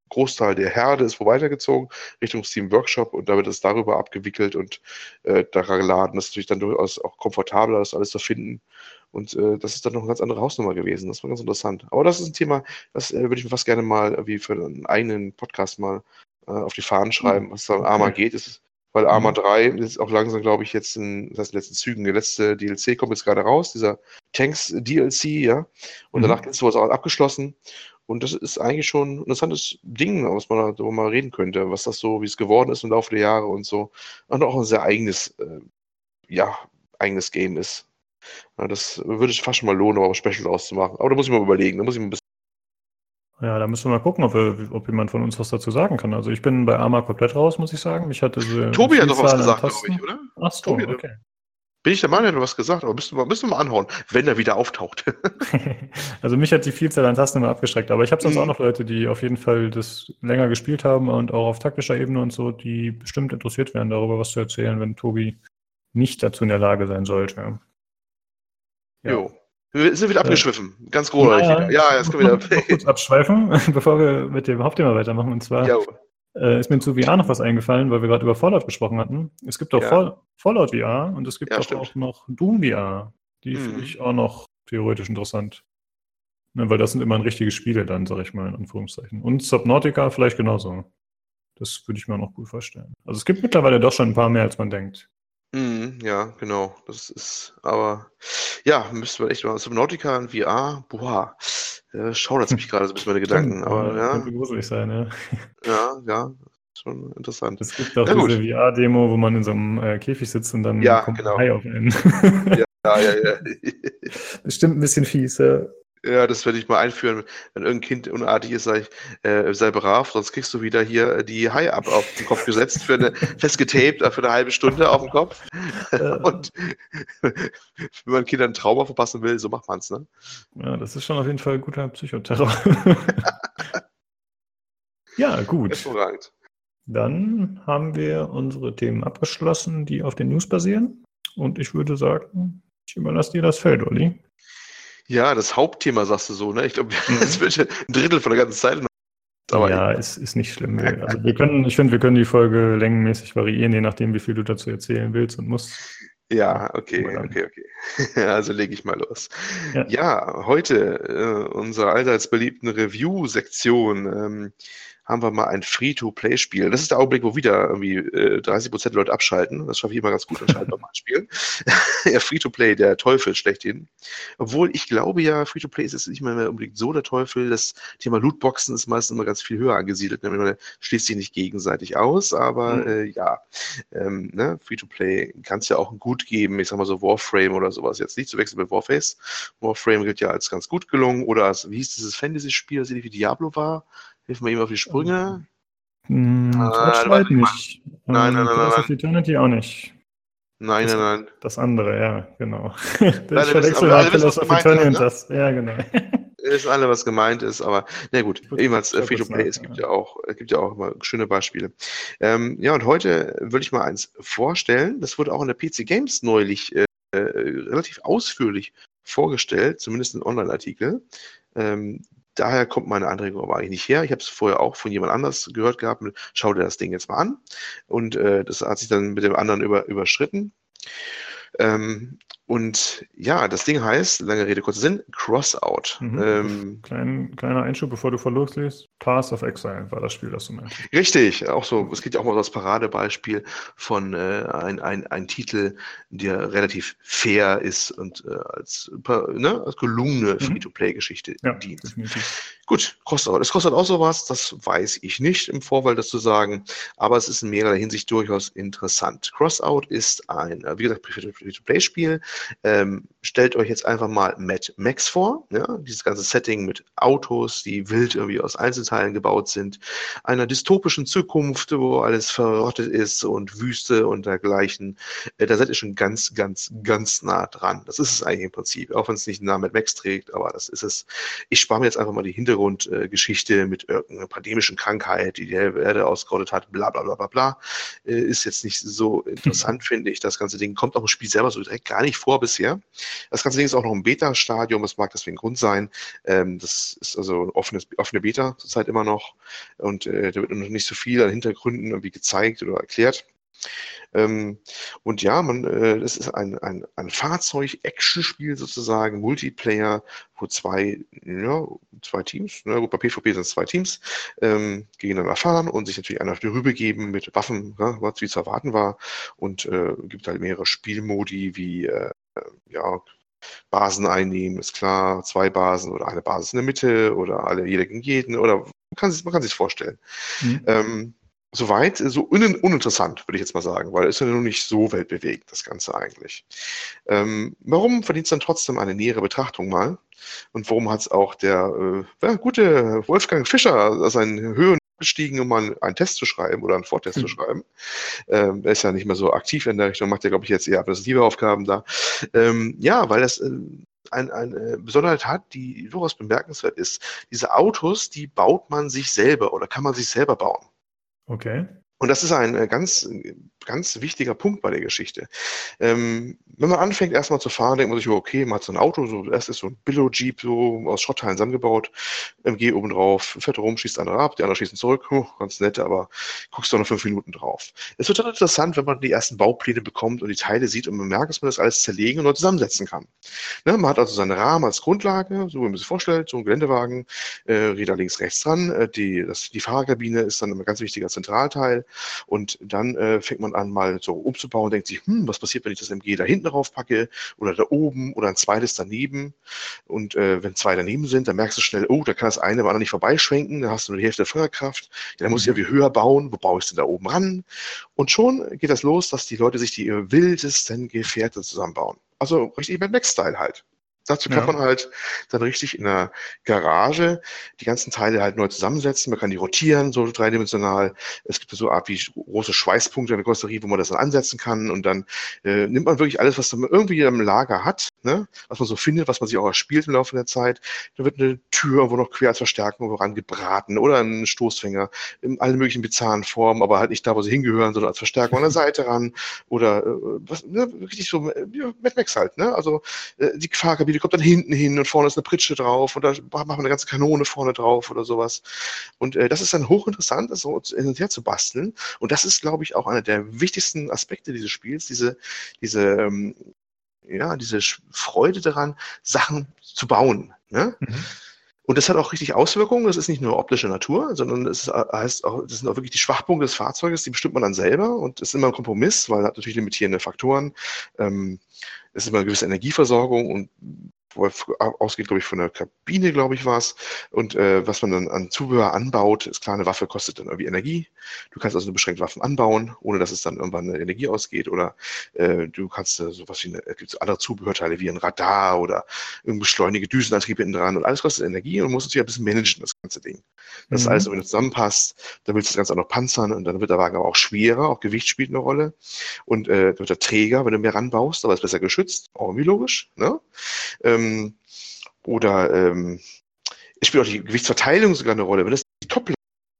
Großteil der Herde ist weitergezogen Richtung Steam Workshop und da wird es darüber abgewickelt und da geladen. Das ist natürlich dann durchaus auch komfortabler, das alles zu finden. Und das ist dann noch eine ganz andere Hausnummer gewesen. Das war ganz interessant. Aber das ist ein Thema, das würde ich mir fast gerne mal wie für einen eigenen Podcast mal auf die Fahnen schreiben, was da um Arma geht. Weil Arma 3 ist auch langsam, glaube ich, jetzt in den letzten Zügen. Der letzte DLC kommt jetzt gerade raus, dieser Tanks-DLC, ja. Und danach ist sowas auch abgeschlossen. Und das ist eigentlich schon ein interessantes Ding, was man darüber mal reden könnte, was das so, wie es geworden ist im Laufe der Jahre und so. Und auch ein sehr eigenes Game ist. Ja, das würde ich fast schon mal lohnen, aber Special auszumachen. Aber da muss ich mal überlegen, da muss ich mal ein bisschen. Ja, da müssen wir mal gucken, ob jemand von uns was dazu sagen kann. Also ich bin bei Arma komplett raus, muss ich sagen. Ich hatte so Tobi hat doch was Vielzahl an gesagt, glaube Tasten. ich, oder? Ach so, Tobi, okay. bin ich der Meinung, er hat was gesagt, aber müssen wir mal anhauen, wenn er wieder auftaucht. Also mich hat die Vielzahl an Tasten immer abgeschreckt, aber ich habe sonst auch noch Leute, die auf jeden Fall das länger gespielt haben und auch auf taktischer Ebene und so, die bestimmt interessiert wären, darüber was zu erzählen, wenn Tobi nicht dazu in der Lage sein sollte. Ja. Jo. Wir sind wieder abgeschwiffen. Ganz groß wieder. Ja, jetzt können wir noch kurz abschweifen, bevor wir mit dem Hauptthema weitermachen. Und zwar ist mir zu VR noch was eingefallen, weil wir gerade über Fallout gesprochen hatten. Es gibt auch Fallout VR und es gibt auch noch Doom VR. Die finde ich auch noch theoretisch interessant. Ne, weil das sind immer richtige Spiele dann, sag ich mal, in Anführungszeichen. Und Subnautica vielleicht genauso. Das würde ich mir auch noch gut vorstellen. Also es gibt mittlerweile doch schon ein paar mehr, als man denkt. Ja, genau. Das ist, aber ja, müssten wir echt mal Subnautica in VR, boah, schaudert mich gerade so ein bisschen meine Gedanken. Aber ja. Könnte gruselig sein, ja. Ja, schon interessant. Es gibt auch diese VR-Demo, wo man in so einem Käfig sitzt und dann kommt ein Hai auf einen. Ja. Bestimmt ein bisschen fies, ja. Ja, das werde ich mal einführen. Wenn irgendein Kind unartig ist, sage ich, sei brav, sonst kriegst du wieder hier die Haie ab auf den Kopf gesetzt, festgetaped für eine halbe Stunde auf den Kopf. Und wenn man Kindern ein Trauma verpassen will, so macht man es, ne? Ja, das ist schon auf jeden Fall ein guter Psychoterror. Ja, gut. Hervorragend. Dann haben wir unsere Themen abgeschlossen, die auf den News basieren. Und ich würde sagen, ich überlasse dir das Feld, Olli. Ja, das Hauptthema sagst du so, ne? Ich glaube, das wird ein Drittel von der ganzen Zeit. Aber ja, ist nicht schlimm. Also ich finde, wir können die Folge längenmäßig variieren, je nachdem, wie viel du dazu erzählen willst und musst. Ja, okay. Also lege ich mal los. Ja, heute unserer allseits beliebten Review-Sektion haben wir mal ein Free-to-Play-Spiel. Das ist der Augenblick, wo wieder irgendwie 30% der Leute abschalten. Das schaffe ich immer ganz gut anscheinend beim Spielen. Ja, Free-to-Play, der Teufel schlechthin. Obwohl ich glaube ja, Free-to-Play ist jetzt nicht mehr unbedingt so der Teufel. Das Thema Lootboxen ist meistens immer ganz viel höher angesiedelt. Man schließt sich nicht gegenseitig aus, aber Free-to-Play kann es ja auch gut geben. Ich sag mal so Warframe oder sowas. Jetzt nicht zu wechseln mit Warface. Warframe gilt ja als ganz gut gelungen. Oder als, wie hieß dieses Fantasy-Spiel, das ähnlich wie Diablo war? Hilf mal eben auf die Sprünge. Torchlight nicht. Nein. of Eternity auch nicht. Nein. Das andere, ja, genau. Das verwechselt halt Pillars of Eternity und das. Ja, genau. Wir wissen alle, was gemeint ist, aber na gut, ebenfalls Free-to-Play, es gibt ja auch immer schöne Beispiele. Und heute würde ich mal eins vorstellen, das wurde auch in der PC Games neulich relativ ausführlich vorgestellt, zumindest ein Online-Artikel. Daher kommt meine Anregung aber eigentlich nicht her. Ich habe es vorher auch von jemand anders gehört gehabt. Schau dir das Ding jetzt mal an. Und das hat sich dann mit dem anderen überschritten. Und ja, das Ding heißt, lange Rede, kurzer Sinn, Crossout. Kleiner Einschub, bevor du loslegst. Paths of Exile war das Spiel, das du meinst. Richtig, auch so. Es gibt ja auch mal so das Paradebeispiel von ein Titel, der relativ fair ist und als gelungene Free-to-Play-Geschichte dient. Definitiv. Gut, Crossout. Es kostet auch sowas, das weiß ich nicht im Vorfeld dazu sagen, aber es ist in mehrerer Hinsicht durchaus interessant. Crossout ist ein, wie gesagt, Free-to-Play-Spiel. Stellt euch jetzt einfach mal Mad Max vor, ja? Dieses ganze Setting mit Autos, die wild irgendwie aus Einzelteilen gebaut sind, einer dystopischen Zukunft, wo alles verrottet ist und Wüste und dergleichen. Da seid ihr schon ganz, ganz, ganz nah dran. Das ist es eigentlich im Prinzip, auch wenn es nicht den Namen Mad Max trägt, aber das ist es. Ich spare mir jetzt einfach mal die Hintergrundgeschichte mit irgendeiner pandemischen Krankheit, die die Erde ausgerottet hat, bla bla bla bla bla. Ist jetzt nicht so interessant, finde ich. Das ganze Ding kommt auch im Spiel selber so direkt gar nicht vor. vor bisher. Das ganze Ding ist auch noch im Beta-Stadium, das mag deswegen Grund sein. Das ist also offene Beta zurzeit immer noch und da wird noch nicht so viel an Hintergründen irgendwie gezeigt oder erklärt. Ähm, und ja, das ist ein Fahrzeug-Action-Spiel sozusagen, Multiplayer, wo zwei Teams, ne, gut, bei PvP sind es zwei Teams, gegeneinander fahren und sich natürlich einer auf die Rübe geben mit Waffen, ne, was wie zu erwarten war. Und gibt halt mehrere Spielmodi wie ja, Basen einnehmen, ist klar, zwei Basen oder eine Basis in der Mitte oder jeder gegen jeden oder man kann sich vorstellen. Mhm. Soweit, so uninteressant, würde ich jetzt mal sagen, weil es ist ja noch nicht so weltbewegend, das Ganze eigentlich. Warum verdient es dann trotzdem eine nähere Betrachtung mal? Und warum hat es auch der gute Wolfgang Fischer seinen Höhen gestiegen, um mal einen Test zu schreiben oder einen Vortest zu schreiben? Er ist ja nicht mehr so aktiv in der Richtung, macht ja, glaube ich, jetzt eher administrative Aufgaben da. Ja, weil das eine Besonderheit hat, die durchaus bemerkenswert ist. Diese Autos, die baut man sich selber oder kann man sich selber bauen. Okay. Und das ist ein ganz wichtiger Punkt bei der Geschichte. Wenn man anfängt erstmal zu fahren, denkt man sich, okay, man hat so ein Auto, erst ist so ein Billo-Jeep so aus Schrottteilen zusammengebaut, MG oben drauf, fährt rum, schießt andere ab, die anderen schießen zurück, ganz nett, aber guckst doch noch 5 Minuten drauf. Es wird dann interessant, wenn man die ersten Baupläne bekommt und die Teile sieht und man merkt, dass man das alles zerlegen und neu zusammensetzen kann. Ne, man hat also seinen Rahmen als Grundlage, so wie man sich vorstellt, so ein Geländewagen, Räder links, rechts dran, die Fahrerkabine ist dann ein ganz wichtiger Zentralteil. Und dann fängt man an, mal so umzubauen, denkt sich, was passiert, wenn ich das MG da hinten drauf packe oder da oben oder ein zweites daneben. Und wenn zwei daneben sind, dann merkst du schnell, oh, da kann das eine aber nicht vorbeischwenken, da hast du nur die Hälfte der Feuerkraft. Ja, dann muss ich irgendwie höher bauen, wo baue ich denn da oben ran? Und schon geht das los, dass die Leute sich die wildesten Gefährte zusammenbauen. Also richtig Mad Max-Style halt. Dazu kann Ja. man halt dann richtig in der Garage die ganzen Teile halt neu zusammensetzen. Man kann die rotieren, so dreidimensional. Es gibt so eine Art wie große Schweißpunkte in der Karosserie, wo man das dann ansetzen kann. Und dann nimmt man wirklich alles, was man irgendwie im Lager hat, ne? Was man so findet, was man sich auch erspielt im Laufe der Zeit. Da wird eine Tür, wo noch quer als Verstärkung rangebraten oder ein Stoßfänger in allen möglichen bizarren Formen, aber halt nicht da, wo sie hingehören, sondern als Verstärkung an der Seite ran. Oder was, ne? Richtig so Mad Max halt. Ne? Also die Fahrkabine kommt dann hinten hin und vorne ist eine Pritsche drauf und da machen wir eine ganze Kanone vorne drauf oder sowas. Und das ist dann hochinteressant, das so hin und her zu basteln. Und das ist, glaube ich, auch einer der wichtigsten Aspekte dieses Spiels, diese Freude daran, Sachen zu bauen. Ne? Mhm. Und das hat auch richtig Auswirkungen. Das ist nicht nur optische Natur, sondern heißt auch, das sind auch wirklich die Schwachpunkte des Fahrzeuges, die bestimmt man dann selber. Und es ist immer ein Kompromiss, weil hat natürlich limitierende Faktoren. Es ist immer eine gewisse Energieversorgung und ausgeht, glaube ich, von der Kabine, glaube ich, war es. Und was man dann an Zubehör anbaut, ist klar, eine Waffe kostet dann irgendwie Energie. Du kannst also eine beschränkte Waffen anbauen, ohne dass es dann irgendwann eine Energie ausgeht. Oder du kannst sowas wie gibt's andere Zubehörteile wie ein Radar oder irgendein beschleunige Düsenantrieb hinten dran. Und alles kostet Energie und musst natürlich ein bisschen managen, das ganze Ding. Das ist alles, Mhm. wenn das zusammenpasst, dann willst du das Ganze auch noch panzern und dann wird der Wagen aber auch schwerer, auch Gewicht spielt eine Rolle. Und dann wird er träger, wenn du mehr ranbaust, aber ist besser geschützt, auch irgendwie logisch. Ne? Ähm, oder es spielt auch die Gewichtsverteilung sogar eine Rolle. Wenn das die Top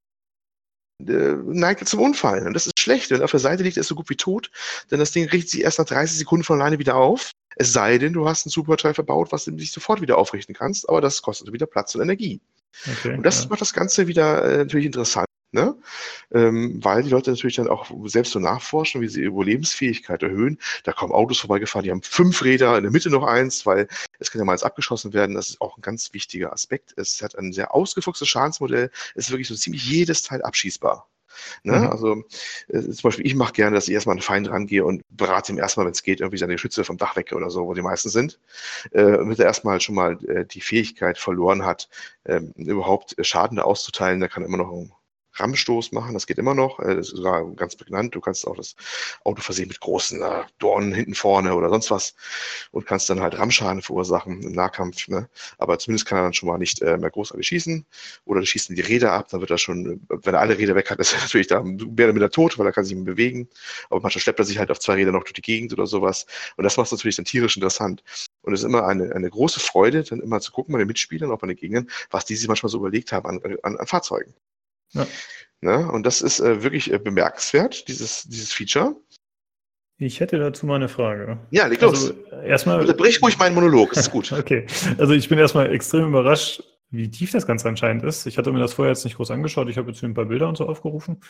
neigt er zum Unfall. Und das ist schlecht. Wenn er auf der Seite liegt, ist er so gut wie tot, denn das Ding richtet sich erst nach 30 Sekunden von alleine wieder auf. Es sei denn, du hast ein Superteil verbaut, was du dich sofort wieder aufrichten kannst, aber das kostet wieder Platz und Energie. Okay, Und das ja. macht das Ganze wieder natürlich interessant, ne? Weil die Leute natürlich dann auch selbst so nachforschen, wie sie ihre Überlebensfähigkeit erhöhen. Da kommen Autos vorbeigefahren, die haben 5 Räder, in der Mitte noch eins, weil es kann ja mal eins abgeschossen werden. Das ist auch ein ganz wichtiger Aspekt. Es hat ein sehr ausgefuchstes Schadensmodell. Es ist wirklich so ziemlich jedes Teil abschießbar. Ne? Mhm. Also zum Beispiel, ich mache gerne, dass ich erstmal an den Feind rangehe und berate ihm erstmal, wenn es geht, irgendwie seine Geschütze vom Dach weg oder so, wo die meisten sind. Damit er erstmal schon mal die Fähigkeit verloren hat, überhaupt Schaden da auszuteilen. Der kann immer noch einen Rammstoß machen, das geht immer noch. Das ist sogar ganz prägnant. Du kannst auch das Auto versehen mit großen Dornen hinten vorne oder sonst was und kannst dann halt Rammschaden verursachen im Nahkampf. Ne? Aber zumindest kann er dann schon mal nicht mehr großartig schießen. Oder du schießt in die Räder ab, dann wird er schon, wenn er alle Räder weg hat, ist er natürlich da mehr oder minder tot, weil er kann sich nicht mehr bewegen. Aber manchmal schleppt er sich halt auf 2 Rädern noch durch die Gegend oder sowas. Und das macht es natürlich dann tierisch interessant. Und es ist immer eine große Freude, dann immer zu gucken bei den Mitspielern, auch bei den Gegnern, was die sich manchmal so überlegt haben an Fahrzeugen. Ja. Ne? Und das ist wirklich bemerkenswert, dieses Feature. Ich hätte dazu mal eine Frage. Ja, leg Also los. erstmal. Unterbrich ruhig meinen Monolog, ist gut. Okay, also ich bin erstmal extrem überrascht, wie tief das Ganze anscheinend ist. Ich hatte mir das vorher jetzt nicht groß angeschaut. Ich habe jetzt hier ein paar Bilder und so aufgerufen.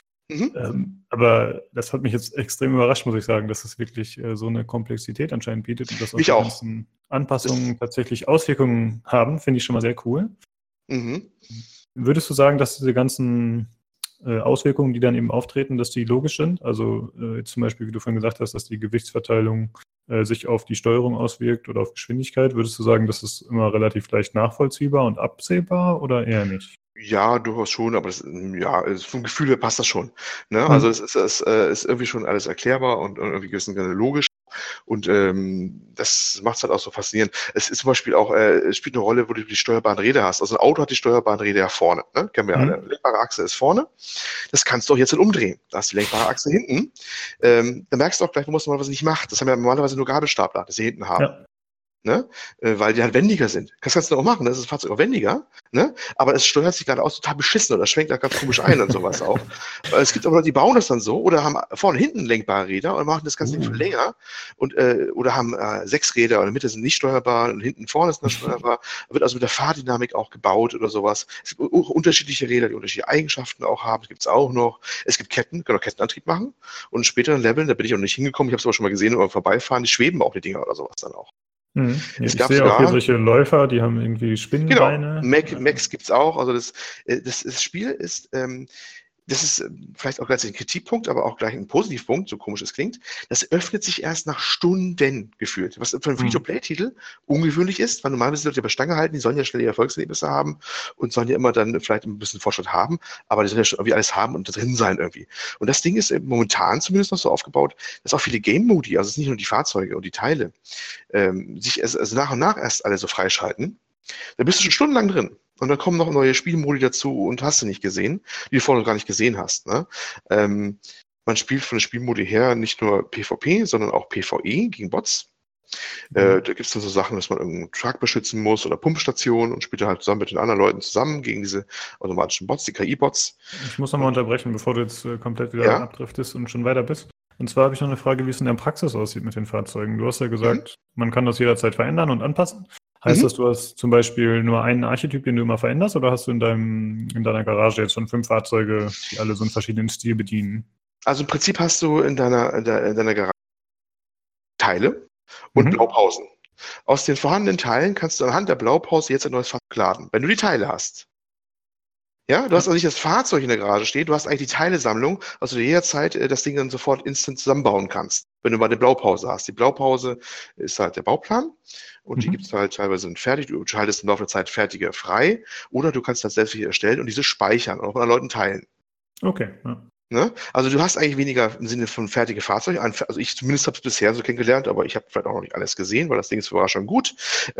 Aber das hat mich jetzt extrem überrascht, muss ich sagen, dass es wirklich so eine Komplexität anscheinend bietet und dass auch Mich die auch. ganzen Anpassungen tatsächlich Auswirkungen haben, finde ich schon mal sehr cool. Mhm. Würdest du sagen, dass diese ganzen Auswirkungen, die dann eben auftreten, dass die logisch sind? Also zum Beispiel, wie du vorhin gesagt hast, dass die Gewichtsverteilung sich auf die Steuerung auswirkt oder auf Geschwindigkeit. Würdest du sagen, das ist immer relativ leicht nachvollziehbar und absehbar oder eher nicht? Ja, durchaus schon, aber vom Gefühl her passt das schon. Ne? Also es ist irgendwie schon alles erklärbar und irgendwie gewissen Sinne logisch. Und das macht es halt auch so faszinierend. Es ist zum Beispiel auch, es spielt eine Rolle, wo du die steuerbaren Räder hast. Also ein Auto hat die steuerbaren Räder ja vorne. Ne? Kennen wir ja alle. Lenkbare Achse ist vorne. Das kannst du auch jetzt umdrehen. Da hast du die lenkbare Achse hinten. Da merkst du auch gleich, wo man was nicht macht. Das haben ja normalerweise nur Gabelstapler, das sie hinten haben. Ja. Ne? Weil die halt wendiger sind. Das kannst du auch machen, das ist das Fahrzeug auch wendiger, ne? Aber es steuert sich gerade aus total beschissen oder schwenkt da ganz komisch ein und sowas auch. Weil es gibt aber Leute, die bauen das dann so oder haben vorne hinten lenkbare Räder und machen das Ganze viel länger und oder haben 6 Räder und in der Mitte sind nicht steuerbar und hinten vorne ist dann steuerbar. Wird also mit der Fahrdynamik auch gebaut oder sowas. Es gibt unterschiedliche Räder, die unterschiedliche Eigenschaften auch haben. Das gibt es auch noch. Es gibt Ketten, können auch Kettenantrieb machen und in späteren Leveln, da bin ich auch noch nicht hingekommen, ich habe es aber schon mal gesehen, beim Vorbeifahren, die schweben auch die Dinger oder sowas dann auch. Ja, Es ich gab sehe auch hier sogar, solche Läufer, die haben irgendwie genau, Spinnenbeine. Max gibt es auch. Also das Spiel ist, das ist vielleicht auch gleich ein Kritikpunkt, aber auch gleich ein Positivpunkt, so komisch es klingt. Das öffnet sich erst nach Stunden gefühlt, was für einen Free-to-Play-Titel ungewöhnlich ist, weil normalerweise Leute bei Stange halten, die sollen ja schnell ihre Erfolgserlebnisse haben und sollen ja immer dann vielleicht ein bisschen Fortschritt haben, aber die sollen ja schon irgendwie alles haben und da drin sein irgendwie. Und das Ding ist momentan zumindest noch so aufgebaut, dass auch viele Game-Modi, also es ist nicht nur die Fahrzeuge und die Teile, sich also nach und nach erst alle so freischalten. Da bist du schon stundenlang drin. Und dann kommen noch neue Spielmodi dazu und hast du nicht gesehen, die du vorher noch gar nicht gesehen hast. Ne? Man spielt von der Spielmodi her nicht nur PvP, sondern auch PvE gegen Bots. Da gibt es dann so Sachen, dass man irgendeinen Truck beschützen muss oder Pumpstationen und spielt dann halt zusammen mit den anderen Leuten zusammen gegen diese automatischen Bots, die KI-Bots. Ich muss nochmal unterbrechen, bevor du jetzt komplett wieder abdriftest und schon weiter bist. Und zwar habe ich noch eine Frage, wie es in der Praxis aussieht mit den Fahrzeugen. Du hast ja gesagt, man kann das jederzeit verändern und anpassen. Heißt das, du hast zum Beispiel nur einen Archetyp, den du immer veränderst, oder hast du in deiner Garage jetzt schon 5 Fahrzeuge, die alle so einen verschiedenen Stil bedienen? Also im Prinzip hast du in deiner Garage Teile und Blaupausen. Aus den vorhandenen Teilen kannst du anhand der Blaupause jetzt ein neues Fahrzeug laden, wenn du die Teile hast. Ja, du hast also nicht das Fahrzeug in der Garage stehen, du hast eigentlich die Teilesammlung, also du jederzeit das Ding dann sofort instant zusammenbauen kannst, wenn du mal eine Blaupause hast. Die Blaupause ist halt der Bauplan und die gibt es halt teilweise fertig. Du schaltest im Laufe der Zeit fertige frei oder du kannst das selbst erstellen und diese speichern und auch mit anderen Leuten teilen. Okay, ja. Ne? Also du hast eigentlich weniger im Sinne von fertige Fahrzeuge. Also ich zumindest habe es bisher so kennengelernt, aber ich habe vielleicht auch noch nicht alles gesehen, weil das Ding ist war schon gut,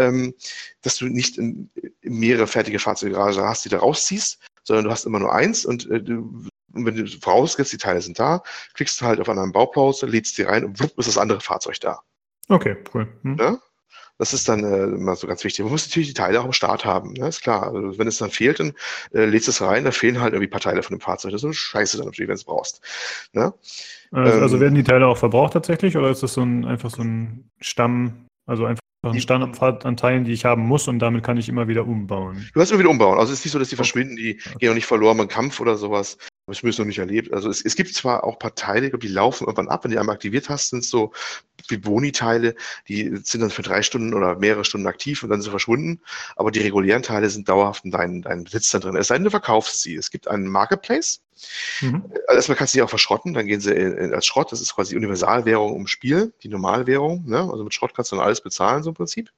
dass du nicht mehrere fertige Fahrzeuge Garage hast, die du rausziehst, sondern du hast immer nur eins und wenn du vorausgehst, die Teile sind da, klickst du halt auf einen Baupause, lädst die rein und wupp, ist das andere Fahrzeug da. Okay, cool. Ne? Das ist dann immer so ganz wichtig. Man muss natürlich die Teile auch am Start haben, ne? Ist klar. Also, wenn es dann fehlt, dann lädst du es rein, da fehlen halt irgendwie ein paar Teile von dem Fahrzeug. Das ist so scheiße dann natürlich, wenn du es brauchst. Ne? Also werden die Teile auch verbraucht tatsächlich oder ist das einfach so ein Stamm, also einfach ein Stamm an Teilen, die ich haben muss und damit kann ich immer wieder umbauen? Du kannst immer wieder umbauen. Also es ist nicht so, dass die verschwinden, die gehen auch nicht verloren beim Kampf oder sowas. Das habe ich noch nicht erlebt. Also es gibt zwar auch ein paar Teile, ich glaube, die laufen irgendwann ab, wenn du die einmal aktiviert hast, sind es so wie Boni-Teile, die sind dann für 3 Stunden oder mehrere Stunden aktiv und dann sind sie verschwunden. Aber die regulären Teile sind dauerhaft in deinem Besitz dann drin. Es sei denn, du verkaufst sie. Es gibt einen Marketplace. Also erstmal kannst du die auch verschrotten, dann gehen sie als Schrott. Das ist quasi die Universalwährung im Spiel, die Normalwährung. Ne? Also mit Schrott kannst du dann alles bezahlen, so im Prinzip.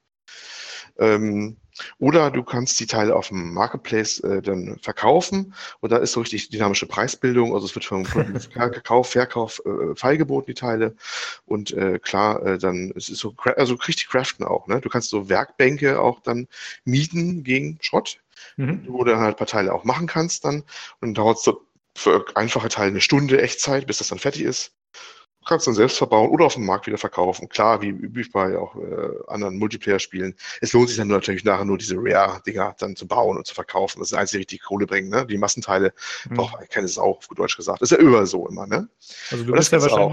Oder du kannst die Teile auf dem Marketplace dann verkaufen und da ist so richtig dynamische Preisbildung, also es wird vom Kunden Kauf, Verkauf feilgeboten, die Teile und klar, dann es ist so, also richtig craften auch, ne? Du kannst so Werkbänke auch dann mieten gegen Schrott, wo du dann halt ein paar Teile auch machen kannst dann und dann dauert es so für einfache Teile 1 Stunde Echtzeit, bis das dann fertig ist. Du kannst dann selbst verbauen oder auf dem Markt wieder verkaufen. Klar, wie üblich bei auch anderen Multiplayer-Spielen. Es lohnt sich dann natürlich nachher nur diese Rare-Dinger dann zu bauen und zu verkaufen. Das ist das Einzige, die richtig Kohle bringen. Ne? Die Massenteile braucht eigentlich keine Sau, auf gut Deutsch gesagt. Das ist ja überall so immer. Ne? Also du bist ja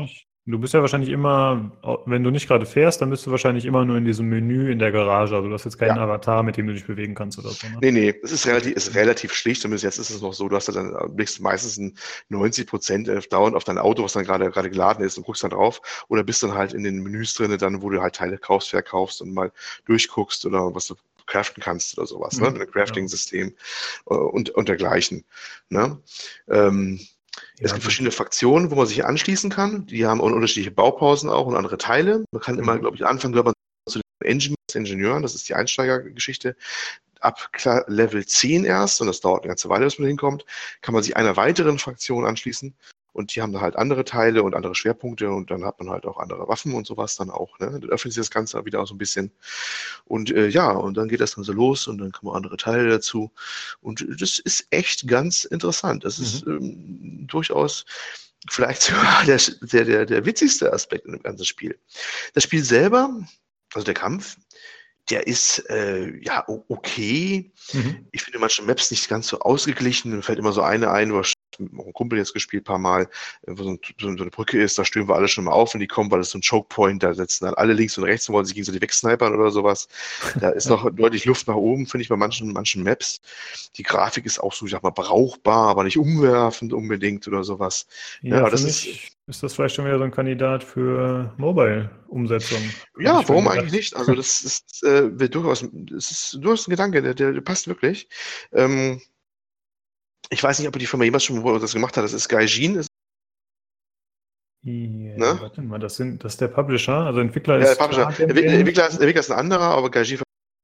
Du bist ja wahrscheinlich immer, wenn du nicht gerade fährst, dann bist du wahrscheinlich immer nur in diesem Menü in der Garage. Also du hast jetzt keinen Ja. Avatar, mit dem du dich bewegen kannst oder so, ne? Nee, es ist relativ schlicht, zumindest jetzt ist es noch so, du hast dann blickst meistens 90% dauernd auf dein Auto, was dann gerade geladen ist und guckst dann drauf oder bist dann halt in den Menüs drin, dann wo du halt Teile kaufst, verkaufst und mal durchguckst oder was du craften kannst oder sowas, ne? Mit einem Ja. Crafting-System und dergleichen. Ne? Ähm, Es Ja, gibt gut. verschiedene Fraktionen, wo man sich anschließen kann. Die haben unterschiedliche Baupausen auch und andere Teile. Man kann immer, glaube ich, anfangen, gehört man zu den Ingenieuren, das ist die Einsteigergeschichte. Ab Level 10 erst, und das dauert eine ganze Weile, bis man hinkommt, kann man sich einer weiteren Fraktion anschließen. Und die haben da halt andere Teile und andere Schwerpunkte und dann hat man halt auch andere Waffen und sowas dann auch. Ne? Dann öffnet sich das Ganze wieder auch so ein bisschen. Und ja, und dann geht das dann so los und dann kommen andere Teile dazu. Und das ist echt ganz interessant. Das ist durchaus vielleicht sogar der witzigste Aspekt in dem ganzen Spiel. Das Spiel selber, also der Kampf, der ist ja okay. Mhm. Ich finde manche Maps nicht ganz so ausgeglichen. Mir fällt immer so eine ein, wo ich mit einem Kumpel jetzt gespielt, ein paar Mal, wo so eine Brücke ist, da stören wir alle schon mal auf, wenn die kommen, weil das so ein Chokepoint, da sitzen dann alle links und rechts und wollen sich gegenseitig wegsnipern oder sowas. Da ist noch deutlich Luft nach oben, finde ich, bei manchen Maps. Die Grafik ist auch so, ich sag mal, brauchbar, aber nicht umwerfend unbedingt oder sowas. Ja, aber für das ist, mich ist das vielleicht schon wieder so ein Kandidat für Mobile-Umsetzung, habe ja, ich vorhin warum eigentlich gedacht. nicht? Also das ist, wird durchaus, das ist durchaus ein Gedanke, der passt wirklich. Ähm, Ich weiß nicht, ob die Firma jemals schon das gemacht hat. Das ist Gaijin, Ja, ne? warte mal, das ist der Publisher, also Entwickler Ja, der ist Publisher. Targem Games. Der Entwickler ist ein anderer, aber Gaijin.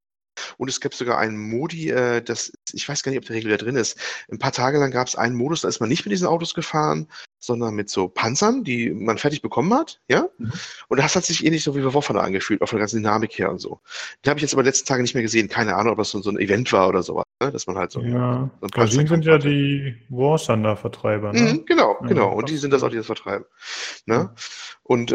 Und es gibt sogar einen Modi, ich weiß gar nicht, ob der regulär drin ist. Ein paar Tage lang gab es einen Modus, da ist man nicht mit diesen Autos gefahren, sondern mit so Panzern, die man fertig bekommen hat, ja? Mhm. Und das hat sich ähnlich so wie bei War Thunder angefühlt, auch von der ganzen Dynamik her und so. Die habe ich jetzt aber letzten Tage nicht mehr gesehen. Keine Ahnung, ob das so ein Event war oder sowas, ne? Dass man halt Ja, so einen Gajin sind Panzerkampf ja hatte. die War Thunder-Vertreiber, ne? Genau. Ja, Und die krass. sind das auch, die das vertreiben. Ne? Ja. Und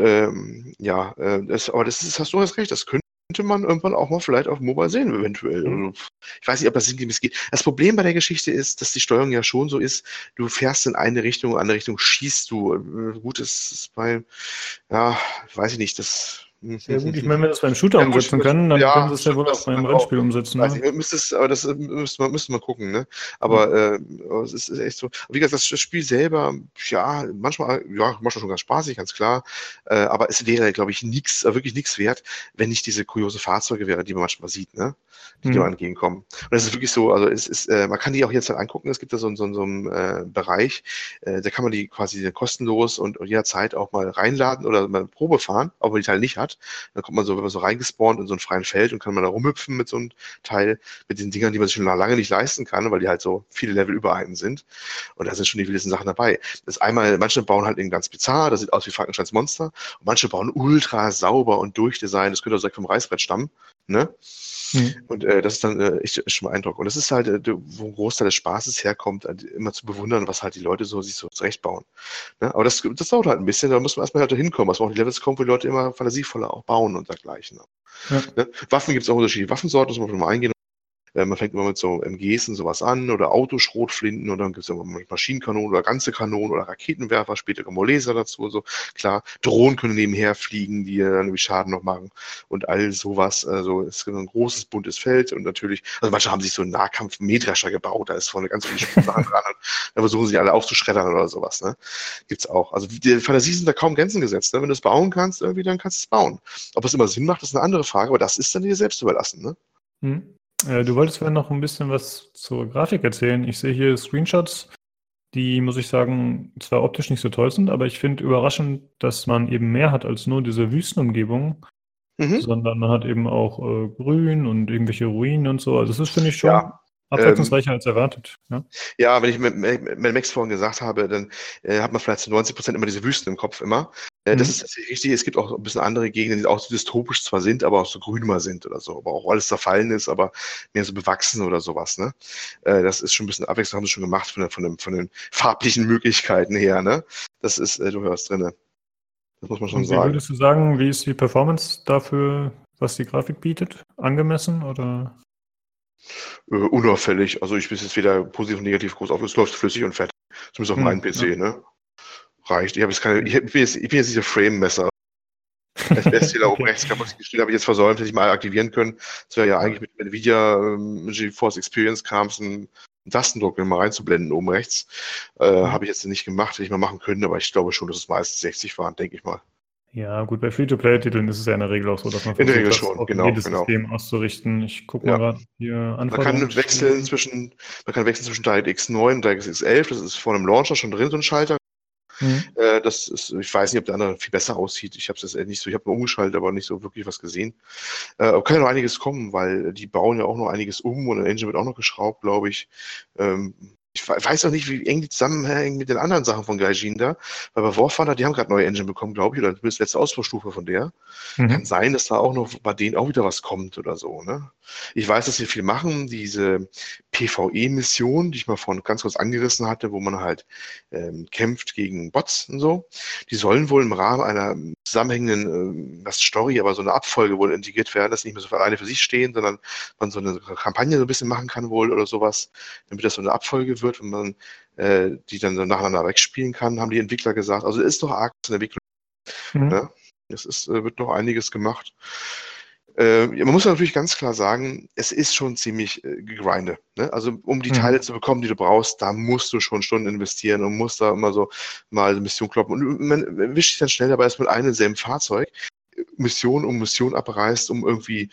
ja, aber hast du hast recht, das könnte man irgendwann auch mal vielleicht auf Mobile sehen, eventuell. Mhm. Also, ich weiß nicht, ob das sinngemäß geht. Das Problem bei der Geschichte ist, dass die Steuerung ja schon so ist, du fährst in eine Richtung, in eine andere Richtung schießt du. Gut, das ist bei, ja, weiß ich nicht, das. Ja gut, ich meine, wenn wir das beim Shooter Ja, gut, umsetzen können, dann können ja, sie es ja stimmt, wohl auch das beim dann auch. Rennspiel umsetzen, Weiß ne? ich, aber das müsste man gucken, ne? Ja. Aber es ist echt so. Wie gesagt, das Spiel selber, ja, manchmal schon ganz spaßig, ganz klar. Aber es wäre, glaube ich, wirklich nichts wert, wenn nicht diese kuriose Fahrzeuge wären, die man manchmal sieht, ne? Die dem Mhm. entgegenkommen. Und es ist wirklich so, also es ist, man kann die auch jetzt halt angucken, es gibt da so einen Bereich, da kann man die quasi kostenlos und jederzeit auch mal reinladen oder mal Probe fahren, auch wenn man die Teile nicht hat. Dann kommt man so, wenn man so reingespawnt in so ein freien Feld und kann man da rumhüpfen mit so einem Teil, mit den Dingern, die man sich schon lange nicht leisten kann, weil die halt so viele Level über einen sind. Und da sind schon die wildesten Sachen dabei. Das ist einmal, manche bauen halt eben ganz bizarr, das sieht aus wie Frankensteins Monster. Und manche bauen ultra sauber und durchdesignt. Das könnte also direkt vom Reißbrett stammen. Ne? Mhm. Und das ist dann echt schon beeindruckend. Und das ist halt, wo ein Großteil des Spaßes herkommt, immer zu bewundern, was halt die Leute sich so zurechtbauen. Ne? Aber das dauert halt ein bisschen, da muss man erstmal halt hinkommen. Was man auch die Levels kommt, wo die Leute immer fantasievoller auch bauen und dergleichen. Ja. Ne? Waffen gibt es auch unterschiedliche Waffensorten, das muss man mal eingehen. Man fängt immer mit so MGs und sowas an oder Autoschrotflinten und dann gibt es immer Maschinenkanonen oder ganze Kanonen oder Raketenwerfer, später kommen auch Laser dazu und so. Klar, Drohnen können nebenher fliegen, die dann irgendwie Schaden noch machen und all sowas. Also es ist ein großes, buntes Feld und natürlich, also manche haben sich so einen Nahkampf-Mähdrescher gebaut, da ist vorne ganz viele Sachen dran und dann versuchen sie alle aufzuschreddern oder sowas. Ne? Gibt's auch. Also die Fantasie sind da kaum Grenzen gesetzt. Ne? Wenn du es bauen kannst, irgendwie, dann kannst du es bauen. Ob es immer Sinn macht, ist eine andere Frage, aber das ist dann dir selbst überlassen. Ne? Mhm. Du wolltest mir noch ein bisschen was zur Grafik erzählen. Ich sehe hier Screenshots, die, muss ich sagen, zwar optisch nicht so toll sind, aber ich finde überraschend, dass man eben mehr hat als nur diese Wüstenumgebung, Mhm. sondern man hat eben auch Grün und irgendwelche Ruinen und so. Also das ist, finde ich, schon Ja, ähm, abwechslungsreicher als erwartet. Ja? ja, wenn ich mit Max vorhin gesagt habe, dann hat man vielleicht zu 90% immer diese Wüsten im Kopf immer. Das ist Mhm. tatsächlich richtig. Es gibt auch ein bisschen andere Gegenden, die auch so dystopisch zwar sind, aber auch so grün mal sind oder so, aber auch alles zerfallen ist, aber mehr so bewachsen oder sowas. Ne? Das ist schon ein bisschen Abwechslung, haben sie schon gemacht von den farblichen Möglichkeiten her. Ne? Das ist durchaus drin. Das muss man schon Und wie sagen. würdest du sagen, wie ist die Performance dafür, was die Grafik bietet? Angemessen oder? Unauffällig. Also ich bin jetzt weder positiv noch negativ groß auf. Es läuft flüssig und fertig. Zumindest auf meinem Ja. PC. Ne? reicht. Ich bin jetzt nicht der Frame-Messer. FPS-Fehler oben Okay. rechts kaputt gestellt, habe ich jetzt versäumt, hätte ich mal aktivieren können. Das wäre ja eigentlich mit Nvidia GeForce Experience kam es einen Tastendruck mal reinzublenden oben rechts. Habe ich jetzt nicht gemacht, hätte ich mal machen können, aber ich glaube schon, dass es meistens 60 waren, denke ich mal. Ja, gut, bei Free-to-Play-Titeln ist es ja in der Regel auch so, dass man In der versucht, Regel das schon, auf genau. jedes System auszurichten. Ich gucke mal Ja. gerade hier Man Anforderungen. kann wechseln zwischen DirectX 9 und DirectX 11. Das ist vor einem Launcher schon drin, so ein Schalter. Das ist, ich weiß nicht, ob der andere viel besser aussieht. Ich habe es jetzt nicht so, ich habe nur umgeschaltet, aber nicht so wirklich was gesehen. Aber kann ja noch einiges kommen, weil die bauen ja auch noch einiges um und der Engine wird auch noch geschraubt, glaube ich. Ich weiß auch nicht, wie eng die zusammenhängen mit den anderen Sachen von Gaijin da, weil bei War Thunder, die haben gerade neue Engine bekommen, glaube ich, oder zumindest letzte Ausbaustufe von der. Kann sein, dass da auch noch bei denen auch wieder was kommt oder so, ne? Ich weiß, dass sie viel machen, diese PvE-Mission, die ich mal vorhin ganz kurz angerissen hatte, wo man halt kämpft gegen Bots und so, die sollen wohl im Rahmen einer zusammenhängenden Story, aber so eine Abfolge wohl integriert werden, dass nicht mehr so alleine für sich stehen, sondern man so eine Kampagne so ein bisschen machen kann wohl oder sowas, damit das so eine Abfolge wird, wenn man die dann so nacheinander wegspielen kann, haben die Entwickler gesagt. Also ist doch arg in der Entwicklung. Ne? Wird noch einiges gemacht. Man muss natürlich ganz klar sagen, es ist schon ziemlich gegrindet. Ne? Also um die Teile zu bekommen, die du brauchst, da musst du schon Stunden investieren und musst da immer so mal eine Mission kloppen. Und man wischt sich dann schnell dabei, dass mit einem selben Fahrzeug Mission um Mission abreißt, um irgendwie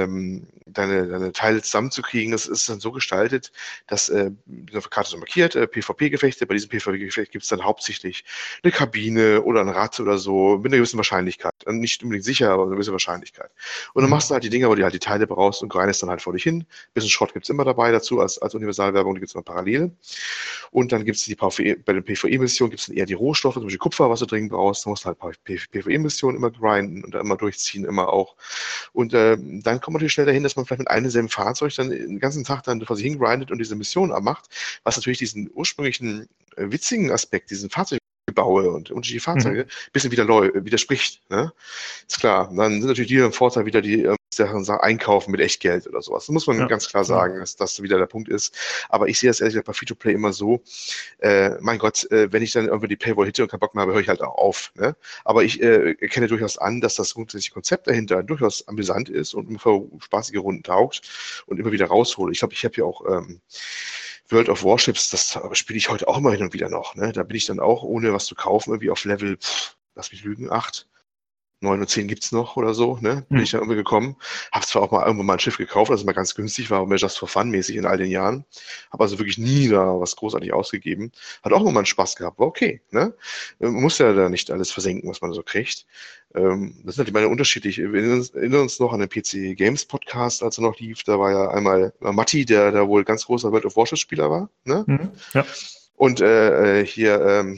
deine Teile zusammenzukriegen. Das ist dann so gestaltet, dass diese Karte so markiert, PvP-Gefechte. Bei diesem PvP-Gefecht gibt es dann hauptsächlich eine Kabine oder ein Rad oder so, mit einer gewissen Wahrscheinlichkeit. Nicht unbedingt sicher, aber eine gewisse Wahrscheinlichkeit. Und dann machst du halt die Dinger, wo du halt die Teile brauchst und grindest dann halt vor dich hin. Ein bisschen Schrott gibt es immer dabei dazu, als Universalwerbung, die gibt es immer parallel. Und dann gibt es bei den PvE-Missionen gibt es eher die Rohstoffe, zum Beispiel Kupfer, was du dringend brauchst. Da musst du halt PvE-Missionen immer grinden und da immer durchziehen, immer auch. Und dann kommt man natürlich schnell dahin, dass man vielleicht mit einem selben Fahrzeug dann den ganzen Tag dann vor sich hingrindet und diese Mission abmacht, was natürlich diesen ursprünglichen witzigen Aspekt, diesen Fahrzeuggebaue und unterschiedliche Fahrzeuge, ein bisschen widerspricht. Ne? Ist klar. Dann sind natürlich die im Vorteil wieder die Sachen einkaufen mit Echtgeld oder sowas. Das muss man ganz klar sagen, dass das wieder der Punkt ist. Aber ich sehe das ehrlich gesagt bei Free-to-Play immer so, mein Gott, wenn ich dann irgendwie die Paywall hitte und keinen Bock mehr habe, höre ich halt auch auf. Ne? Aber ich erkenne durchaus an, dass das grundsätzliche Konzept dahinter durchaus amüsant ist und für spaßige Runden taugt und immer wieder raushole. Ich glaube, ich habe ja auch World of Warships, das spiele ich heute auch immer hin und wieder noch. Ne? Da bin ich dann auch, ohne was zu kaufen, irgendwie auf Level, lass mich lügen, 8. 9 und 10 gibt es noch oder so, ne? Bin ich da irgendwie gekommen. Habe zwar auch mal irgendwann mal ein Schiff gekauft, das mal ganz günstig war, aber mehr just for fun mäßig in all den Jahren. Habe also wirklich nie da was großartig ausgegeben. Hat auch immer mal einen Spaß gehabt, war okay, ne? Man muss ja da nicht alles versenken, was man so kriegt. Das sind halt meine unterschiedlich. Wir erinnern uns noch an den PC Games Podcast, als er noch lief. Da war ja einmal Matti, der da wohl ganz großer World of Warships Spieler war, ne? Ja. Und hier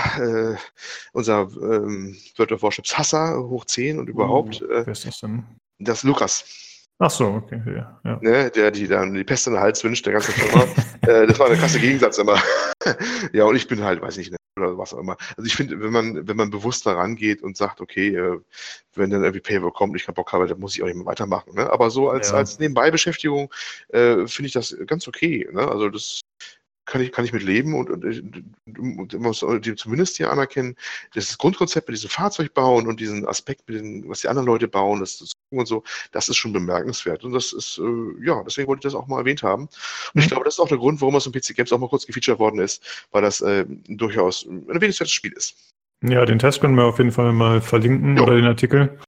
unser World of Warships Hasser hoch 10 und überhaupt. Wer ist das denn? Das Lukas. Ach so, okay. Ja. Ne, der die dann die Pest in den Hals wünscht, der ganze Firma. Das war der krasse Gegensatz immer. Ja, und ich bin halt, weiß nicht, oder was auch immer. Also ich finde, wenn man bewusst da rangeht und sagt, okay, wenn dann irgendwie Paywall kommt, ich keinen Bock habe, dann muss ich auch nicht mehr weitermachen. Ne? Aber so als Nebenbei-Beschäftigung finde ich das ganz okay. Ne? Also das kann ich mit leben und man muss zumindest hier anerkennen, das Grundkonzept mit diesem Fahrzeugbau und diesen Aspekt, was die anderen Leute bauen, das und so, das ist schon bemerkenswert. Und das ist, deswegen wollte ich das auch mal erwähnt haben. Und ich glaube, das ist auch der Grund, warum es im PC Games auch mal kurz gefeatured worden ist, weil das durchaus ein erwähnenswertes Spiel ist. Ja, den Test können wir auf jeden Fall mal verlinken oder den Artikel.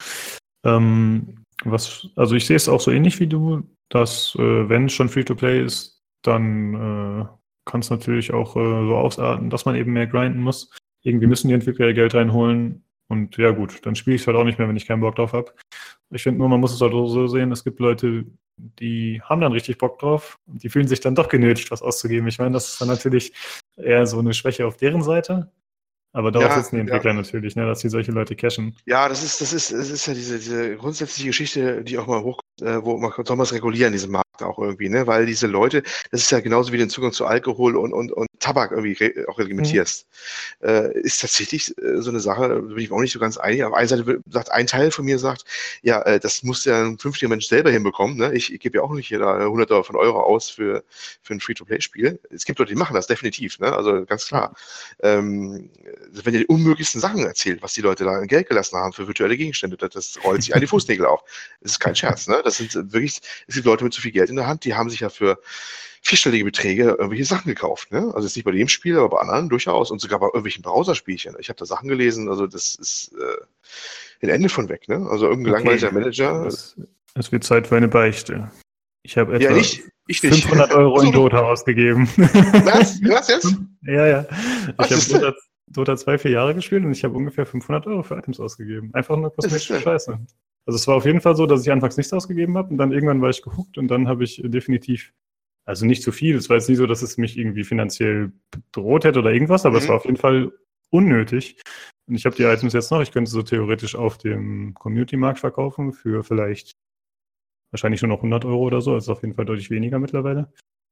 Also ich sehe es auch so ähnlich wie du, dass wenn es schon Free-to-Play ist, dann kann es natürlich auch so ausarten, dass man eben mehr grinden muss. Irgendwie müssen die Entwickler ihr Geld reinholen und ja gut, dann spiele ich es halt auch nicht mehr, wenn ich keinen Bock drauf habe. Ich finde nur, man muss es halt so sehen, es gibt Leute, die haben dann richtig Bock drauf und die fühlen sich dann doch genötigt, was auszugeben. Ich meine, das ist dann natürlich eher so eine Schwäche auf deren Seite. Aber darauf sitzen die Entwickler natürlich, ne, dass die solche Leute cashen. Ja, das ist ja diese grundsätzliche Geschichte, die auch mal hochkommt, wo man soll man es regulieren, diesen Markt. auch irgendwie, ne? Weil diese Leute, das ist ja genauso wie den Zugang zu Alkohol und Tabak irgendwie auch reglementierst. Ist tatsächlich so eine Sache, da bin ich auch nicht so ganz einig. Auf einer Seite sagt ein Teil von mir, sagt, ja, das muss ja ein vernünftiger Mensch selber hinbekommen. Ne? Ich gebe ja auch nicht hier da Hunderte von Euro aus für ein Free-to-Play-Spiel. Es gibt Leute, die machen das definitiv, ne? Also ganz klar. Wenn ihr die unmöglichsten Sachen erzählt, was die Leute da in Geld gelassen haben für virtuelle Gegenstände, das rollt sich an die Fußnägel auf. Das ist kein Scherz, ne? Das sind wirklich, es gibt Leute mit zu viel Geld in der Hand, die haben sich ja für vierstellige Beträge irgendwelche Sachen gekauft. Ne? Also jetzt nicht bei dem Spiel, aber bei anderen durchaus. Und sogar bei irgendwelchen Browserspielchen. Ich habe da Sachen gelesen, also das ist ein Ende von weg. Ne? Also irgendein langweiliger Manager. Es wird Zeit für eine Beichte. Ich habe etwa ich nicht. 500 Euro in Dota ausgegeben. Was jetzt? Ja. Ich habe Dota 2 4 Jahre gespielt und ich habe ungefähr 500 Euro für Items ausgegeben. Einfach nur kosmetische Scheiße. Also es war auf jeden Fall so, dass ich anfangs nichts ausgegeben habe und dann irgendwann war ich gehuckt und dann habe ich definitiv, also nicht zu viel, es war jetzt nicht so, dass es mich irgendwie finanziell bedroht hätte oder irgendwas, aber es war auf jeden Fall unnötig. Und ich habe die Items jetzt noch, ich könnte so theoretisch auf dem Community-Markt verkaufen für vielleicht wahrscheinlich nur noch 100 Euro oder so, also auf jeden Fall deutlich weniger mittlerweile.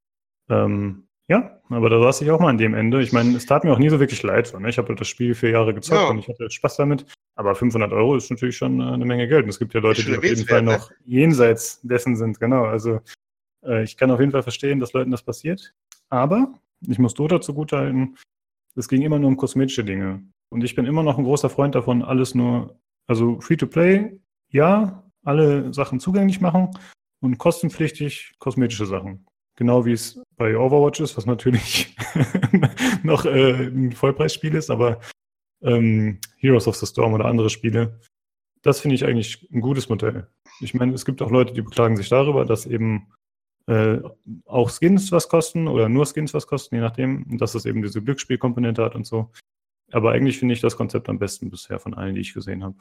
Ja, aber da saß ich auch mal an dem Ende. Ich meine, es tat mir auch nie so wirklich leid. So, ne? Ich habe das Spiel 4 Jahre gezockt und ich hatte Spaß damit. Aber 500 Euro ist natürlich schon eine Menge Geld. Und es gibt ja Leute, die auf jeden Fall noch jenseits dessen sind. Genau, also ich kann auf jeden Fall verstehen, dass Leuten das passiert. Aber ich muss Dota zugutehalten, es ging immer nur um kosmetische Dinge. Und ich bin immer noch ein großer Freund davon, alles nur, also Free-to-Play, ja, alle Sachen zugänglich machen und kostenpflichtig kosmetische Sachen. Genau wie es bei Overwatch ist, was natürlich noch ein Vollpreisspiel ist, aber Heroes of the Storm oder andere Spiele, das finde ich eigentlich ein gutes Modell. Ich meine, es gibt auch Leute, die beklagen sich darüber, dass eben auch Skins was kosten oder nur Skins was kosten, je nachdem, und dass es eben diese Glücksspielkomponente hat und so. Aber eigentlich finde ich das Konzept am besten bisher von allen, die ich gesehen habe.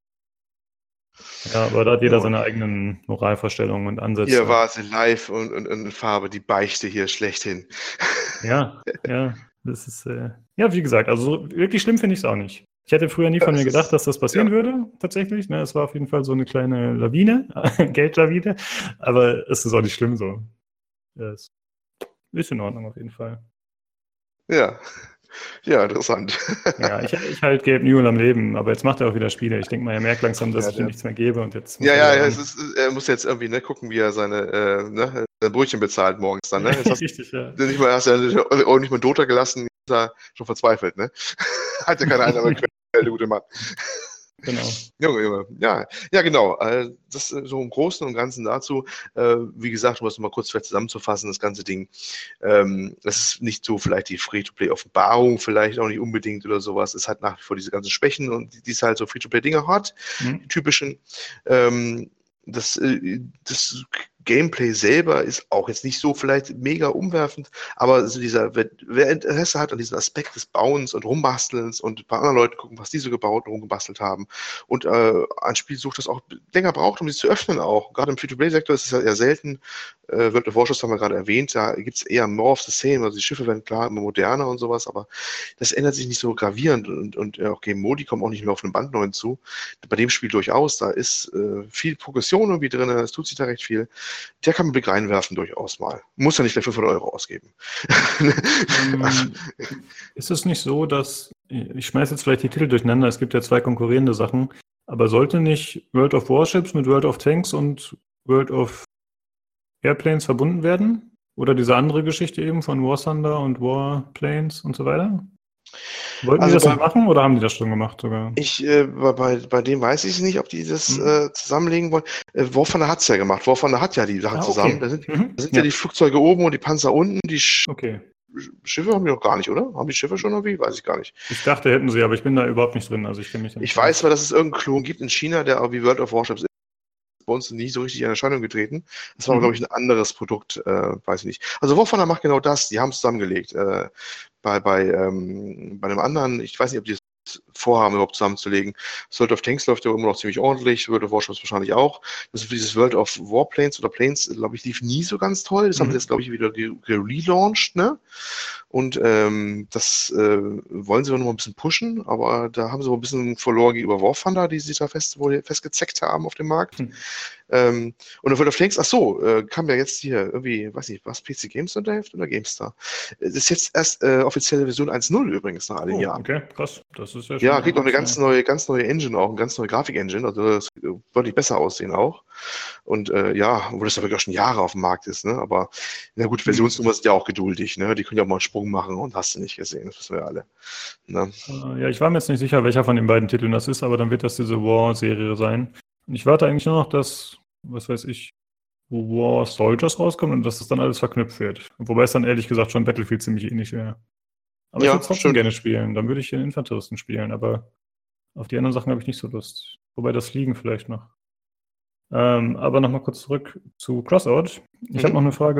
Ja, aber da hat jeder seine eigenen Moralvorstellungen und Ansätze. Hier war sie live und in Farbe, die Beichte hier schlechthin. Ja, das ist, ja, wie gesagt, also wirklich schlimm finde ich es auch nicht. Ich hätte früher nie von mir gedacht, dass das passieren würde, tatsächlich. Ne? Es war auf jeden Fall so eine kleine Lawine, Geldlawine, aber es ist auch nicht schlimm so. Es ist in Ordnung auf jeden Fall. Ja, interessant. Ja, ich halte Gabe Newell am Leben, aber jetzt macht er auch wieder Spiele. Ich denke mal, er merkt langsam, dass ich ihm nichts mehr gebe und jetzt muss er muss jetzt irgendwie gucken, wie er seine Brötchen bezahlt morgens dann. Ne? Jetzt Richtig, ja. Hast du auch nicht mal Dota gelassen, ist er schon verzweifelt, ne? Hat ja keine andere Quelle, der gute Mann. Genau. Junge. Ja, genau. Das so im Großen und Ganzen dazu. Wie gesagt, um es mal kurz vielleicht zusammenzufassen, das ganze Ding. Das ist nicht so vielleicht die Free-to-Play-Offenbarung, vielleicht auch nicht unbedingt oder sowas. Es hat nach wie vor diese ganzen Schwächen und die es halt so Free-to-Play-Dinger hat, die typischen. Das Gameplay selber ist auch jetzt nicht so vielleicht mega umwerfend, aber so wer Interesse hat an diesem Aspekt des Bauens und Rumbastelns und ein paar anderen Leute gucken, was die so gebaut und rumgebastelt haben und ein Spiel sucht, das auch länger braucht, um sich zu öffnen auch. Gerade im Free-to-Play-Sektor ist es ja eher selten. World of Warships haben wir gerade erwähnt, da gibt es eher more of the same, also die Schiffe werden klar immer moderner und sowas, aber das ändert sich nicht so gravierend und auch Game Modi kommen auch nicht mehr auf einem Band neu hinzu. Bei dem Spiel durchaus, da ist viel Progression irgendwie drin, es tut sich da recht viel. Der kann einen Blick reinwerfen durchaus mal. Muss ja nicht gleich 500 Euro ausgeben. Ist es nicht so, dass, ich schmeiße jetzt vielleicht die Titel durcheinander, es gibt ja 2 konkurrierende Sachen, aber sollte nicht World of Warships mit World of Tanks und World of Airplanes verbunden werden? Oder diese andere Geschichte eben von War Thunder und Warplanes und so weiter? Wollten die das nicht machen oder haben die das schon gemacht sogar? Bei dem weiß ich nicht, ob die das zusammenlegen wollen. War Thunder hat es ja gemacht. War Thunder hat ja die Sachen zusammen. Da sind ja die Flugzeuge oben und die Panzer unten. Die Schiffe haben die noch gar nicht, oder? Haben die Schiffe schon irgendwie? Weiß ich gar nicht. Ich dachte, hätten sie, aber ich bin da überhaupt nicht drin. Also ich weiß zwar, dass es irgendeinen Klon gibt in China, der auch wie World of Warships ist. Bei uns nie so richtig in Erscheinung getreten. Das war, glaube ich, ein anderes Produkt, weiß ich nicht. Also War Thunder macht genau das. Die haben es zusammengelegt. Bei einem anderen, ich weiß nicht, ob die das vorhaben, überhaupt zusammenzulegen. World of Tanks läuft ja immer noch ziemlich ordentlich, World of Warships wahrscheinlich auch. Das ist dieses World of Warplanes oder Planes, glaube ich, lief nie so ganz toll. Das haben sie jetzt, glaube ich, wieder relaunched, ne? Und das wollen sie noch mal ein bisschen pushen, aber da haben sie auch ein bisschen verloren gegenüber War Thunder, die sich da festgezeckt haben auf dem Markt. Und dann wird auf links, ach so, kam ja jetzt hier irgendwie, weiß nicht, was PC Games Sonderheft oder GameStar? Das ist jetzt erst offizielle Version 1.0 übrigens nach all den Oh, Jahren. okay, krass. Das ist ja Ja, schon kriegt noch eine einiges. ganz neue Engine auch, eine ganz neue Grafik-Engine, also das wird deutlich besser aussehen auch. Und ja, obwohl das ja wirklich auch schon Jahre auf dem Markt ist, ne? Aber na gut, Versionsnummer sind ja auch geduldig, ne? Die können ja auch mal einen Sprung machen und hast du nicht gesehen, das wissen wir alle. Ne? Ja, ich war mir jetzt nicht sicher, welcher von den beiden Titeln das ist, aber dann wird das diese War-Serie sein. Und ich warte eigentlich nur noch, dass, was weiß ich, War Soldiers rauskommt und dass das dann alles verknüpft wird. Wobei es dann ehrlich gesagt schon Battlefield ziemlich ähnlich wäre. Aber ich würde Ja, es trotzdem stimmt. gerne spielen. Dann würde ich den Infanteristen spielen, aber auf die anderen Sachen habe ich nicht so Lust. Wobei das Fliegen vielleicht noch. Aber nochmal kurz zurück zu Crossout. Ich habe noch eine Frage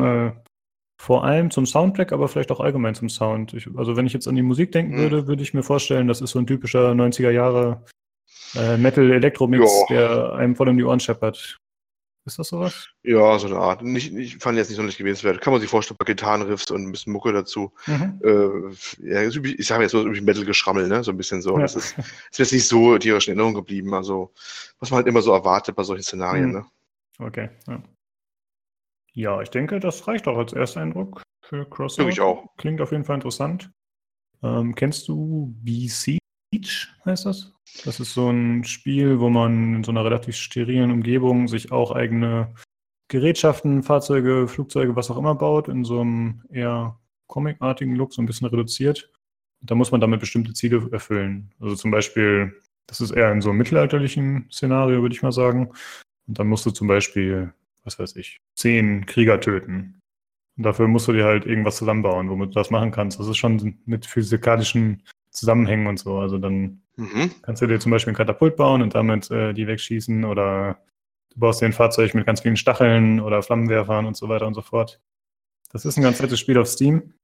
vor allem zum Soundtrack, aber vielleicht auch allgemein zum Sound. Also wenn ich jetzt an die Musik denken würde, würde ich mir vorstellen, das ist so ein typischer 90er Jahre Metal-Elektro-Mix, Ja, der einem voll um die Ohren scheppert. Ist das sowas? ja, so eine Art. Ich fand jetzt nicht sonderlich gewählenswert. Kann man sich vorstellen, ein paar Gitarrenriffs und ein bisschen Mucke dazu. Mhm. Ja, ich sage jetzt so üblich Metal-Geschrammel, ne? So ein bisschen so. Ja. Das ist mir jetzt nicht so tierisch in Erinnerung geblieben. Also, was man halt immer so erwartet bei solchen Szenarien, ne? Okay. Ja. Ja, ich denke, das reicht auch als Ersteindruck für Crossout. Wirklich auch. Klingt auf jeden Fall interessant. Kennst du Besiege, heißt das? Das ist so ein Spiel, wo man in so einer relativ sterilen Umgebung sich auch eigene Gerätschaften, Fahrzeuge, Flugzeuge, was auch immer baut, in so einem eher comicartigen Look, so ein bisschen reduziert. Und da muss man damit bestimmte Ziele erfüllen. Also zum Beispiel, das ist eher in so einem mittelalterlichen Szenario, würde ich mal sagen. Und dann musst du zum Beispiel, was weiß ich, 10 Krieger töten. Und dafür musst du dir halt irgendwas zusammenbauen, womit du das machen kannst. Das ist schon mit physikalischen Zusammenhängen und so. Also dann kannst du dir zum Beispiel ein Katapult bauen und damit die wegschießen oder du baust dir ein Fahrzeug mit ganz vielen Stacheln oder Flammenwerfern und so weiter und so fort. Das ist ein ganz nettes Spiel auf Steam.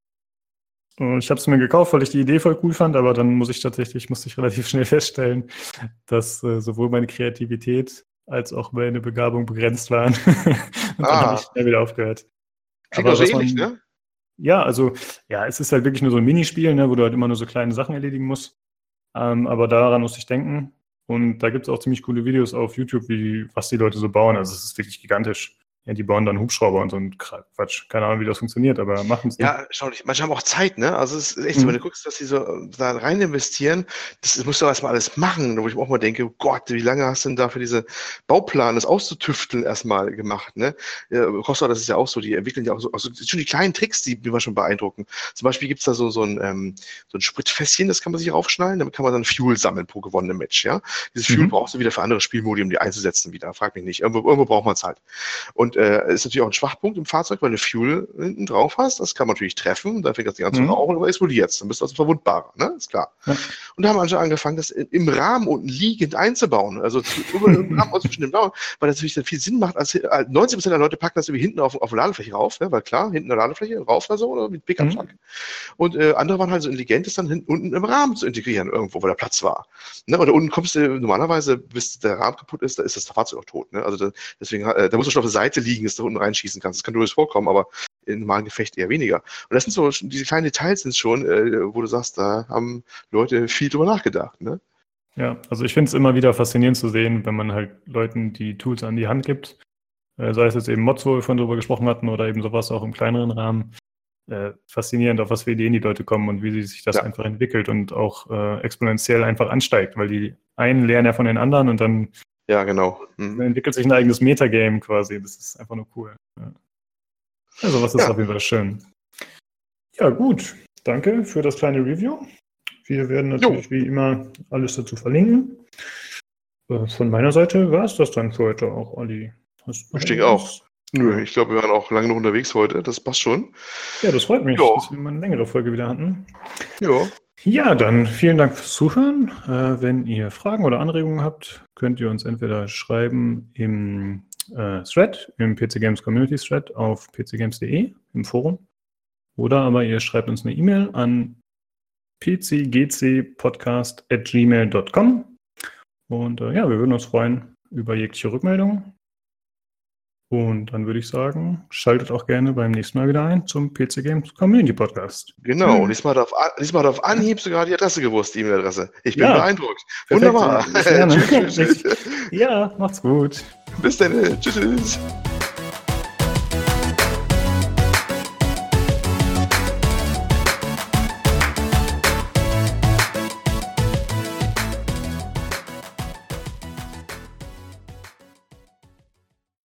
Und ich habe es mir gekauft, weil ich die Idee voll cool fand, aber dann musste ich relativ schnell feststellen, dass sowohl meine Kreativität als auch meine Begabung begrenzt waren. Und dann habe ich schnell wieder aufgehört. Klingt Aber auch so was ähnlich, man, ne? ja, also, ja, es ist halt wirklich nur so ein Minispiel, ne, wo du halt immer nur so kleine Sachen erledigen musst. Aber daran musste ich denken. Und da gibt es auch ziemlich coole Videos auf YouTube, was die Leute so bauen. Also es ist wirklich gigantisch. Ja, die bauen dann Hubschrauber und so ein Quatsch. Keine Ahnung, wie das funktioniert, aber machen es. Ja, erstaunlich. Manche haben auch Zeit, ne? Also es ist echt so, wenn du guckst, dass die so da rein investieren, das musst du erstmal alles machen, wo ich mir auch mal denke, oh Gott, wie lange hast du denn da für diese Bauplan, das auszutüfteln erstmal gemacht, ne? Ja, Costa, das ist ja auch so, die entwickeln ja auch so, also schon die kleinen Tricks, die mir schon beeindrucken. Zum Beispiel gibt's da so ein Spritfässchen, das kann man sich raufschnallen, damit kann man dann Fuel sammeln pro gewonnenem Match, ja? Dieses Fuel brauchst du wieder für andere Spielmodi, um die einzusetzen wieder, frag mich nicht. Irgendwo braucht man es halt. Und ist natürlich auch ein Schwachpunkt im Fahrzeug, weil du Fuel hinten drauf hast, das kann man natürlich treffen, dann fängt das Ding an zu rauchen, aber explodiert es. Dann bist du also verwundbarer, ne? Ist klar. Ja. Und da haben manche angefangen, das im Rahmen unten liegend einzubauen. Also im Rahmen zwischen dem Blauen, weil das natürlich dann viel Sinn macht, als 90% der Leute packen das irgendwie hinten auf die Ladefläche rauf, ne? Weil klar, hinten eine Ladefläche rauf oder so, oder mit Pickup-Truck. Und andere waren halt so intelligent, das dann unten im Rahmen zu integrieren, irgendwo, wo der Platz war. Ne? Oder unten kommst du normalerweise, bis der Rahmen kaputt ist, da ist das Fahrzeug auch tot. Ne? Also deswegen, da musst du schon auf der Seite liegen, dass du unten reinschießen kannst. Das kann durchaus vorkommen, aber in normalen Gefecht eher weniger. Und das sind so, diese kleinen Details sind schon, wo du sagst, da haben Leute viel drüber nachgedacht. Ne? Ja, also ich finde es immer wieder faszinierend zu sehen, wenn man halt Leuten die Tools an die Hand gibt. Sei es jetzt eben Mods, wo wir vorhin drüber gesprochen hatten, oder eben sowas auch im kleineren Rahmen. Faszinierend, auf was für Ideen die Leute kommen und wie sich das einfach entwickelt und auch exponentiell einfach ansteigt, weil die einen lernen ja von den anderen und dann genau. entwickelt sich ein eigenes Metagame quasi. Das ist einfach nur cool. Ja. Also was ist auf jeden Fall schön. Ja, gut. Danke für das kleine Review. Wir werden natürlich wie immer alles dazu verlinken. Von meiner Seite war es das dann für heute auch, Olli. Ich denke auch. Nö, ich glaube, wir waren auch lange noch unterwegs heute. Das passt schon. Ja, das freut mich, dass wir mal eine längere Folge wieder hatten. Ja. Ja, dann vielen Dank fürs Zuhören. Wenn ihr Fragen oder Anregungen habt, könnt ihr uns entweder schreiben im Thread, im PC Games Community Thread auf pcgames.de im Forum. Oder aber ihr schreibt uns eine E-Mail an pcgcpodcast@gmail.com. Und wir würden uns freuen über jegliche Rückmeldung. Und dann würde ich sagen, schaltet auch gerne beim nächsten Mal wieder ein zum PC Games Community Podcast. Genau, und diesmal hat auf Anhieb sogar die Adresse gewusst, die E-Mail-Adresse. Ich bin beeindruckt. Perfekt. Wunderbar. Gerne. Tschüss. Ja, macht's gut. Bis dann. Tschüss.